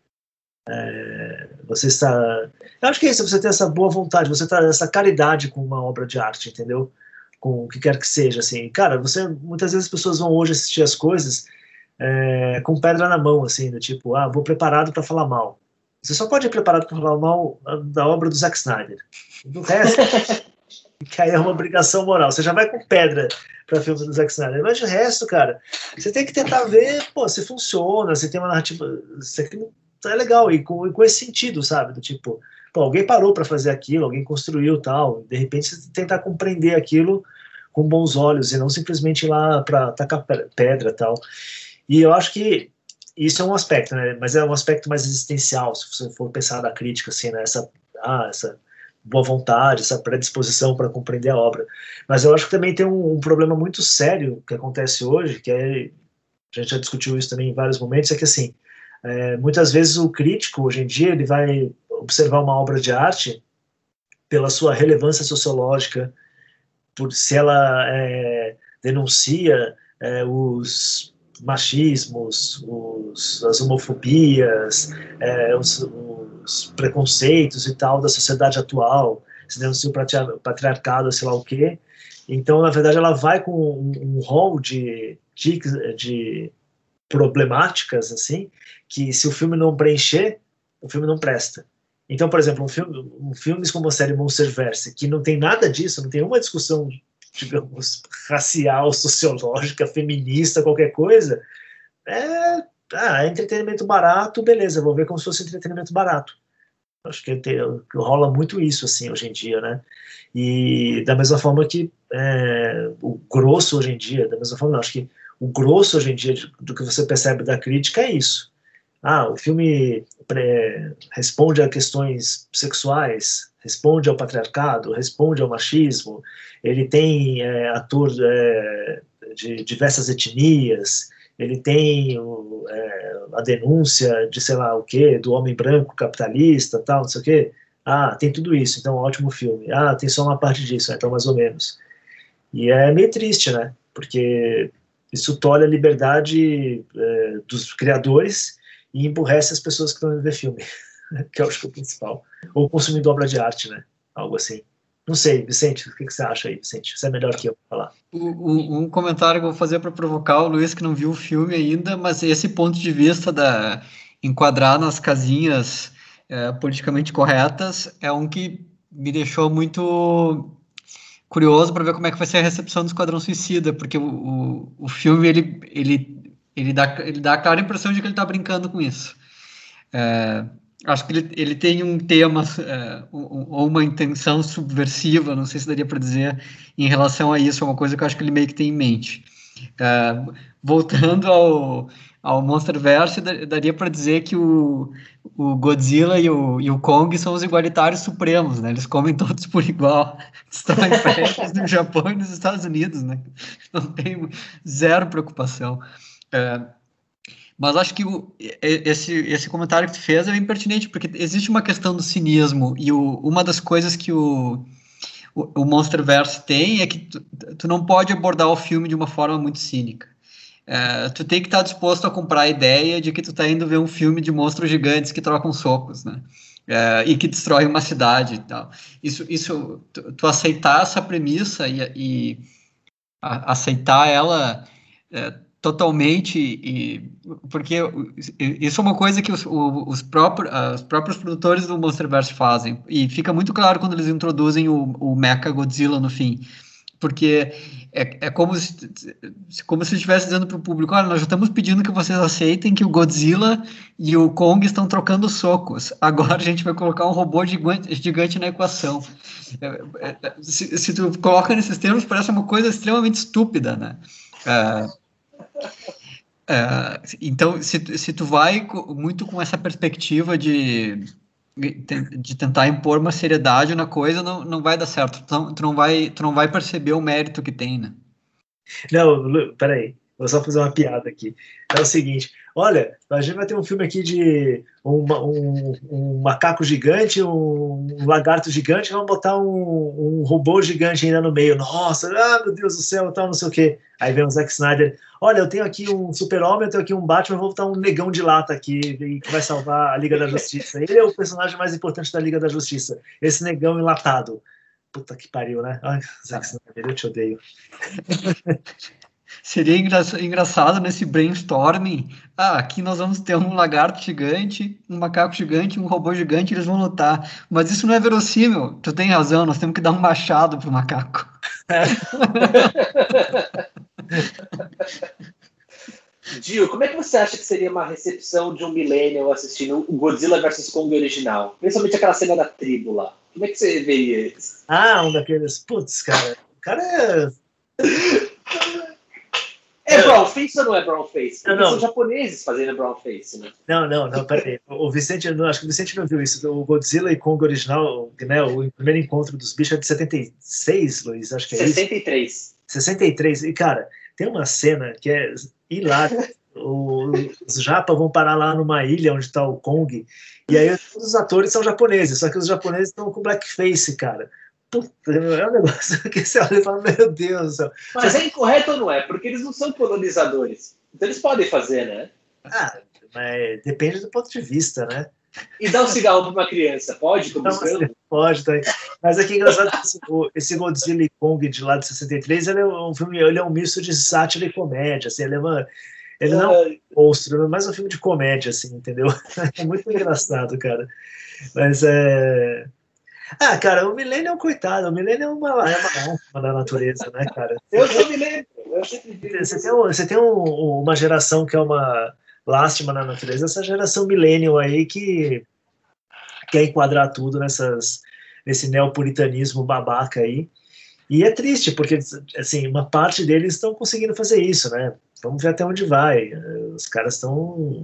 S2: É, você está... Eu acho que é isso, você tem essa boa vontade, você tem essa caridade com uma obra de arte, entendeu? Com o que quer que seja, assim. Cara, você, muitas vezes as pessoas vão hoje assistir as coisas é, com pedra na mão, assim, do tipo, ah, vou preparado para falar mal. Você só pode ir preparado para falar mal da obra do Zack Snyder. Do resto, que aí é uma obrigação moral. Você já vai com pedra para filmes do Zack Snyder. Mas o resto, cara, você tem que tentar ver, pô, se funciona, se tem uma narrativa, se é legal, e com, e com esse sentido, sabe? Do tipo, pô, alguém parou para fazer aquilo, alguém construiu tal, de repente você tentar compreender aquilo com bons olhos, e não simplesmente ir lá para tacar pedra tal. E eu acho que isso é um aspecto, né? Mas é um aspecto mais existencial, se você for pensar na crítica, assim, né? Essa, ah, essa boa vontade, essa predisposição para compreender a obra. Mas eu acho que também tem um, um problema muito sério que acontece hoje, que é, a gente já discutiu isso também em vários momentos, é que, assim, é, muitas vezes o crítico, hoje em dia, ele vai observar uma obra de arte pela sua relevância sociológica, por se ela é, denuncia é, os machismos, os, as homofobias, é, os, os preconceitos e tal da sociedade atual, se denuncia o patriarcado, sei lá o quê. Então, na verdade, ela vai com um, um rol de, de, de problemáticas, assim, que se o filme não preencher, o filme não presta. Então, por exemplo, um filme, um filme como a série Monsterverse, que não tem nada disso, não tem uma discussão, digamos, racial, sociológica, feminista, qualquer coisa, é, ah, é entretenimento barato, beleza, vou ver como se fosse entretenimento barato. Acho que, tem, que rola muito isso, assim, hoje em dia, né? E da mesma forma que é, o grosso hoje em dia, da mesma forma, não, acho que o grosso hoje em dia do que você percebe da crítica é isso. Ah, o filme pré, responde a questões sexuais, responde ao patriarcado, responde ao machismo, ele tem é, ator é, de diversas etnias, ele tem o, é, a denúncia de sei lá o quê, do homem branco capitalista, tal, não sei o quê. Ah, tem tudo isso, então ótimo filme. Ah, tem só uma parte disso, então mais ou menos. E é meio triste, né? Porque isso tolhe a liberdade é, dos criadores e emburrece as pessoas que estão indo ver filme, que eu acho que é o principal. Ou consumindo obra de arte, né? Algo assim. Não sei, Vicente, o que, que você acha aí, Vicente? Você é melhor que eu falar.
S3: Um, um comentário que eu vou fazer para provocar o Luiz, que não viu o filme ainda, mas esse ponto de vista da enquadrar nas casinhas é, politicamente corretas é um que me deixou muito curioso para ver como é que vai ser a recepção do Esquadrão Suicida, porque o, o, o filme ele, ele, ele, dá, ele dá a clara impressão de que ele está brincando com isso. É, acho que ele, ele tem um tema é, um, ou uma intenção subversiva, não sei se daria para dizer, em relação a isso, é uma coisa que eu acho que ele meio que tem em mente. É, voltando ao, ao Monsterverse, daria para dizer que o, o Godzilla e o, e o Kong são os igualitários supremos, né? Eles comem todos por igual, destroem prédios no Japão e nos Estados Unidos, né? Não tem zero preocupação. É, mas acho que o, esse, esse comentário que tu fez é bem pertinente, porque existe uma questão do cinismo, e o, uma das coisas que o, o, o Monsterverse tem é que tu, tu não pode abordar o filme de uma forma muito cínica. É, tu tem que estar disposto a comprar a ideia de que tu tá indo ver um filme de monstros gigantes que trocam socos, né? É, e que destroem uma cidade e tal. Isso, isso tu, tu aceitar essa premissa e, e a, aceitar ela é, totalmente, e, porque isso é uma coisa que os, os, próprios, os próprios produtores do Monsterverse fazem, e fica muito claro quando eles introduzem o, o Mecha Godzilla no fim, porque é, é como se como se estivesse dizendo para o público, olha, nós já estamos pedindo que vocês aceitem que o Godzilla e o Kong estão trocando socos, agora a gente vai colocar um robô gigante, gigante na equação. É, é, se, se tu coloca nesses termos, parece uma coisa extremamente estúpida, né? É, é, então, se, se tu vai muito com essa perspectiva de de tentar impor uma seriedade na coisa, não, não vai dar certo. Tu, tu, não vai, tu não vai perceber o mérito que tem, né?
S2: Não, Lu, peraí. Vou só fazer uma piada aqui. É o seguinte, olha, a gente vai ter um filme aqui de um, um, um macaco gigante, um, um lagarto gigante, vamos botar um, um robô gigante ainda no meio. Nossa, ah, meu Deus do céu, tal, não sei o quê. Aí vem o Zack Snyder, olha, eu tenho aqui um super-homem, eu tenho aqui um Batman, vou botar um negão de lata aqui, que vai salvar a Liga da Justiça. Ele é o personagem mais importante da Liga da Justiça, esse negão enlatado. Puta que pariu, né? Ai, Zack Snyder, eu te odeio.
S3: Seria engra engraçado nesse brainstorming. Ah, aqui nós vamos ter um lagarto gigante, um macaco gigante, um robô gigante, eles vão lutar. Mas isso não é verossímil. Tu tem razão, nós temos que dar um machado pro macaco.
S1: Gil, como é que você acha que seria uma recepção de um millennial assistindo o Godzilla versus Kong original? Principalmente aquela cena da tribo lá. Como é que você veria isso?
S2: Ah, um daqueles... Putz, cara. O cara é...
S1: É brownface ou não é brownface? Porque
S2: não, não.
S1: são japoneses fazendo brownface, né?
S2: Não, não, não, peraí. O Vicente, eu acho que o Vicente não viu isso. O Godzilla e Kong original, né, o primeiro encontro dos bichos é de setenta e seis, Luiz, acho que é
S1: sessenta e três.
S2: Isso. sessenta e três. E, cara, tem uma cena que é hilária. O, os japas vão parar lá numa ilha onde está o Kong, e aí todos os atores são japoneses, só que os japoneses estão com blackface, cara. Puta, é um negócio que você olha e fala, meu Deus do céu.
S1: Mas você... é incorreto ou não é? Porque eles não são colonizadores. Então eles podem fazer, né?
S2: Ah, mas depende do ponto de vista, né?
S1: E dar um cigarro para uma criança, pode? Como
S2: não, pode, tá? Mas é que é engraçado que esse, esse Godzilla e Kong de lá de sessenta e três, ele é um filme, ele é um misto de sátira e comédia, assim, ele é uma... Ele não é um monstro, é mais um filme de comédia, assim, entendeu? É muito engraçado, cara. Mas é... Ah, cara, o Millennium, coitado, o Millennium é uma, é uma alma da natureza, né, cara?
S1: Eu sou Millennium, eu sempre
S2: Você tem, um, você tem um, uma geração que é uma lástima na natureza, essa geração Millennium aí que quer enquadrar tudo nessas, nesse neopuritanismo babaca aí. E é triste, porque, assim, uma parte deles estão conseguindo fazer isso, né? Vamos ver até onde vai. Os caras estão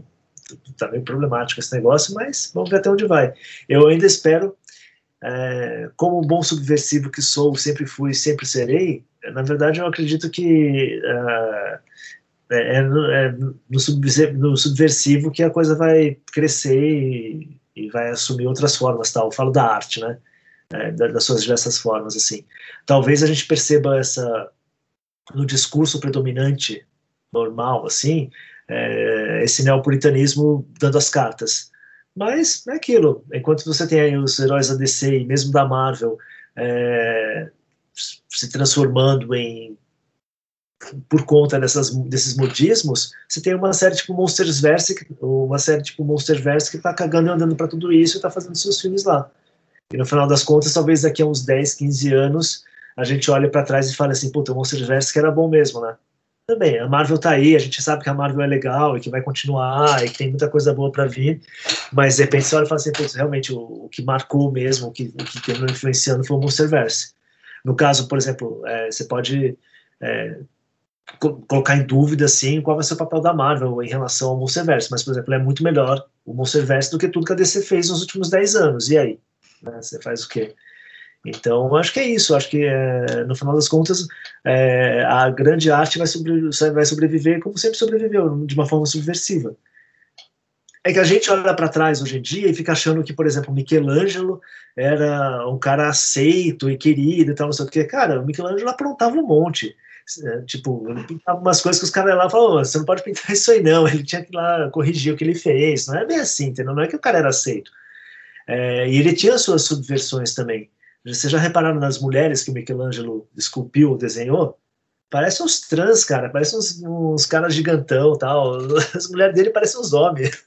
S2: tá meio problemático esse negócio, mas vamos ver até onde vai. Eu ainda espero, é, como um bom subversivo que sou, sempre fui, sempre serei, na verdade eu acredito que uh, é, é, no, subversivo, no subversivo que a coisa vai crescer e, e vai assumir outras formas, tal. Eu falo da arte, né? É, das suas diversas formas, assim. Talvez a gente perceba essa, no discurso predominante, normal, assim, é, esse neopuritanismo dando as cartas. Mas é aquilo, enquanto você tem aí os heróis da D C e mesmo da Marvel é, se transformando em, por conta dessas, desses modismos, você tem uma série tipo Monstersverse, uma série tipo Monsterverse que tá cagando e andando para tudo isso e tá fazendo seus filmes lá. E no final das contas, talvez daqui a uns dez, quinze anos, a gente olhe para trás e fale assim, puta, o Monsterverse que era bom mesmo, né? Também, a Marvel tá aí, a gente sabe que a Marvel é legal e que vai continuar e que tem muita coisa boa para vir, mas de repente você olha e fala assim, putz, realmente o, o que marcou mesmo, o que, o que terminou influenciando foi o Monsterverse. No caso, por exemplo, é, você pode é, co colocar em dúvida, assim, qual vai ser o papel da Marvel em relação ao Monsterverse, mas, por exemplo, é muito melhor o Monsterverse do que tudo que a D C fez nos últimos dez anos, e aí? Né, você faz o quê? Então, acho que é isso, acho que é, no final das contas é, a grande arte vai, sobre, vai sobreviver como sempre sobreviveu, de uma forma subversiva. É que a gente olha para trás hoje em dia e fica achando que, por exemplo, Michelangelo era um cara aceito e querido e tal, não sei o quê. Cara, o Michelangelo aprontava um monte. É, tipo, ele pintava umas coisas que os caras lá falavam, você não pode pintar isso aí não, ele tinha que ir lá corrigir o que ele fez. Não é bem assim, entendeu? Não é que o cara era aceito. É, e ele tinha suas subversões também. Vocês já repararam nas mulheres que o Michelangelo esculpiu, desenhou? Parecem uns trans, cara, parecem uns, uns caras gigantão, tal. As mulheres dele parecem uns homens.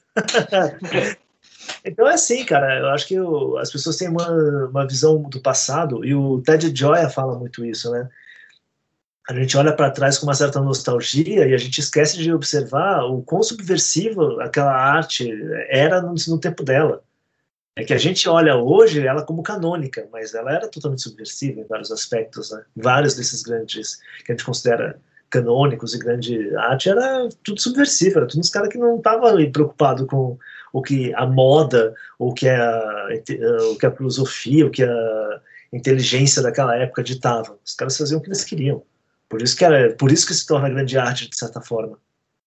S2: Então é assim, cara, eu acho que o, as pessoas têm uma, uma visão do passado, e o Ted Gioia fala muito isso, né? A gente olha para trás com uma certa nostalgia e a gente esquece de observar o quão subversiva aquela arte era no, no tempo dela. É que a gente olha hoje ela como canônica, mas ela era totalmente subversiva em vários aspectos, né? Vários desses grandes que a gente considera canônicos e grande arte era tudo subversivo, era tudo uns caras que não estavam preocupados com o que a moda, ou que a, o que a filosofia, o que a inteligência daquela época ditava. Os caras faziam o que eles queriam. Por isso que era, por isso que se torna grande arte de certa forma.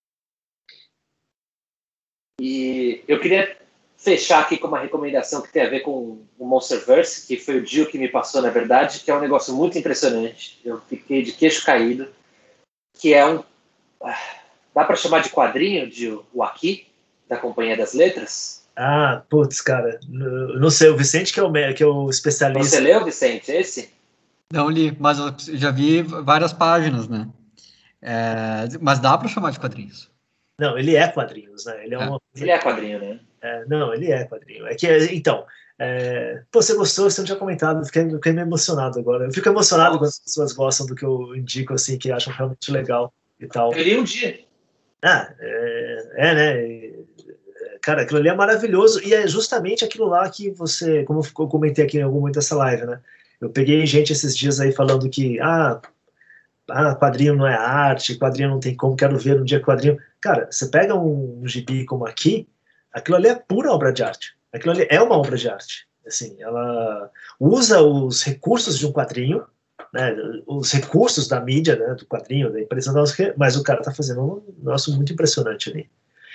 S1: E eu queria fechar aqui com uma recomendação que tem a ver com o Monsterverse, que foi o Gil que me passou, na verdade, que é um negócio muito impressionante. Eu fiquei de queixo caído, que é um... Dá para chamar de quadrinho, Gil, o Aqui, da Companhia das Letras?
S2: Ah, putz, cara, não sei, o Vicente que é o, que é o especialista.
S1: Você leu, Vicente, esse?
S3: Não li, mas eu já vi várias páginas, né? É, mas dá para chamar de quadrinhos.
S2: Não, ele é quadrinhos, né? Ele é,
S1: é.
S2: uma...
S1: ele é quadrinho, né?
S2: É, não, ele é quadrinho. É que, então, é... Pô, você gostou, você não tinha comentado, fiquei, fiquei meio emocionado agora. Eu fico emocionado Nossa. Quando as pessoas gostam do que eu indico, assim, que acham realmente legal e tal.
S1: Eu li um dia.
S2: Ah, é, é né? Cara, aquilo ali é maravilhoso e é justamente aquilo lá que você, como eu comentei aqui em algum momento dessa live, né? Eu peguei gente esses dias aí falando que, ah, ah, quadrinho não é arte, quadrinho não tem como, quero ver um dia quadrinho. Cara, você pega um, um gibi como aqui, aquilo ali é pura obra de arte. Aquilo ali é uma obra de arte. Assim, ela usa os recursos de um quadrinho, né, os recursos da mídia, né, do quadrinho, da impressão, mas o cara tá fazendo um negócio muito impressionante ali.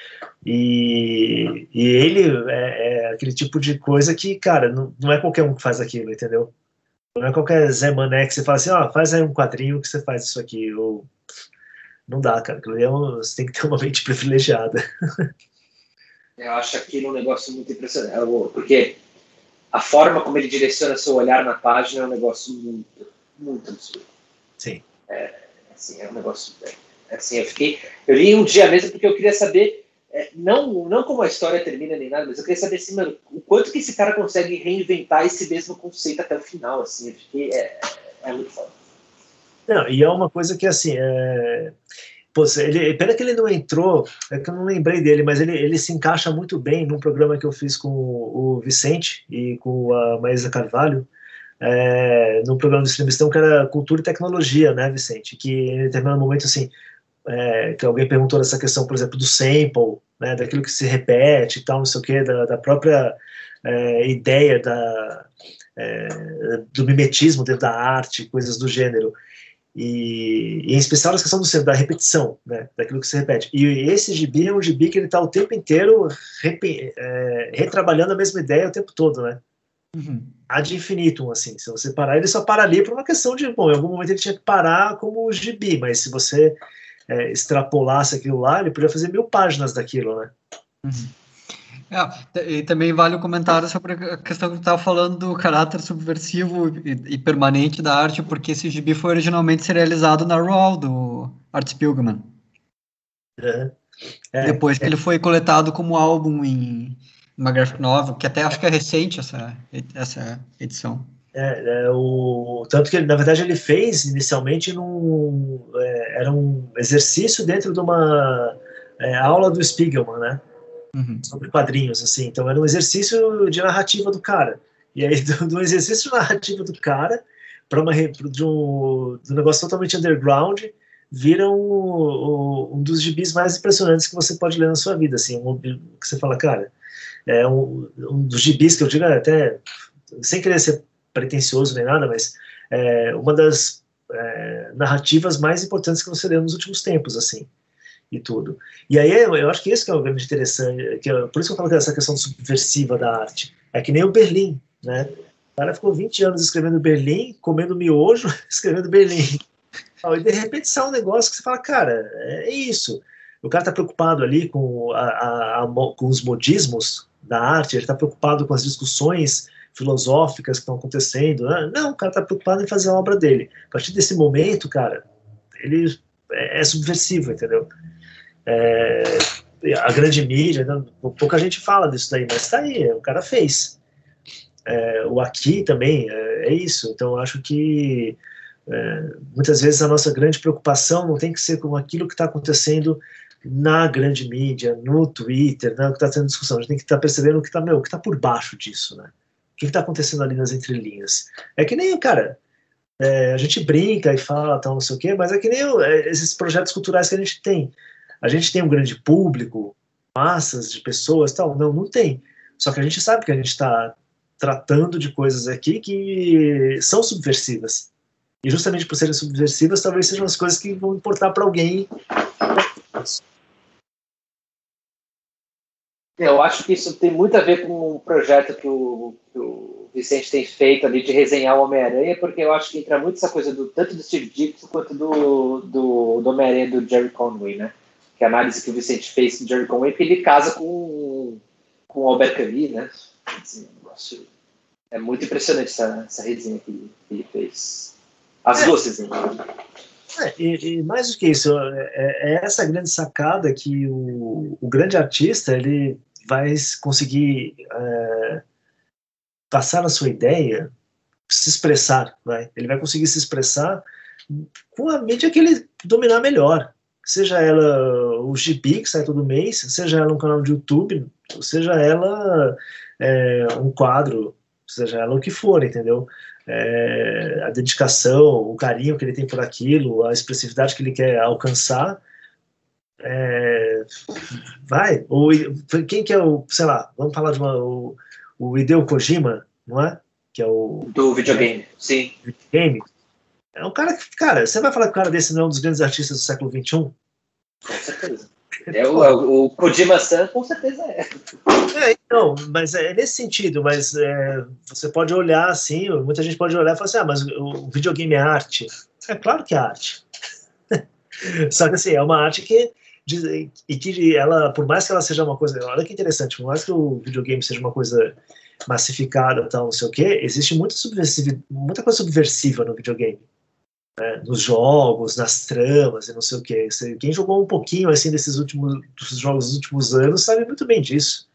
S2: E, e ele é, é aquele tipo de coisa que, cara, não, não é qualquer um que faz aquilo, entendeu? Não é qualquer Zé Mané que você fala assim, ó, oh, faz aí um quadrinho que você faz isso aqui. Ou... Não dá, cara. Você tem que ter uma mente privilegiada.
S1: Eu acho aquilo um negócio muito impressionante. Porque a forma como ele direciona seu olhar na página é um negócio muito, muito absurdo.
S2: Sim.
S1: É, assim, é um negócio... É, assim, eu fiquei... Eu li um dia mesmo porque eu queria saber... É, não, não como a história termina nem nada, mas eu queria saber assim, mano, o quanto que esse cara consegue reinventar esse mesmo conceito até o final, assim, eu fiquei, é, é muito foda.
S2: Não, e é uma coisa que, assim, é... Pô, ele, pena que ele não entrou, é que eu não lembrei dele, mas ele, ele se encaixa muito bem num programa que eu fiz com o Vicente e com a Maísa Carvalho, é, num programa do Extremistão que era Cultura e Tecnologia, né, Vicente? Que em determinado momento, assim, é, que alguém perguntou essa questão, por exemplo, do sample, né, daquilo que se repete e tal, não sei o quê, da, da própria é, ideia da, é, do mimetismo dentro da arte, coisas do gênero. E, e em especial a questão do, da repetição, né, daquilo que se repete. E esse gibi é um gibi que ele está o tempo inteiro rep, é, retrabalhando a mesma ideia o tempo todo, né? Uhum. Ad infinitum, assim. Se você parar, ele só para ali por uma questão de, bom, em algum momento ele tinha que parar como gibi, mas se você é, extrapolasse aquilo lá, ele podia fazer mil páginas daquilo, né?
S3: Uhum. É, e também vale o comentário sobre a questão que tu estava falando do caráter subversivo e, e permanente da arte, porque esse gibi foi originalmente serializado na Raw, do Art Spiegelman.
S2: É. É,
S3: Depois que
S2: é.
S3: ele foi coletado como álbum em uma graphic novel, que até acho que é recente essa, essa edição.
S2: É, é, o, tanto que, ele, na verdade, ele fez inicialmente num, é, era um exercício dentro de uma é, aula do Spiegelman, né? Uhum. Sobre quadrinhos, assim. Então, era um exercício de narrativa do cara. E aí, do, do exercício de narrativa do cara para uma de um, de um negócio totalmente underground, vira um, um dos gibis mais impressionantes que você pode ler na sua vida, assim. Um, que você fala, cara, é um, um dos gibis que eu digo até, sem querer ser pretencioso nem nada, mas é uma das é, narrativas mais importantes que você leu nos últimos tempos, assim, e tudo. E aí eu, eu acho que isso que é o grande interessante, que eu, por isso que eu falo que essa questão subversiva da arte, é que nem o Berlim, né? O cara ficou vinte anos escrevendo Berlim, comendo miojo, escrevendo Berlim. E de repente sai um negócio que você fala, cara, é isso. O cara está preocupado ali com, a, a, a, com os modismos da arte, ele está preocupado com as discussões filosóficas que estão acontecendo. Né? Não, o cara está preocupado em fazer a obra dele. A partir desse momento, cara, ele é, é subversivo, entendeu? É, a grande mídia, não, pouca gente fala disso daí, mas está aí, o cara fez. É, o aqui também é, é isso. Então, eu acho que é, muitas vezes a nossa grande preocupação não tem que ser com aquilo que está acontecendo na grande mídia, no Twitter, né, que está tendo discussão. A gente tem que estar tá percebendo o que está tá por baixo disso, né? O que está acontecendo ali nas entrelinhas. É que nem, cara, é, a gente brinca e fala, tal, não sei o quê, mas é que nem é, esses projetos culturais que a gente tem. A gente tem um grande público, massas de pessoas, tal. Não, não tem. Só que a gente sabe que a gente está tratando de coisas aqui que são subversivas. E justamente por serem subversivas, talvez sejam as coisas que vão importar para alguém.
S1: Eu acho que isso tem muito a ver com um projeto que o, que o Vicente tem feito ali de resenhar o Homem-Aranha, porque eu acho que entra muito essa coisa do, tanto do Steve Ditko quanto do, do, do Homem-Aranha do Jerry Conway, né? Que é a análise que o Vicente fez do Jerry Conway, porque ele casa com, com o Albert Camus, né? Assim, é muito impressionante essa, essa resenha que ele fez. As é. duas resenhas.
S2: É, e, e mais do que isso, é, é essa grande sacada que o, o grande artista ele vai conseguir é, passar a sua ideia, se expressar, vai. Ele vai conseguir se expressar com a mídia que ele dominar melhor, seja ela o gibi que sai todo mês, seja ela um canal de YouTube, seja ela é, um quadro, seja ela o que for, entendeu? É, a dedicação, o carinho que ele tem por aquilo, a expressividade que ele quer alcançar, é, vai. O, quem que é o, sei lá, vamos falar de uma, o, o Hideo Kojima, não é? Que é o...
S1: Do videogame, é, sim.
S2: Videogame. É um cara que, cara, você vai falar que o cara desse não é um dos grandes artistas do século vinte e um?
S1: Com certeza. É, o, o Kojima-san, com certeza é.
S2: É, então, mas é nesse sentido, mas é, você pode olhar assim, muita gente pode olhar e falar assim, ah, mas o videogame é arte. É claro que é arte. Só que assim, é uma arte que, e que ela, por mais que ela seja uma coisa, olha que interessante, por mais que o videogame seja uma coisa massificada, tal, não sei o quê, existe muita, muita coisa subversiva no videogame. Né, nos jogos, nas tramas e não sei o que. Quem jogou um pouquinho assim desses últimos dos jogos dos últimos anos sabe muito bem disso.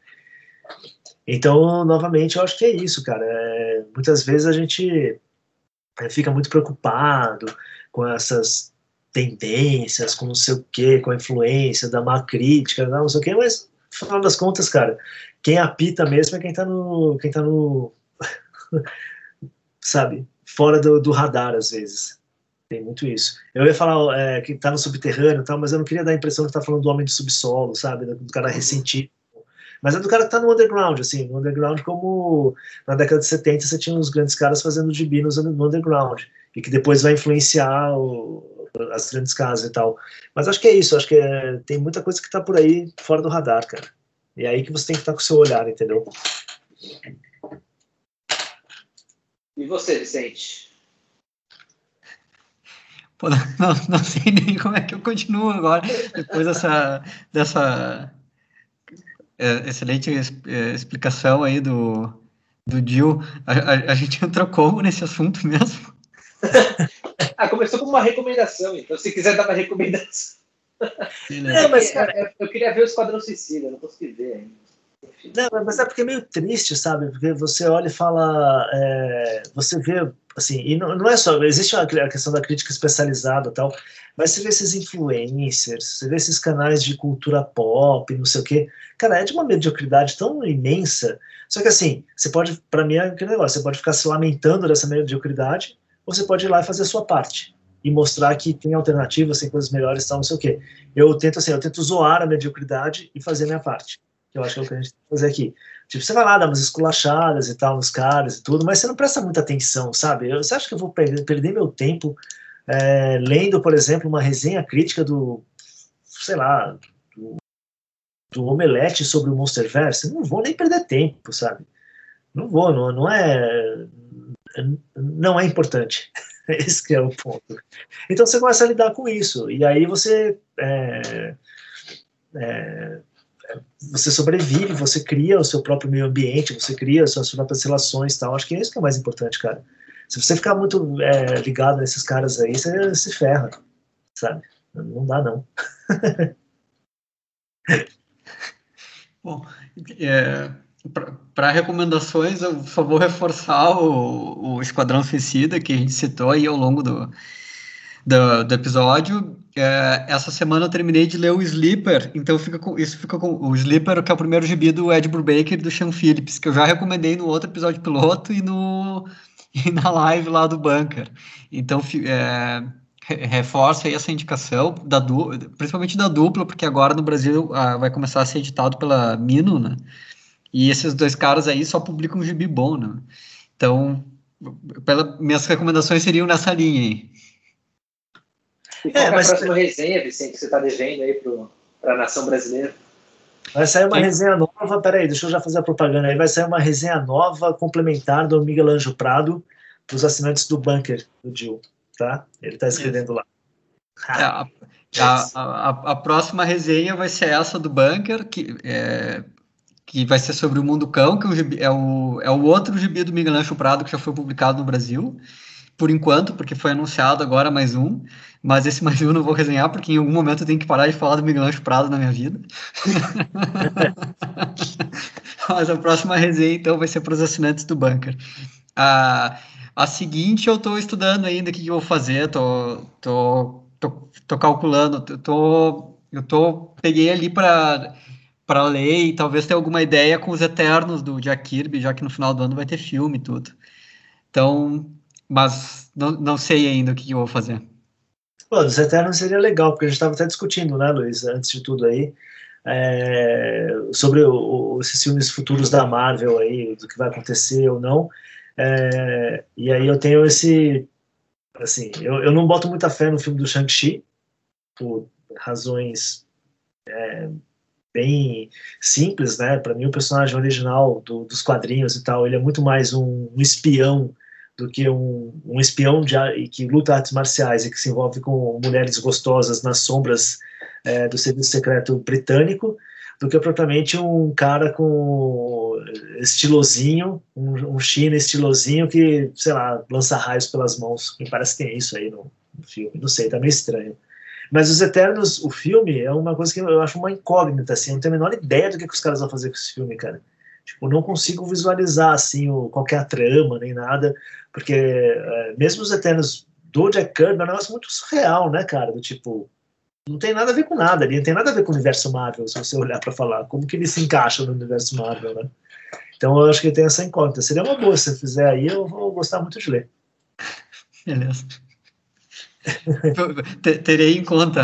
S2: Então, novamente, eu acho que é isso, cara. É, muitas vezes a gente fica muito preocupado com essas tendências, com não sei o que, com a influência da má crítica, não sei o que, mas no final das contas, cara, quem apita mesmo é quem tá no, quem tá no sabe, fora do, do radar às vezes. Tem muito isso. Eu ia falar é, que tá no subterrâneo e tal, mas eu não queria dar a impressão que tá falando do homem do subsolo, sabe? Do cara ressentido. Mas é do cara que tá no underground, assim, no underground como na década de setenta você tinha uns grandes caras fazendo gibi no underground, e que depois vai influenciar o, as grandes casas e tal. Mas acho que é isso, acho que é, tem muita coisa que tá por aí fora do radar, cara. E é aí que você tem que estar com o seu olhar, entendeu?
S1: E você, Vicente?
S3: Pô, não, não sei nem como é que eu continuo agora, depois dessa, dessa é, excelente é, explicação aí do, do Gil. A, a, a gente entrou como nesse assunto mesmo?
S1: Ah, começou com uma recomendação, então se quiser dar uma recomendação.
S2: É, mas, cara,
S1: eu, eu queria ver o Esquadrão Suicida, eu não consegui ver ainda.
S2: Não, mas é porque é meio triste, sabe? Porque você olha e fala, é, você vê, assim, e não, não é só, existe a questão da crítica especializada e tal, mas você vê esses influencers, você vê esses canais de cultura pop, não sei o quê, cara, é de uma mediocridade tão imensa, só que assim, você pode, pra mim é aquele negócio, você pode ficar se lamentando dessa mediocridade, ou você pode ir lá e fazer a sua parte, e mostrar que tem alternativas, tem coisas melhores e tal, não sei o quê. Eu tento, assim, eu tento zoar a mediocridade e fazer a minha parte. Que eu acho que é o que a gente tem que fazer aqui. Tipo, você vai lá dar umas esculachadas e tal nos caras e tudo, mas você não presta muita atenção, sabe? Eu, você acha que eu vou perder, perder meu tempo é, lendo, por exemplo, uma resenha crítica do, sei lá, do, do Omelete sobre o Monsterverse? Não vou nem perder tempo, sabe? Não vou, não, não é... Não é importante. Esse que é o ponto. Então você começa a lidar com isso, e aí você... É, é, você sobrevive, você cria o seu próprio meio ambiente, você cria as suas próprias relações e tal. Acho que é isso que é o mais importante, cara. Se você ficar muito é, ligado nesses caras aí, você se ferra, sabe? Não dá, não.
S3: Bom, é, para recomendações, eu só vou reforçar o, o Esquadrão Suicida, que a gente citou aí ao longo do, do, do episódio. É, essa semana eu terminei de ler o Sleeper, então fica com, isso fica com o Sleeper, que é o primeiro gibi do Ed Brubaker e do Sean Phillips, que eu já recomendei no outro episódio piloto e, no, e na live lá do Bunker. Então, é, reforça aí essa indicação, da du, principalmente da dupla, porque agora no Brasil ah, vai começar a ser editado pela Mino, né? E esses dois caras aí só publicam um gibi bom, né? Então, pela, minhas recomendações seriam nessa linha aí.
S1: E qual
S2: É,
S1: é
S2: mas-
S1: a próxima resenha, Vicente, que você está devendo aí para a nação brasileira?
S2: Vai sair uma
S3: Sim.
S2: resenha nova, peraí, deixa eu já fazer a propaganda aí, vai sair uma resenha nova, complementar do Miguel Ângelo Prado, dos assinantes do Bunker, do Gil, tá? Ele tá escrevendo lá.
S3: É, a, a, a, a próxima resenha vai ser essa do Bunker, que, é, que vai ser sobre o Mundo Cão, que é o, gibi, é, o, é o outro gibi do Miguel Ângelo Prado que já foi publicado no Brasil, por enquanto, porque foi anunciado agora mais um, mas esse mais um eu não vou resenhar, porque em algum momento eu tenho que parar de falar do Miguel Ângelo Prado na minha vida. Mas a próxima resenha, então, vai ser para os assinantes do Bunker. A, a seguinte eu estou estudando ainda o que, que eu vou fazer, tô, tô, tô, tô calculando, tô, eu tô, peguei ali para para ler e talvez ter alguma ideia com os Eternos do Jack Kirby, já que no final do ano vai ter filme e tudo. Então, mas não, não sei ainda o que, que eu vou fazer.
S2: Pô, dos Eternos seria legal, porque a gente estava até discutindo, né, Luiz, antes de tudo aí, é, sobre o, o, esses filmes futuros da Marvel aí, do que vai acontecer ou não, é, e aí eu tenho esse, assim, eu, eu não boto muita fé no filme do Shang-Chi, por razões é, bem simples, né, para mim o personagem original do, dos quadrinhos e tal, ele é muito mais um, um espião do que um, um espião de, que luta artes marciais e que se envolve com mulheres gostosas nas sombras é, do serviço secreto britânico, do que propriamente um cara com estilosinho, um, um China estilosinho que, sei lá, lança raios pelas mãos. Me parece que tem isso aí no, no filme, não sei, tá meio estranho. Mas Os Eternos, o filme, é uma coisa que eu acho uma incógnita, assim, eu não tenho a menor ideia do que, que os caras vão fazer com esse filme, cara. Tipo, não consigo visualizar, assim, o, qual que é a trama, nem nada, porque é, mesmo Os Eternos do Jack Kirby é um negócio muito surreal, né, cara, do tipo, não tem nada a ver com nada ali, não tem nada a ver com o universo Marvel, se você olhar pra falar, como que ele se encaixa no universo Marvel, né. Então eu acho que tem essa incógnita, seria uma boa, se você fizer aí, eu vou gostar muito de ler.
S3: Beleza. Terei em conta.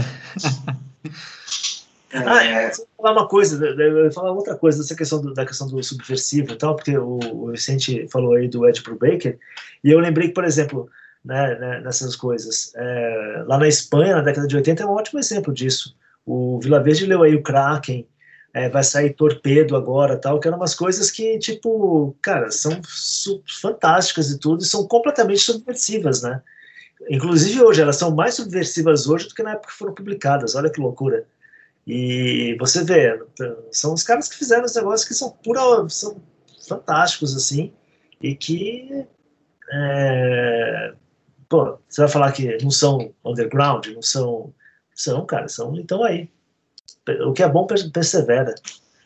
S2: Ah, é, eu vou falar uma coisa, eu vou falar outra coisa dessa questão do, da questão do subversivo e tal, porque o, o Vicente falou aí do Ed Brubaker, e eu lembrei que, por exemplo, né, né, nessas coisas, é, lá na Espanha, na década de oitenta, é um ótimo exemplo disso. O Vila Verde leu aí o Kraken, é, vai sair Torpedo agora, tal, que eram umas coisas que, tipo, cara, são fantásticas e tudo, e são completamente subversivas, né? Inclusive hoje, elas são mais subversivas hoje do que na época que foram publicadas, olha que loucura. E você vê, são os caras que fizeram os negócios que são pura, são fantásticos, assim, e que, é, pô, você vai falar que não são underground, não são, são, cara, são, então aí. O que é bom persevera.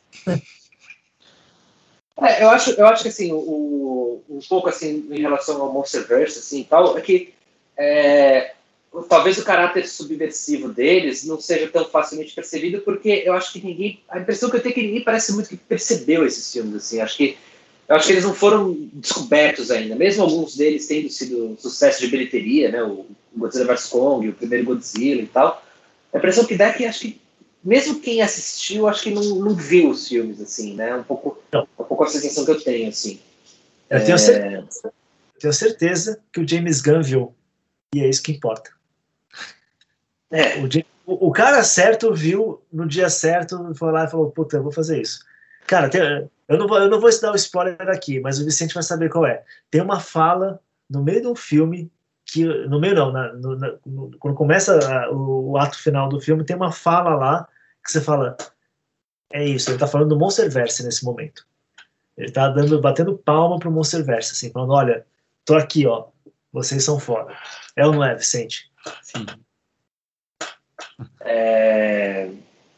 S1: É, eu acho, eu acho que assim, o, um pouco assim em relação ao Monsterverse, assim, tal, é que é, talvez o caráter subversivo deles não seja tão facilmente percebido, porque eu acho que ninguém, a impressão que eu tenho é que ninguém parece muito que percebeu esses filmes, assim, acho que eu acho que eles não foram descobertos ainda, mesmo alguns deles tendo sido sucesso de bilheteria, né, o Godzilla versus. Kong, o primeiro Godzilla e tal, a impressão que dá é que acho que mesmo quem assistiu, acho que não, não viu os filmes, assim, né, um pouco, um pouco a sensação que eu tenho, assim.
S2: Eu tenho, é... certeza, tenho certeza que o James Gunn viu, e é isso que importa. É. O, o, o cara certo viu no dia certo, foi lá e falou, puta, eu vou fazer isso. Cara, tem, eu, não vou, eu não vou dar o spoiler aqui, mas o Vicente vai saber qual é. Tem uma fala no meio de um filme, que no meio não, na, no, na, no, quando começa a, o, o ato final do filme, tem uma fala lá que você fala, é isso, ele tá falando do Monsterverse nesse momento. Ele tá dando, batendo palma pro Monsterverse, assim, falando, olha, tô aqui, ó, vocês são foda. É ou não é, Vicente?
S3: Sim.
S1: É...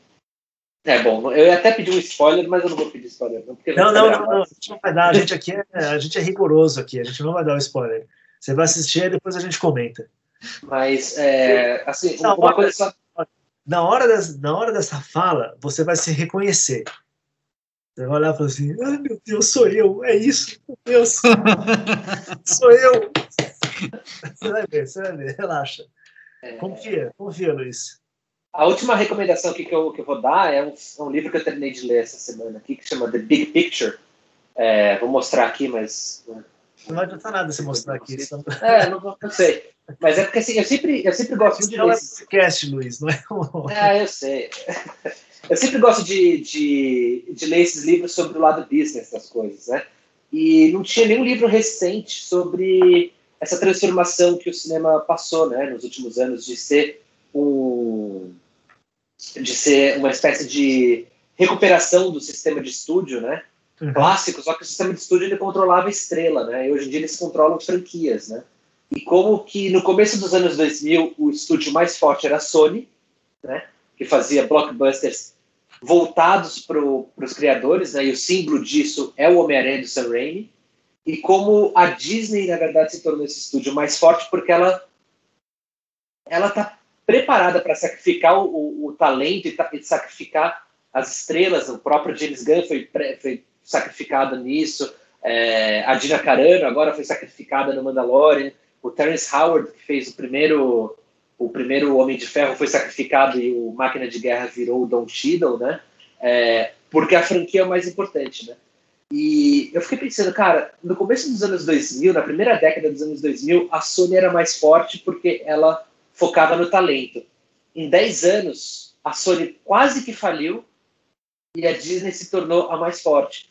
S1: é bom, eu ia até pedir um spoiler, mas eu não vou pedir spoiler. Não, porque
S2: não, não, não, não, a gente não vai dar, a gente aqui é, a gente é rigoroso aqui, a gente não vai dar o spoiler. Você vai assistir e depois a gente comenta.
S1: Mas, é, assim, uma, uma coisa só...
S2: Na hora, das, na hora dessa fala, você vai se reconhecer. Você vai olhar e falar assim, ai meu Deus, sou eu, é isso, meu Deus, sou eu. Você vai ver, você vai ver, relaxa. É... Confia, confia, Luiz.
S1: A última recomendação aqui que eu, que eu vou dar é um, um livro que eu terminei de ler essa semana aqui, que chama The Big Picture. É, vou mostrar aqui, mas...
S2: Não vai adiantar nada se mostrar aqui. Senão...
S1: É, não, não sei. Mas é porque assim, eu sempre, eu sempre gosto muito de ler...
S2: É podcast, Luiz, não é?
S1: É, eu sei. Eu sempre gosto de, de, de ler esses livros sobre o lado business das coisas, né? E não tinha nenhum livro recente sobre essa transformação que o cinema passou, né, nos últimos anos, de ser um... de ser uma espécie de recuperação do sistema de estúdio, né? Uhum. Clássico, só que o sistema de estúdio ele controlava a estrela, né? E hoje em dia eles controlam franquias, né? E como que no começo dos anos dois mil o estúdio mais forte era a Sony, né? Que fazia blockbusters voltados para os criadores, né? E o símbolo disso é o Homem-Aranha do Sam Raimi. E como a Disney, na verdade, se tornou esse estúdio mais forte porque ela ela está preparada para sacrificar o, o, o talento e, e sacrificar as estrelas. O próprio James Gunn foi, foi sacrificado nisso. É, a Gina Carano agora foi sacrificada no Mandalorian. O Terrence Howard, que fez o primeiro, o primeiro Homem de Ferro, foi sacrificado e o Máquina de Guerra virou o Don Cheadle, né? É, porque a franquia é o mais importante, né? E eu fiquei pensando, cara, no começo dos anos dois mil, na primeira década dos anos dois mil, a Sony era mais forte porque ela focava no talento. Em dez anos, a Sony quase que faliu e a Disney se tornou a mais forte.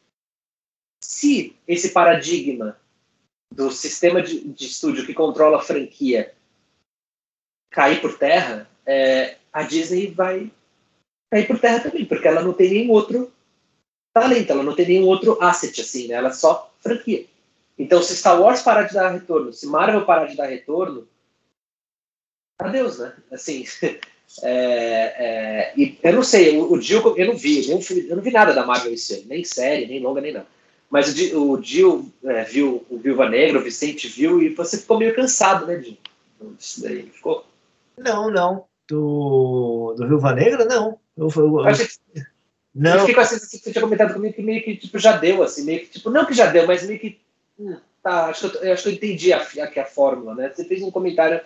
S1: Se esse paradigma do sistema de, de estúdio que controla a franquia cair por terra, é, a Disney vai cair por terra também, porque ela não tem nenhum outro talento, ela não tem nenhum outro asset, assim, né? Ela é só franquia. Então, se Star Wars parar de dar retorno, se Marvel parar de dar retorno, adeus, né? Assim, é, é, e eu não sei, o, o Jill, eu não vi, eu não, eu não vi nada da Marvel esse ano, nem série, nem longa, nem nada. Mas o, o Jill é, viu o Viúva Negra, o Vicente viu, e você ficou meio cansado, né, Jill? Isso daí, ficou?
S2: Não, não. Do, do Viúva Negra, não. Eu, eu, eu,
S1: eu, que, não. Eu fiquei com a sensação que você tinha comentado comigo que meio que tipo, já deu, assim, meio que, tipo, não que já deu, mas meio que, hum, tá, acho que eu, acho que eu entendi a, a, a fórmula, né? Você fez um comentário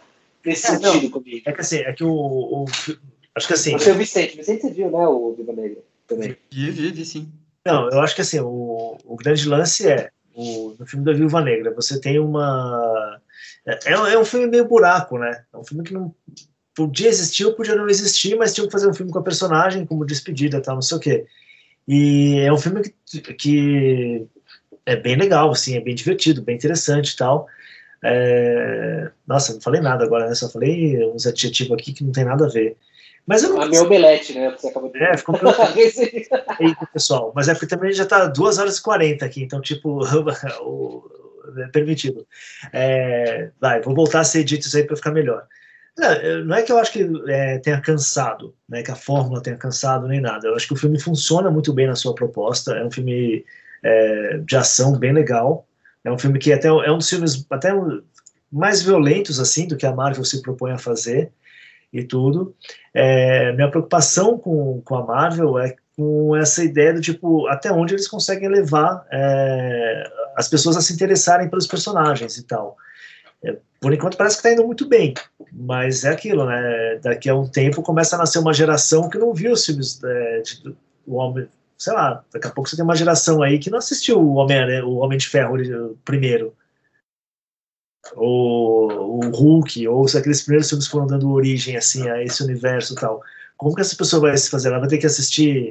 S1: nesse
S2: É, não,
S1: sentido comigo.
S2: É que assim, é que o, o acho que assim.
S1: Você é o Vicente. Vicente, você viu, né, o Viva Negra também?
S3: Vi, vi, vi, sim.
S2: Não, eu acho que assim, o, o grande lance é, o, no filme da Viúva Negra, você tem uma... É, é um filme meio buraco, né? É um filme que não podia existir ou podia não existir, mas tinha que fazer um filme com a personagem, como despedida e tal, não sei o quê. E é um filme que, que é bem legal, assim, é bem divertido, bem interessante e tal. É... Nossa, não falei nada agora, né? Só falei uns adjetivos aqui que não tem nada a ver. Mas eu não...
S1: A meu omelete, né? Você acabou de...
S2: É, ficou meio... Eita, pessoal. Mas é porque também já tá duas horas e quarenta aqui, então, tipo, é permitido. É... Vai, vou voltar a ser dito isso aí para ficar melhor. Não, não é que eu acho que é, tenha cansado, né, que a fórmula tenha cansado nem nada. Eu acho que o filme funciona muito bem na sua proposta. É um filme é, de ação bem legal. É um filme que até é um dos filmes até mais violentos assim do que a Marvel se propõe a fazer e tudo. É, minha preocupação com, com a Marvel é com essa ideia do tipo até onde eles conseguem levar é, as pessoas a se interessarem pelos personagens e tal. É, por enquanto parece que está indo muito bem, mas é aquilo, né? Daqui a um tempo começa a nascer uma geração que não viu os filmes é, de, do Homem, sei lá, daqui a pouco você tem uma geração aí que não assistiu o Homem, né, o Homem de Ferro o primeiro, ou o Hulk, ou se aqueles primeiros filmes foram dando origem assim a esse universo e tal. Como que essa pessoa vai se fazer? Ela vai ter que assistir,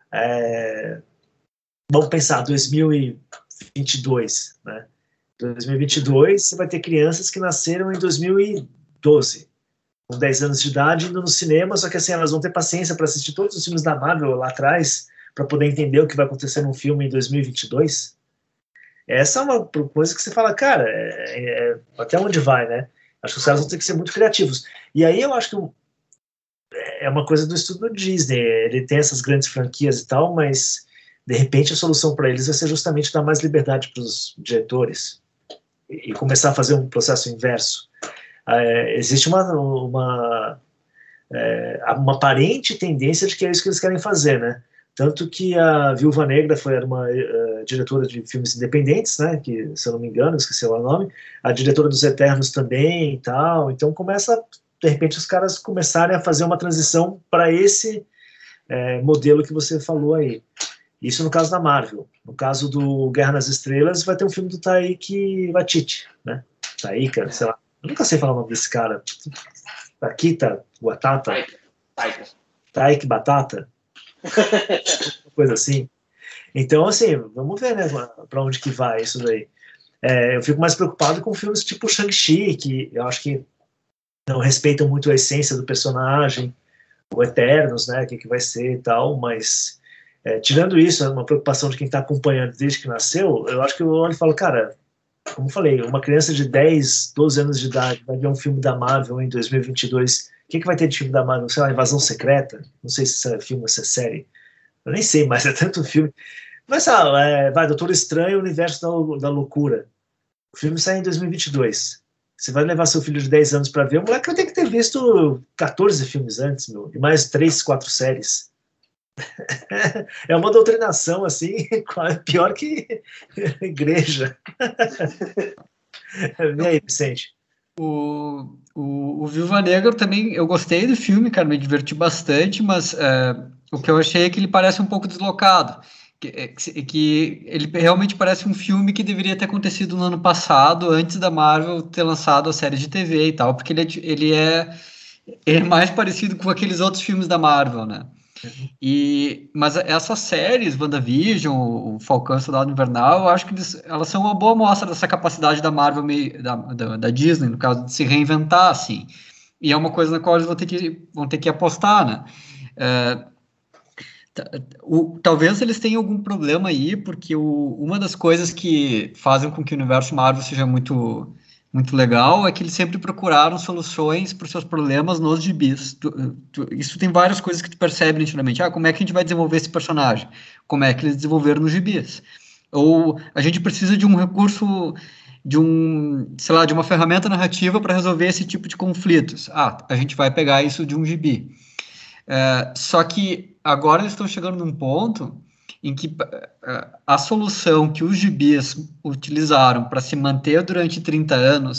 S2: é, vamos pensar, dois mil e vinte e dois, né? dois mil e vinte e dois, você vai ter crianças que nasceram em dois mil e doze, com dez anos de idade, indo no cinema, só que assim, elas vão ter paciência para assistir todos os filmes da Marvel lá atrás, para poder entender o que vai acontecer num filme em dois mil e vinte e dois. Essa é uma coisa que você fala, cara, é, é, até onde vai, né? Acho que os caras vão ter que ser muito criativos. E aí eu acho que é uma coisa do estudo do Disney, ele tem essas grandes franquias e tal, mas de repente a solução para eles vai ser justamente dar mais liberdade para os diretores e começar a fazer um processo inverso. É, existe uma, uma, é, uma aparente tendência de que é isso que eles querem fazer, né? Tanto que a Viúva Negra foi uma uh, diretora de filmes independentes, né? Que, se eu não me engano, esqueci o nome, a diretora dos Eternos também e tal. Então começa, de repente, os caras começarem a fazer uma transição para esse é, modelo que você falou aí. Isso no caso da Marvel. No caso do Guerra nas Estrelas, vai ter um filme do Taika Waititi, né? Taika, sei lá. Eu nunca sei falar o nome desse cara. Takita Watata?
S1: Taika.
S2: Taika Batata? Coisa assim. Então, assim, vamos ver, né? Pra onde que vai isso daí. É, eu fico mais preocupado com filmes tipo Shang-Chi, que eu acho que não respeitam muito a essência do personagem, o Eternos, né? O que, que vai ser e tal, mas... É, tirando isso, é uma preocupação de quem está acompanhando desde que nasceu, eu acho que eu olho e falo, cara, como eu falei, uma criança de dez, doze anos de idade vai ver um filme da Marvel em dois mil e vinte e dois, o que, que vai ter de filme da Marvel? Sei lá, Invasão Secreta? Não sei se isso é filme ou se é série. Eu nem sei, mas é tanto filme. Mas, sei lá, é, vai, Doutor Estranho, Universo da, da Loucura. O filme sai em dois mil e vinte e dois. Você vai levar seu filho de dez anos para ver, o moleque vai ter que ter visto quatorze filmes antes, meu, e mais três, quatro séries. É uma doutrinação, assim, pior que igreja. E aí, Vicente?
S3: O, o, o Viúva Negra também, eu gostei do filme, cara, me diverti bastante, mas é, o que eu achei é que ele parece um pouco deslocado, que, que ele realmente parece um filme que deveria ter acontecido no ano passado, antes da Marvel ter lançado a série de T V e tal, porque ele é, ele é, ele é mais parecido com aqueles outros filmes da Marvel, né? E, mas essas séries, WandaVision, o Falcão e Soldado Invernal, eu acho que eles, elas são uma boa mostra dessa capacidade da Marvel, da, da, da Disney, no caso, de se reinventar, assim. E é uma coisa na qual eles vão ter que, vão ter que apostar, né? É, o, talvez eles tenham algum problema aí, porque o, uma das coisas que fazem com que o universo Marvel seja muito... muito legal, é que eles sempre procuraram soluções para os seus problemas nos gibis. Tu, tu, isso tem várias coisas que tu percebe nitidamente. Ah, como é que a gente vai desenvolver esse personagem? Como é que eles desenvolveram nos gibis? Ou a gente precisa de um recurso, de um, sei lá, de uma ferramenta narrativa para resolver esse tipo de conflitos. Ah, a gente vai pegar isso de um gibi. É, só que agora eles estão chegando num ponto em que a solução que os gibis utilizaram para se manter durante trinta anos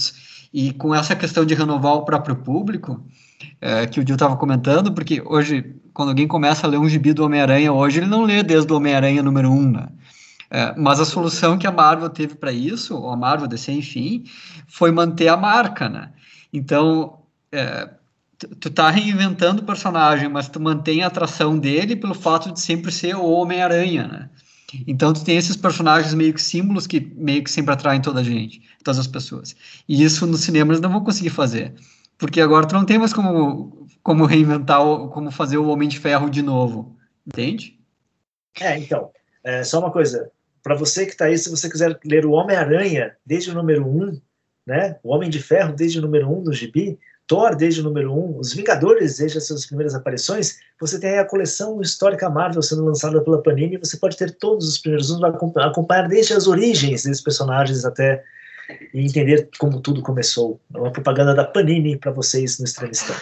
S3: E com essa questão de renovar o próprio público, é, que o Gil estava comentando, porque hoje, quando alguém começa a ler um gibi do Homem-Aranha, hoje ele não lê desde o Homem-Aranha número um, né? É, mas a solução que a Marvel teve para isso, ou a Marvel, D C, enfim, foi manter a marca, né? Então, é, tu, tu tá reinventando o personagem, mas tu mantém a atração dele pelo fato de sempre ser o Homem-Aranha, né? Então, tu tem esses personagens meio que símbolos que meio que sempre atraem toda a gente, todas as pessoas. E isso no cinema eles não vão conseguir fazer. Porque agora tu não tem mais como, como reinventar, o, como fazer o Homem de Ferro de novo. Entende?
S2: É, então, é, só uma coisa. Para você que está aí, se você quiser ler o Homem-Aranha desde o número um, né? O Homem de Ferro desde o número um do gibi, Thor desde o número um, os Vingadores desde as suas primeiras aparições, você tem aí a coleção histórica Marvel sendo lançada pela Panini, você pode ter todos os primeiros um, vai acompanhar desde as origens desses personagens até e entender como tudo começou. É uma propaganda da Panini para vocês no Extremistão.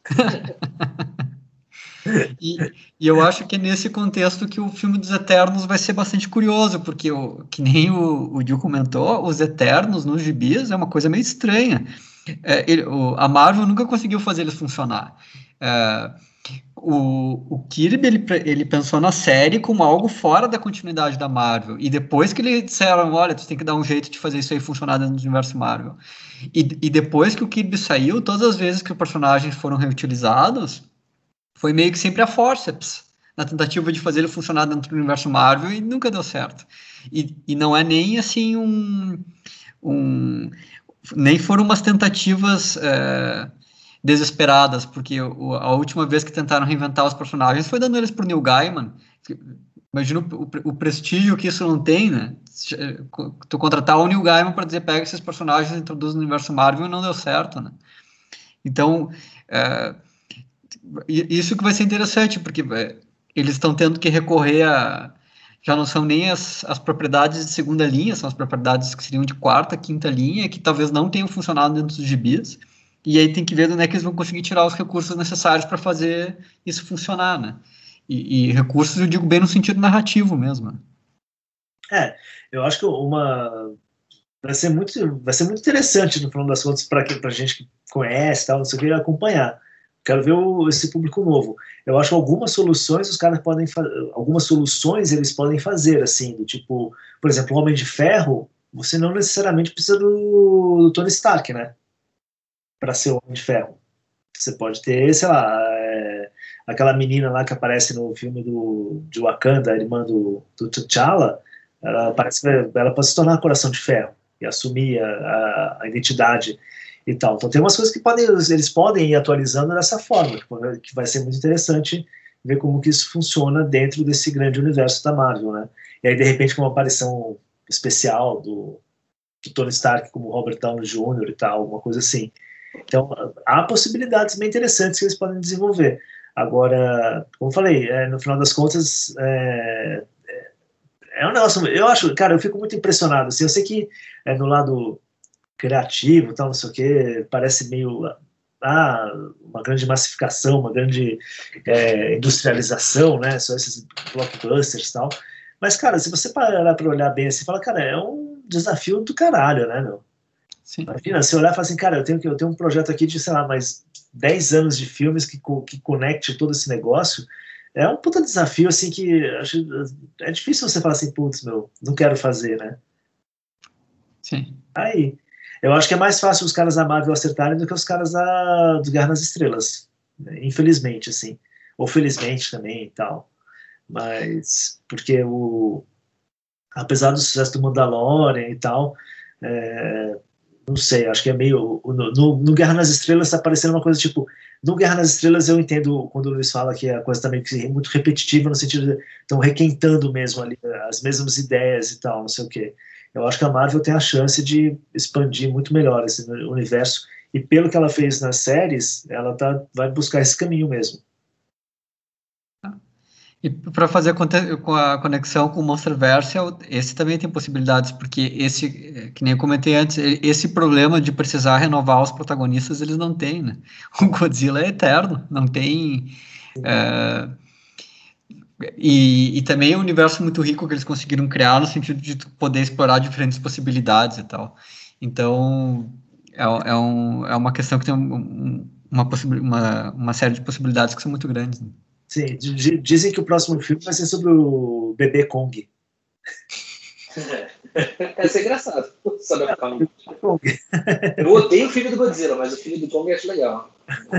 S3: E, e eu acho que é nesse contexto que o filme dos Eternos vai ser bastante curioso, porque, o, que nem o, o Gil comentou, os Eternos nos gibis é uma coisa meio estranha. É, ele, o, a Marvel nunca conseguiu fazer eles funcionar. É, o, o Kirby, ele, ele pensou na série como algo fora da continuidade da Marvel, e depois que eles disseram, olha, tu tem que dar um jeito de fazer isso aí funcionar dentro do universo Marvel. E, e depois que o Kirby saiu, todas as vezes que os personagens foram reutilizados, foi meio que sempre a forceps, na tentativa de fazer ele funcionar dentro do universo Marvel, e nunca deu certo. E, e não é nem assim um... um nem foram umas tentativas é, desesperadas, porque o, a última vez que tentaram reinventar os personagens foi dando eles pro Neil Gaiman. Imagina o, o, o prestígio que isso não tem, né? Tu contratar o Neil Gaiman para dizer, pega esses personagens e introduz no universo Marvel, e não deu certo, né? Então, é, isso que vai ser interessante, porque é, eles estão tendo que recorrer a... Já não são nem as, as propriedades de segunda linha, são as propriedades que seriam de quarta, quinta linha, que talvez não tenham funcionado dentro dos gibis, e aí tem que ver onde é que eles vão conseguir tirar os recursos necessários para fazer isso funcionar, né? E, e recursos eu digo bem no sentido narrativo mesmo.
S2: É, eu acho que uma... Vai ser muito, vai ser muito interessante, no final das contas, para a gente que conhece, tal, não sei o que, acompanhar. Quero ver o, esse público novo. Eu acho que algumas soluções os caras podem fazer, algumas soluções eles podem fazer, assim, do tipo, por exemplo, o Homem de Ferro, você não necessariamente precisa do, do Tony Stark, né? Para ser o Homem de Ferro. Você pode ter, sei lá, é, aquela menina lá que aparece no filme do, de Wakanda, a irmã do, do T'Challa, ela parece que ela pode se tornar Coração de Ferro e assumir a, a, a identidade e tal. Então tem umas coisas que podem, eles podem ir atualizando dessa forma, que vai ser muito interessante ver como que isso funciona dentro desse grande universo da Marvel, né? E aí, de repente, com uma aparição especial do, do Tony Stark como Robert Downey Júnior e tal, alguma coisa assim. Então, há possibilidades bem interessantes que eles podem desenvolver. Agora, como eu falei, é, no final das contas, é, é um negócio, eu acho, cara, eu fico muito impressionado, assim, eu sei que é, no lado criativo, tal, não sei o que, parece meio ah, uma grande massificação, uma grande é, industrialização, né, só esses blockbusters e tal, mas, cara, se você parar para olhar bem assim, fala, cara, é um desafio do caralho, né, meu? Sim. Imagina, se olhar e falar assim, cara, eu tenho, que, eu tenho um projeto aqui de, sei lá, mais dez anos de filmes que, que conecte todo esse negócio, é um puta desafio, assim, que acho, é difícil você falar assim, putz, meu, não quero fazer, né?
S3: Sim.
S2: Aí, eu acho que é mais fácil os caras da Marvel acertarem do que os caras da, do Guerra nas Estrelas, né? Infelizmente, assim, ou felizmente também e tal, mas, porque o, apesar do sucesso do Mandalorian e tal, é, não sei, acho que é meio, no, no, no Guerra nas Estrelas tá parecendo uma coisa tipo, no Guerra nas Estrelas eu entendo quando o Luiz fala que é a coisa também que é muito repetitiva, no sentido de estão requentando mesmo ali as mesmas ideias e tal, não sei o quê. Eu acho que a Marvel tem a chance de expandir muito melhor esse universo, e pelo que ela fez nas séries, ela tá, vai buscar esse caminho mesmo.
S3: E para fazer com a conexão com o Monsterverse, esse também tem possibilidades, porque esse, que nem eu comentei antes, esse problema de precisar renovar os protagonistas, eles não têm, né? O Godzilla é eterno, não tem... É, e, e também é um universo muito rico que eles conseguiram criar no sentido de poder explorar diferentes possibilidades e tal. Então, é, é, um, é uma questão que tem um, um, uma, uma, uma série de possibilidades que são muito grandes. Né?
S2: Sim, dizem que o próximo filme vai ser sobre o bebê Kong.
S1: Vai ser engraçado. Sobre o Kong. Eu odeio o filme do Godzilla, mas o filme do Kong eu acho legal.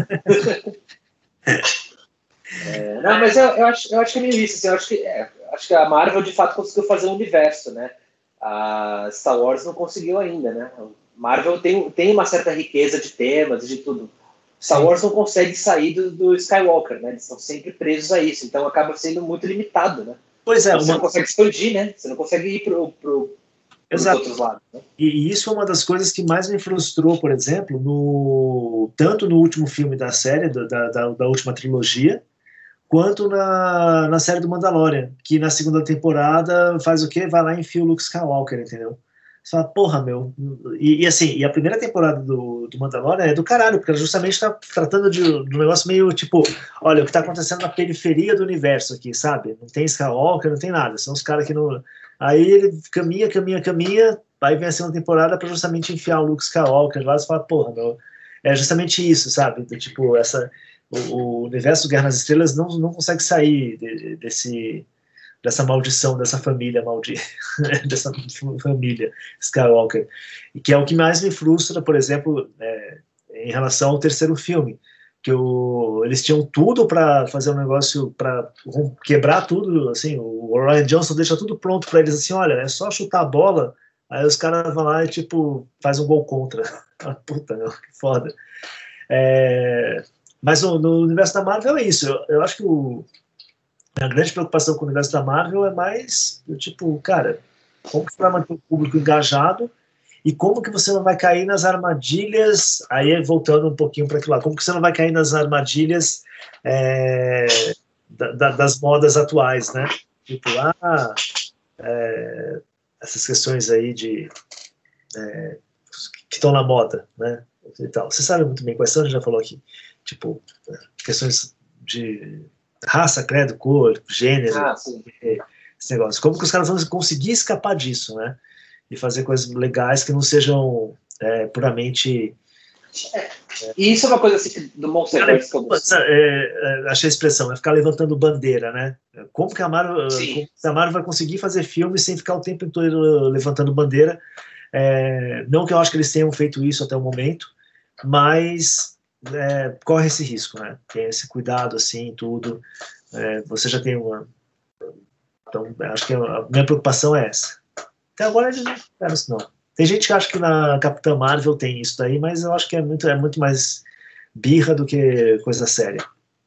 S1: É, não, mas eu, eu, acho, eu acho que é meio isso. Assim, eu acho, que, é, acho que a Marvel de fato conseguiu fazer um universo, né? A Star Wars não conseguiu ainda, né? A Marvel tem, tem uma certa riqueza de temas e de tudo. Star Wars não consegue sair do, do Skywalker, né? Eles estão sempre presos a isso, então acaba sendo muito limitado, né?
S2: Pois é,
S1: você
S2: uma...
S1: não consegue expandir, né? Você não consegue ir pro, pro, pros outros lados. Né?
S2: E, e isso é uma das coisas que mais me frustrou, por exemplo, no, tanto no último filme da série, da, da, da última trilogia, quanto na, na série do Mandalorian, que na segunda temporada faz o quê? Vai lá e enfia o Luke Skywalker, entendeu? Você fala, porra, meu. E, e assim, e a primeira temporada do, do Mandalorian é do caralho, porque ela justamente está tratando de, de um negócio meio tipo, olha, o que está acontecendo na periferia do universo aqui, sabe? Não tem Skywalker, não tem nada. São os caras que não. Aí ele caminha, caminha, caminha, aí vem a segunda temporada para justamente enfiar o Luke Skywalker lá, você fala, porra, meu. É justamente isso, sabe? Tipo, essa. O, o universo Guerra nas Estrelas não, não consegue sair de, desse, dessa maldição, dessa família maldita, dessa família Skywalker, e que é o que mais me frustra, por exemplo, é, em relação ao terceiro filme, que o, eles tinham tudo para fazer um negócio, para quebrar tudo, assim, o Rian Johnson deixa tudo pronto para eles, assim, olha, é só chutar a bola, aí os caras vão lá e, tipo, faz um gol contra. Puta, meu, que foda. É... Mas no, no universo da Marvel é isso. Eu, eu acho que o, a grande preocupação com o universo da Marvel é mais, tipo, cara, como que você vai manter o público engajado e como que você não vai cair nas armadilhas, aí voltando um pouquinho para aquilo lá, como que você não vai cair nas armadilhas é, da, da, das modas atuais, né? Tipo, ah, é, essas questões aí de é, que estão na moda, né? E tal. Você sabe muito bem quais são, a gente já falou aqui. Tipo, questões de raça, credo, cor, gênero,
S1: ah,
S2: esse negócio. Como que os caras vão conseguir escapar disso, né? E fazer coisas legais que não sejam é, puramente...
S1: É. E isso é uma coisa assim do Monsterverse que eu gosto.
S2: É, é, achei a expressão, é ficar levantando bandeira, né? Como que a Marvel, como a Marvel vai conseguir fazer filmes sem ficar o tempo inteiro levantando bandeira? É, não que eu acho que eles tenham feito isso até o momento, mas... É, corre esse risco, né? Tem esse cuidado, assim, tudo. É, você já tem uma... Então, acho que a minha preocupação é essa. Até agora eles não fizeram isso, não. Tem gente que acha que na Capitã Marvel tem isso daí, mas eu acho que é muito, é muito mais birra do que coisa séria.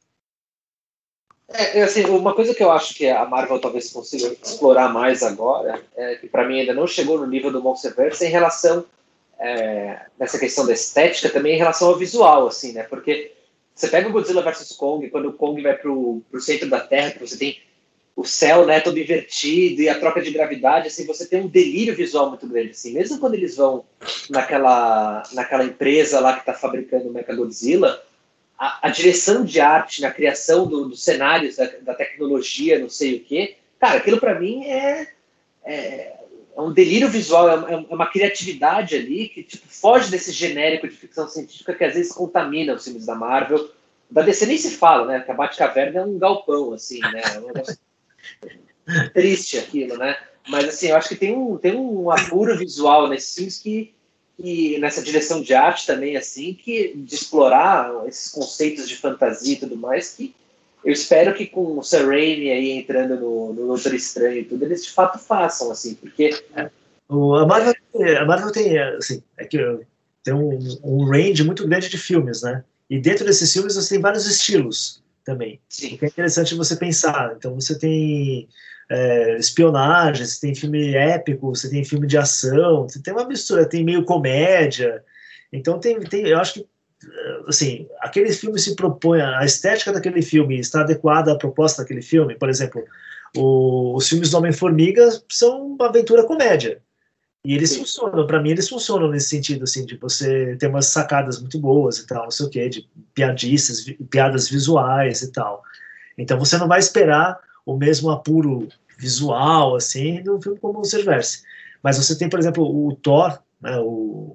S1: É, assim, uma coisa que eu acho que a Marvel talvez consiga explorar mais agora, é, que para mim ainda não chegou no nível do Monsterverse, é em relação... É, nessa questão da estética, também em relação ao visual, assim, né? Porque você pega o Godzilla versus Kong, quando o Kong vai pro, pro centro da Terra, que você tem o céu, né, todo invertido e a troca de gravidade, assim, você tem um delírio visual muito grande, assim. Mesmo quando eles vão naquela, naquela empresa lá que está fabricando o Mechagodzilla, a, a direção de arte, na criação do, dos cenários, da, da tecnologia, não sei o quê, cara, aquilo para mim é... é É um delírio visual, é uma criatividade ali que tipo, foge desse genérico de ficção científica que às vezes contamina os filmes da Marvel. Da D C nem se fala, né? Que a Batcaverna é um galpão, assim, né? É um negócio triste aquilo, né? Mas, assim, eu acho que tem um, tem um apuro visual nesses filmes que, que, nessa direção de arte também, assim, que de explorar esses conceitos de fantasia e tudo mais, que eu espero que com o Sam Raimi aí entrando no, no Doutor Estranho e tudo, eles de fato façam, assim, porque...
S2: É. O, a, Marvel, a Marvel tem, assim, é que tem um, um range muito grande de filmes, né? E dentro desses filmes você tem vários estilos também.
S1: Sim.
S2: O que é interessante você pensar. Então você tem é, espionagem, você tem filme épico, você tem filme de ação, você tem uma mistura, tem meio comédia. Então tem, tem eu acho que assim, aquele filme se propõe, a estética daquele filme está adequada à proposta daquele filme. Por exemplo, o, os filmes do Homem-Formiga são uma aventura comédia. E eles Sim. funcionam, para mim eles funcionam nesse sentido, assim, de você ter umas sacadas muito boas e tal, não sei o quê, de piadistas, piadas visuais e tal. Então você não vai esperar o mesmo apuro visual, assim, de um filme como o Monsterverse. Mas você tem, por exemplo, o Thor, né, o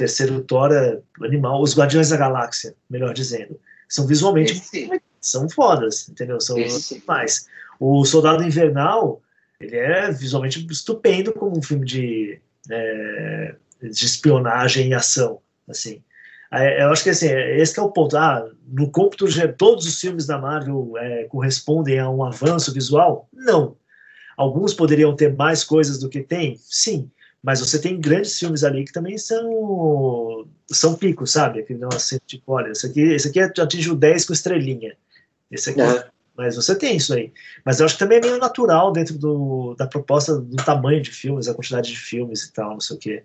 S2: terceiro Thor é animal. Os Guardiões da Galáxia, melhor dizendo, são visualmente
S1: Esse,
S2: são fodas, entendeu? São
S1: esse,
S2: mais. O Soldado Invernal, ele é visualmente estupendo como um filme de, é, de espionagem e ação, assim. Eu acho que assim, esse que é o ponto. Ah, no cômputo, todos os filmes da Marvel é, correspondem a um avanço visual? Não. Alguns poderiam ter mais coisas do que tem? Sim. Mas você tem grandes filmes ali que também são, são picos, sabe? Que, nossa, tipo, olha, esse aqui, esse aqui atinge o dez com estrelinha. Esse aqui, é. Mas você tem isso aí. Mas eu acho que também é meio natural dentro do, da proposta do tamanho de filmes, a quantidade de filmes e tal, não sei o quê.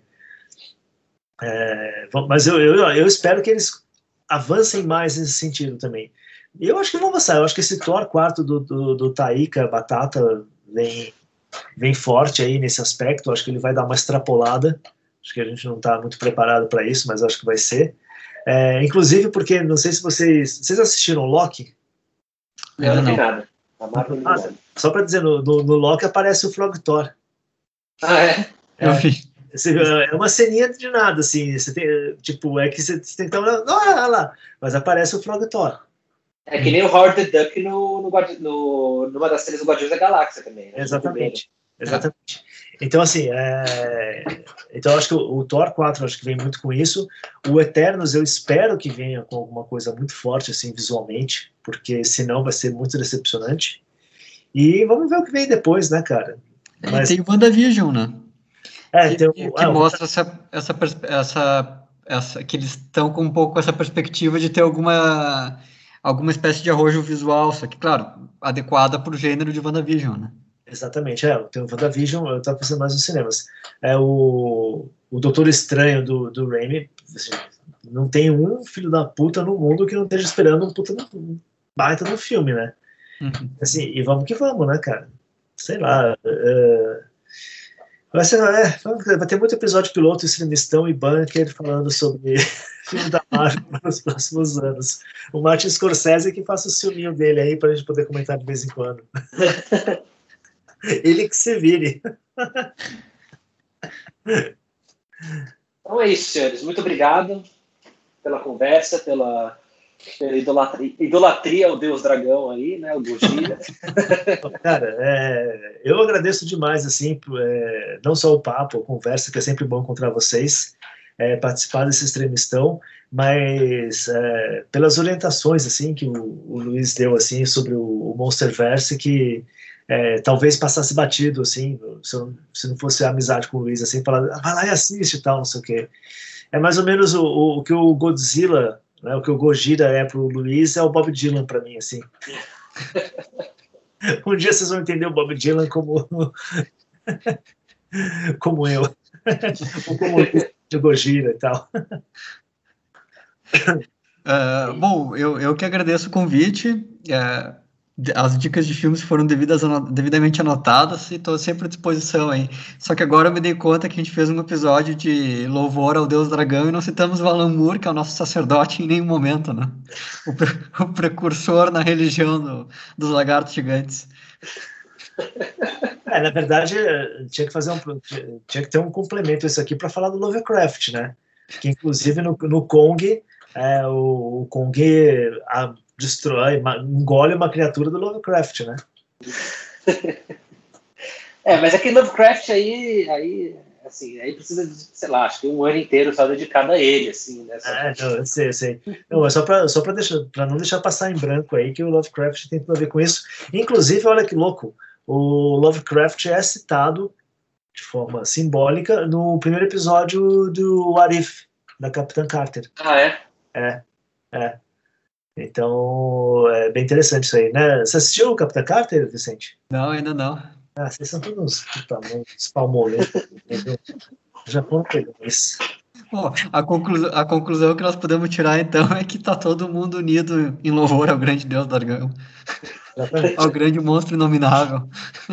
S2: É, mas eu, eu, eu espero que eles avancem mais nesse sentido também. E eu acho que vão avançar. Eu acho que esse Thor quarto do, do, do Taika Batata vem, vem forte aí nesse aspecto. Eu acho que ele vai dar uma extrapolada. Acho que a gente não está muito preparado para isso, mas eu acho que vai ser. É, inclusive porque, não sei se vocês... Vocês assistiram Loki?
S1: Eu não vi nada.
S2: Ah, só para dizer, no, no, no Loki aparece o Frog Thor.
S1: Ah, é?
S3: Eu vi.
S2: É uma ceninha de nada, assim. Você tem, tipo, é que você, você tem que estar olha lá, mas aparece o Frog Thor.
S1: É que nem o Howard the Duck no, no, no, numa das séries do Guardiões da Galáxia também. Né?
S2: Exatamente. Exatamente. Então, assim, é... então eu acho que o, o Thor quatro acho que vem muito com isso. O Eternos eu espero que venha com alguma coisa muito forte, assim, visualmente, porque senão vai ser muito decepcionante. E vamos ver o que vem depois, né, cara?
S3: Mas... Tem o WandaVision, né?
S2: É,
S3: que,
S2: tem o,
S3: que
S2: ah,
S3: mostra essa, essa, essa, essa, que eles estão com um pouco essa perspectiva de ter alguma, alguma espécie de arrojo visual, só que, claro, adequada para o gênero de WandaVision, né?
S2: Exatamente, é, tem o WandaVision, eu estava pensando mais nos cinemas. É o, o Doutor Estranho do, do Raimi, assim, não tem um filho da puta no mundo que não esteja esperando um puta no, um baita no filme, né?
S3: Uhum.
S2: Assim, e vamos que vamos, né, cara? Sei lá, uh, vai, ser, é, vai ter muito episódio piloto, Extremistão e Bunker falando sobre filme da Marvel nos próximos anos. O Martin Scorsese que faça o filminho dele aí pra gente poder comentar de vez em quando. Ele que se vire.
S1: Então é isso, senhores. Muito obrigado pela conversa, pela, pela idolatria, idolatria ao Deus Dragão aí, né? O Gojira.
S2: Cara, é, eu agradeço demais, assim, é, não só o papo, a conversa, que é sempre bom encontrar vocês, é, participar desse Extremistão, mas é, pelas orientações, assim, que o, o Luiz deu, assim, sobre o, o Monsterverse, que É, talvez passasse batido, assim, se, eu, se não fosse a amizade com o Luiz, assim, falar, ah, vai lá e assiste e tal, não sei o quê. É mais ou menos o, o, o que o Godzilla, né, o que o Gojira é pro Luiz, é o Bob Dylan para mim, assim. Um dia vocês vão entender o Bob Dylan como como eu, ou como o Gojira e tal.
S3: Uh, bom, eu, eu que agradeço o convite. Uh, as dicas de filmes foram devidas, devidamente anotadas e estou sempre à disposição aí. Só que agora eu me dei conta que a gente fez um episódio de louvor ao Deus Dragão e não citamos o Alan Moore, que é o nosso sacerdote, em nenhum momento, né? O, pre o precursor na religião do, dos lagartos gigantes.
S2: É, na verdade, tinha que fazer um, tinha que ter um complemento isso aqui para falar do Lovecraft, né? Que inclusive no, no Kong, é, o, o Kong a, destrói, engole uma criatura do Lovecraft, né?
S1: É, mas aquele Lovecraft aí, aí, assim, aí precisa de, sei lá, acho que um ano inteiro só dedicado a ele, assim, né? Só...
S2: É, não, eu sei, eu sei. Não, é só para só para deixar, para não deixar passar em branco aí que o Lovecraft tem tudo a ver com isso. Inclusive, olha que louco, o Lovecraft é citado de forma simbólica no primeiro episódio do What If, da Capitã Carter.
S1: Ah, é?
S2: É, é. Então, é bem interessante isso aí, né? Você assistiu o Capitã Carter, Vicente?
S3: Não, ainda não.
S2: Ah, vocês são todos uns palmolentos. Já foram pegando isso.
S3: Bom, a, conclusão, a conclusão que nós podemos tirar, então, é que tá todo mundo unido em louvor ao grande Deus Dragão. Ao grande monstro inominável.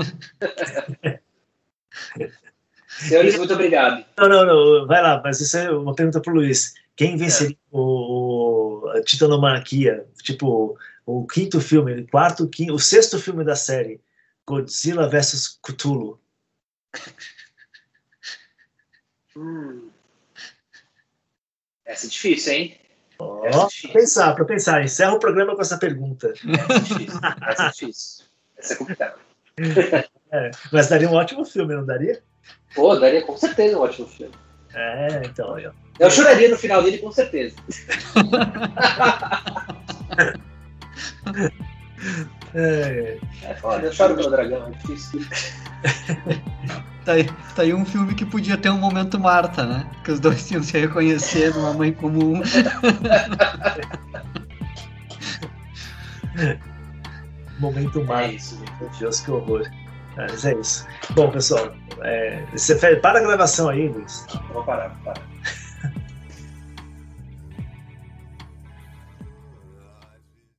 S1: Senhores, muito obrigado.
S2: Não, não, não, vai lá, mas isso é uma pergunta pro Luiz. Quem venceria é. o, o, a titanomaquia? Tipo, o quinto filme, o quarto, quinto, o sexto filme da série, Godzilla versus Cthulhu.
S1: Hum. Essa é difícil, hein?
S2: Ó, oh, para pensar, para pensar. Encerra o programa com essa pergunta.
S1: Essa é difícil. Essa é difícil. Essa é complicada.
S2: É, mas daria um ótimo filme, não daria?
S1: Pô, daria com certeza um ótimo filme.
S2: É, então, aí, ó.
S1: Eu choraria no final dele, com certeza.
S2: É,
S1: é foda, eu choro pelo dragão, é difícil.
S3: Tá aí, tá aí um filme que podia ter um momento Marta, né? Que os dois tinham se reconhecer numa mãe comum.
S2: Momento Marta.
S1: É isso,
S2: meu Deus, que horror. Mas é isso. Bom, pessoal, é, você fez, para a gravação aí, Luiz.
S1: Vou parar, vou parar.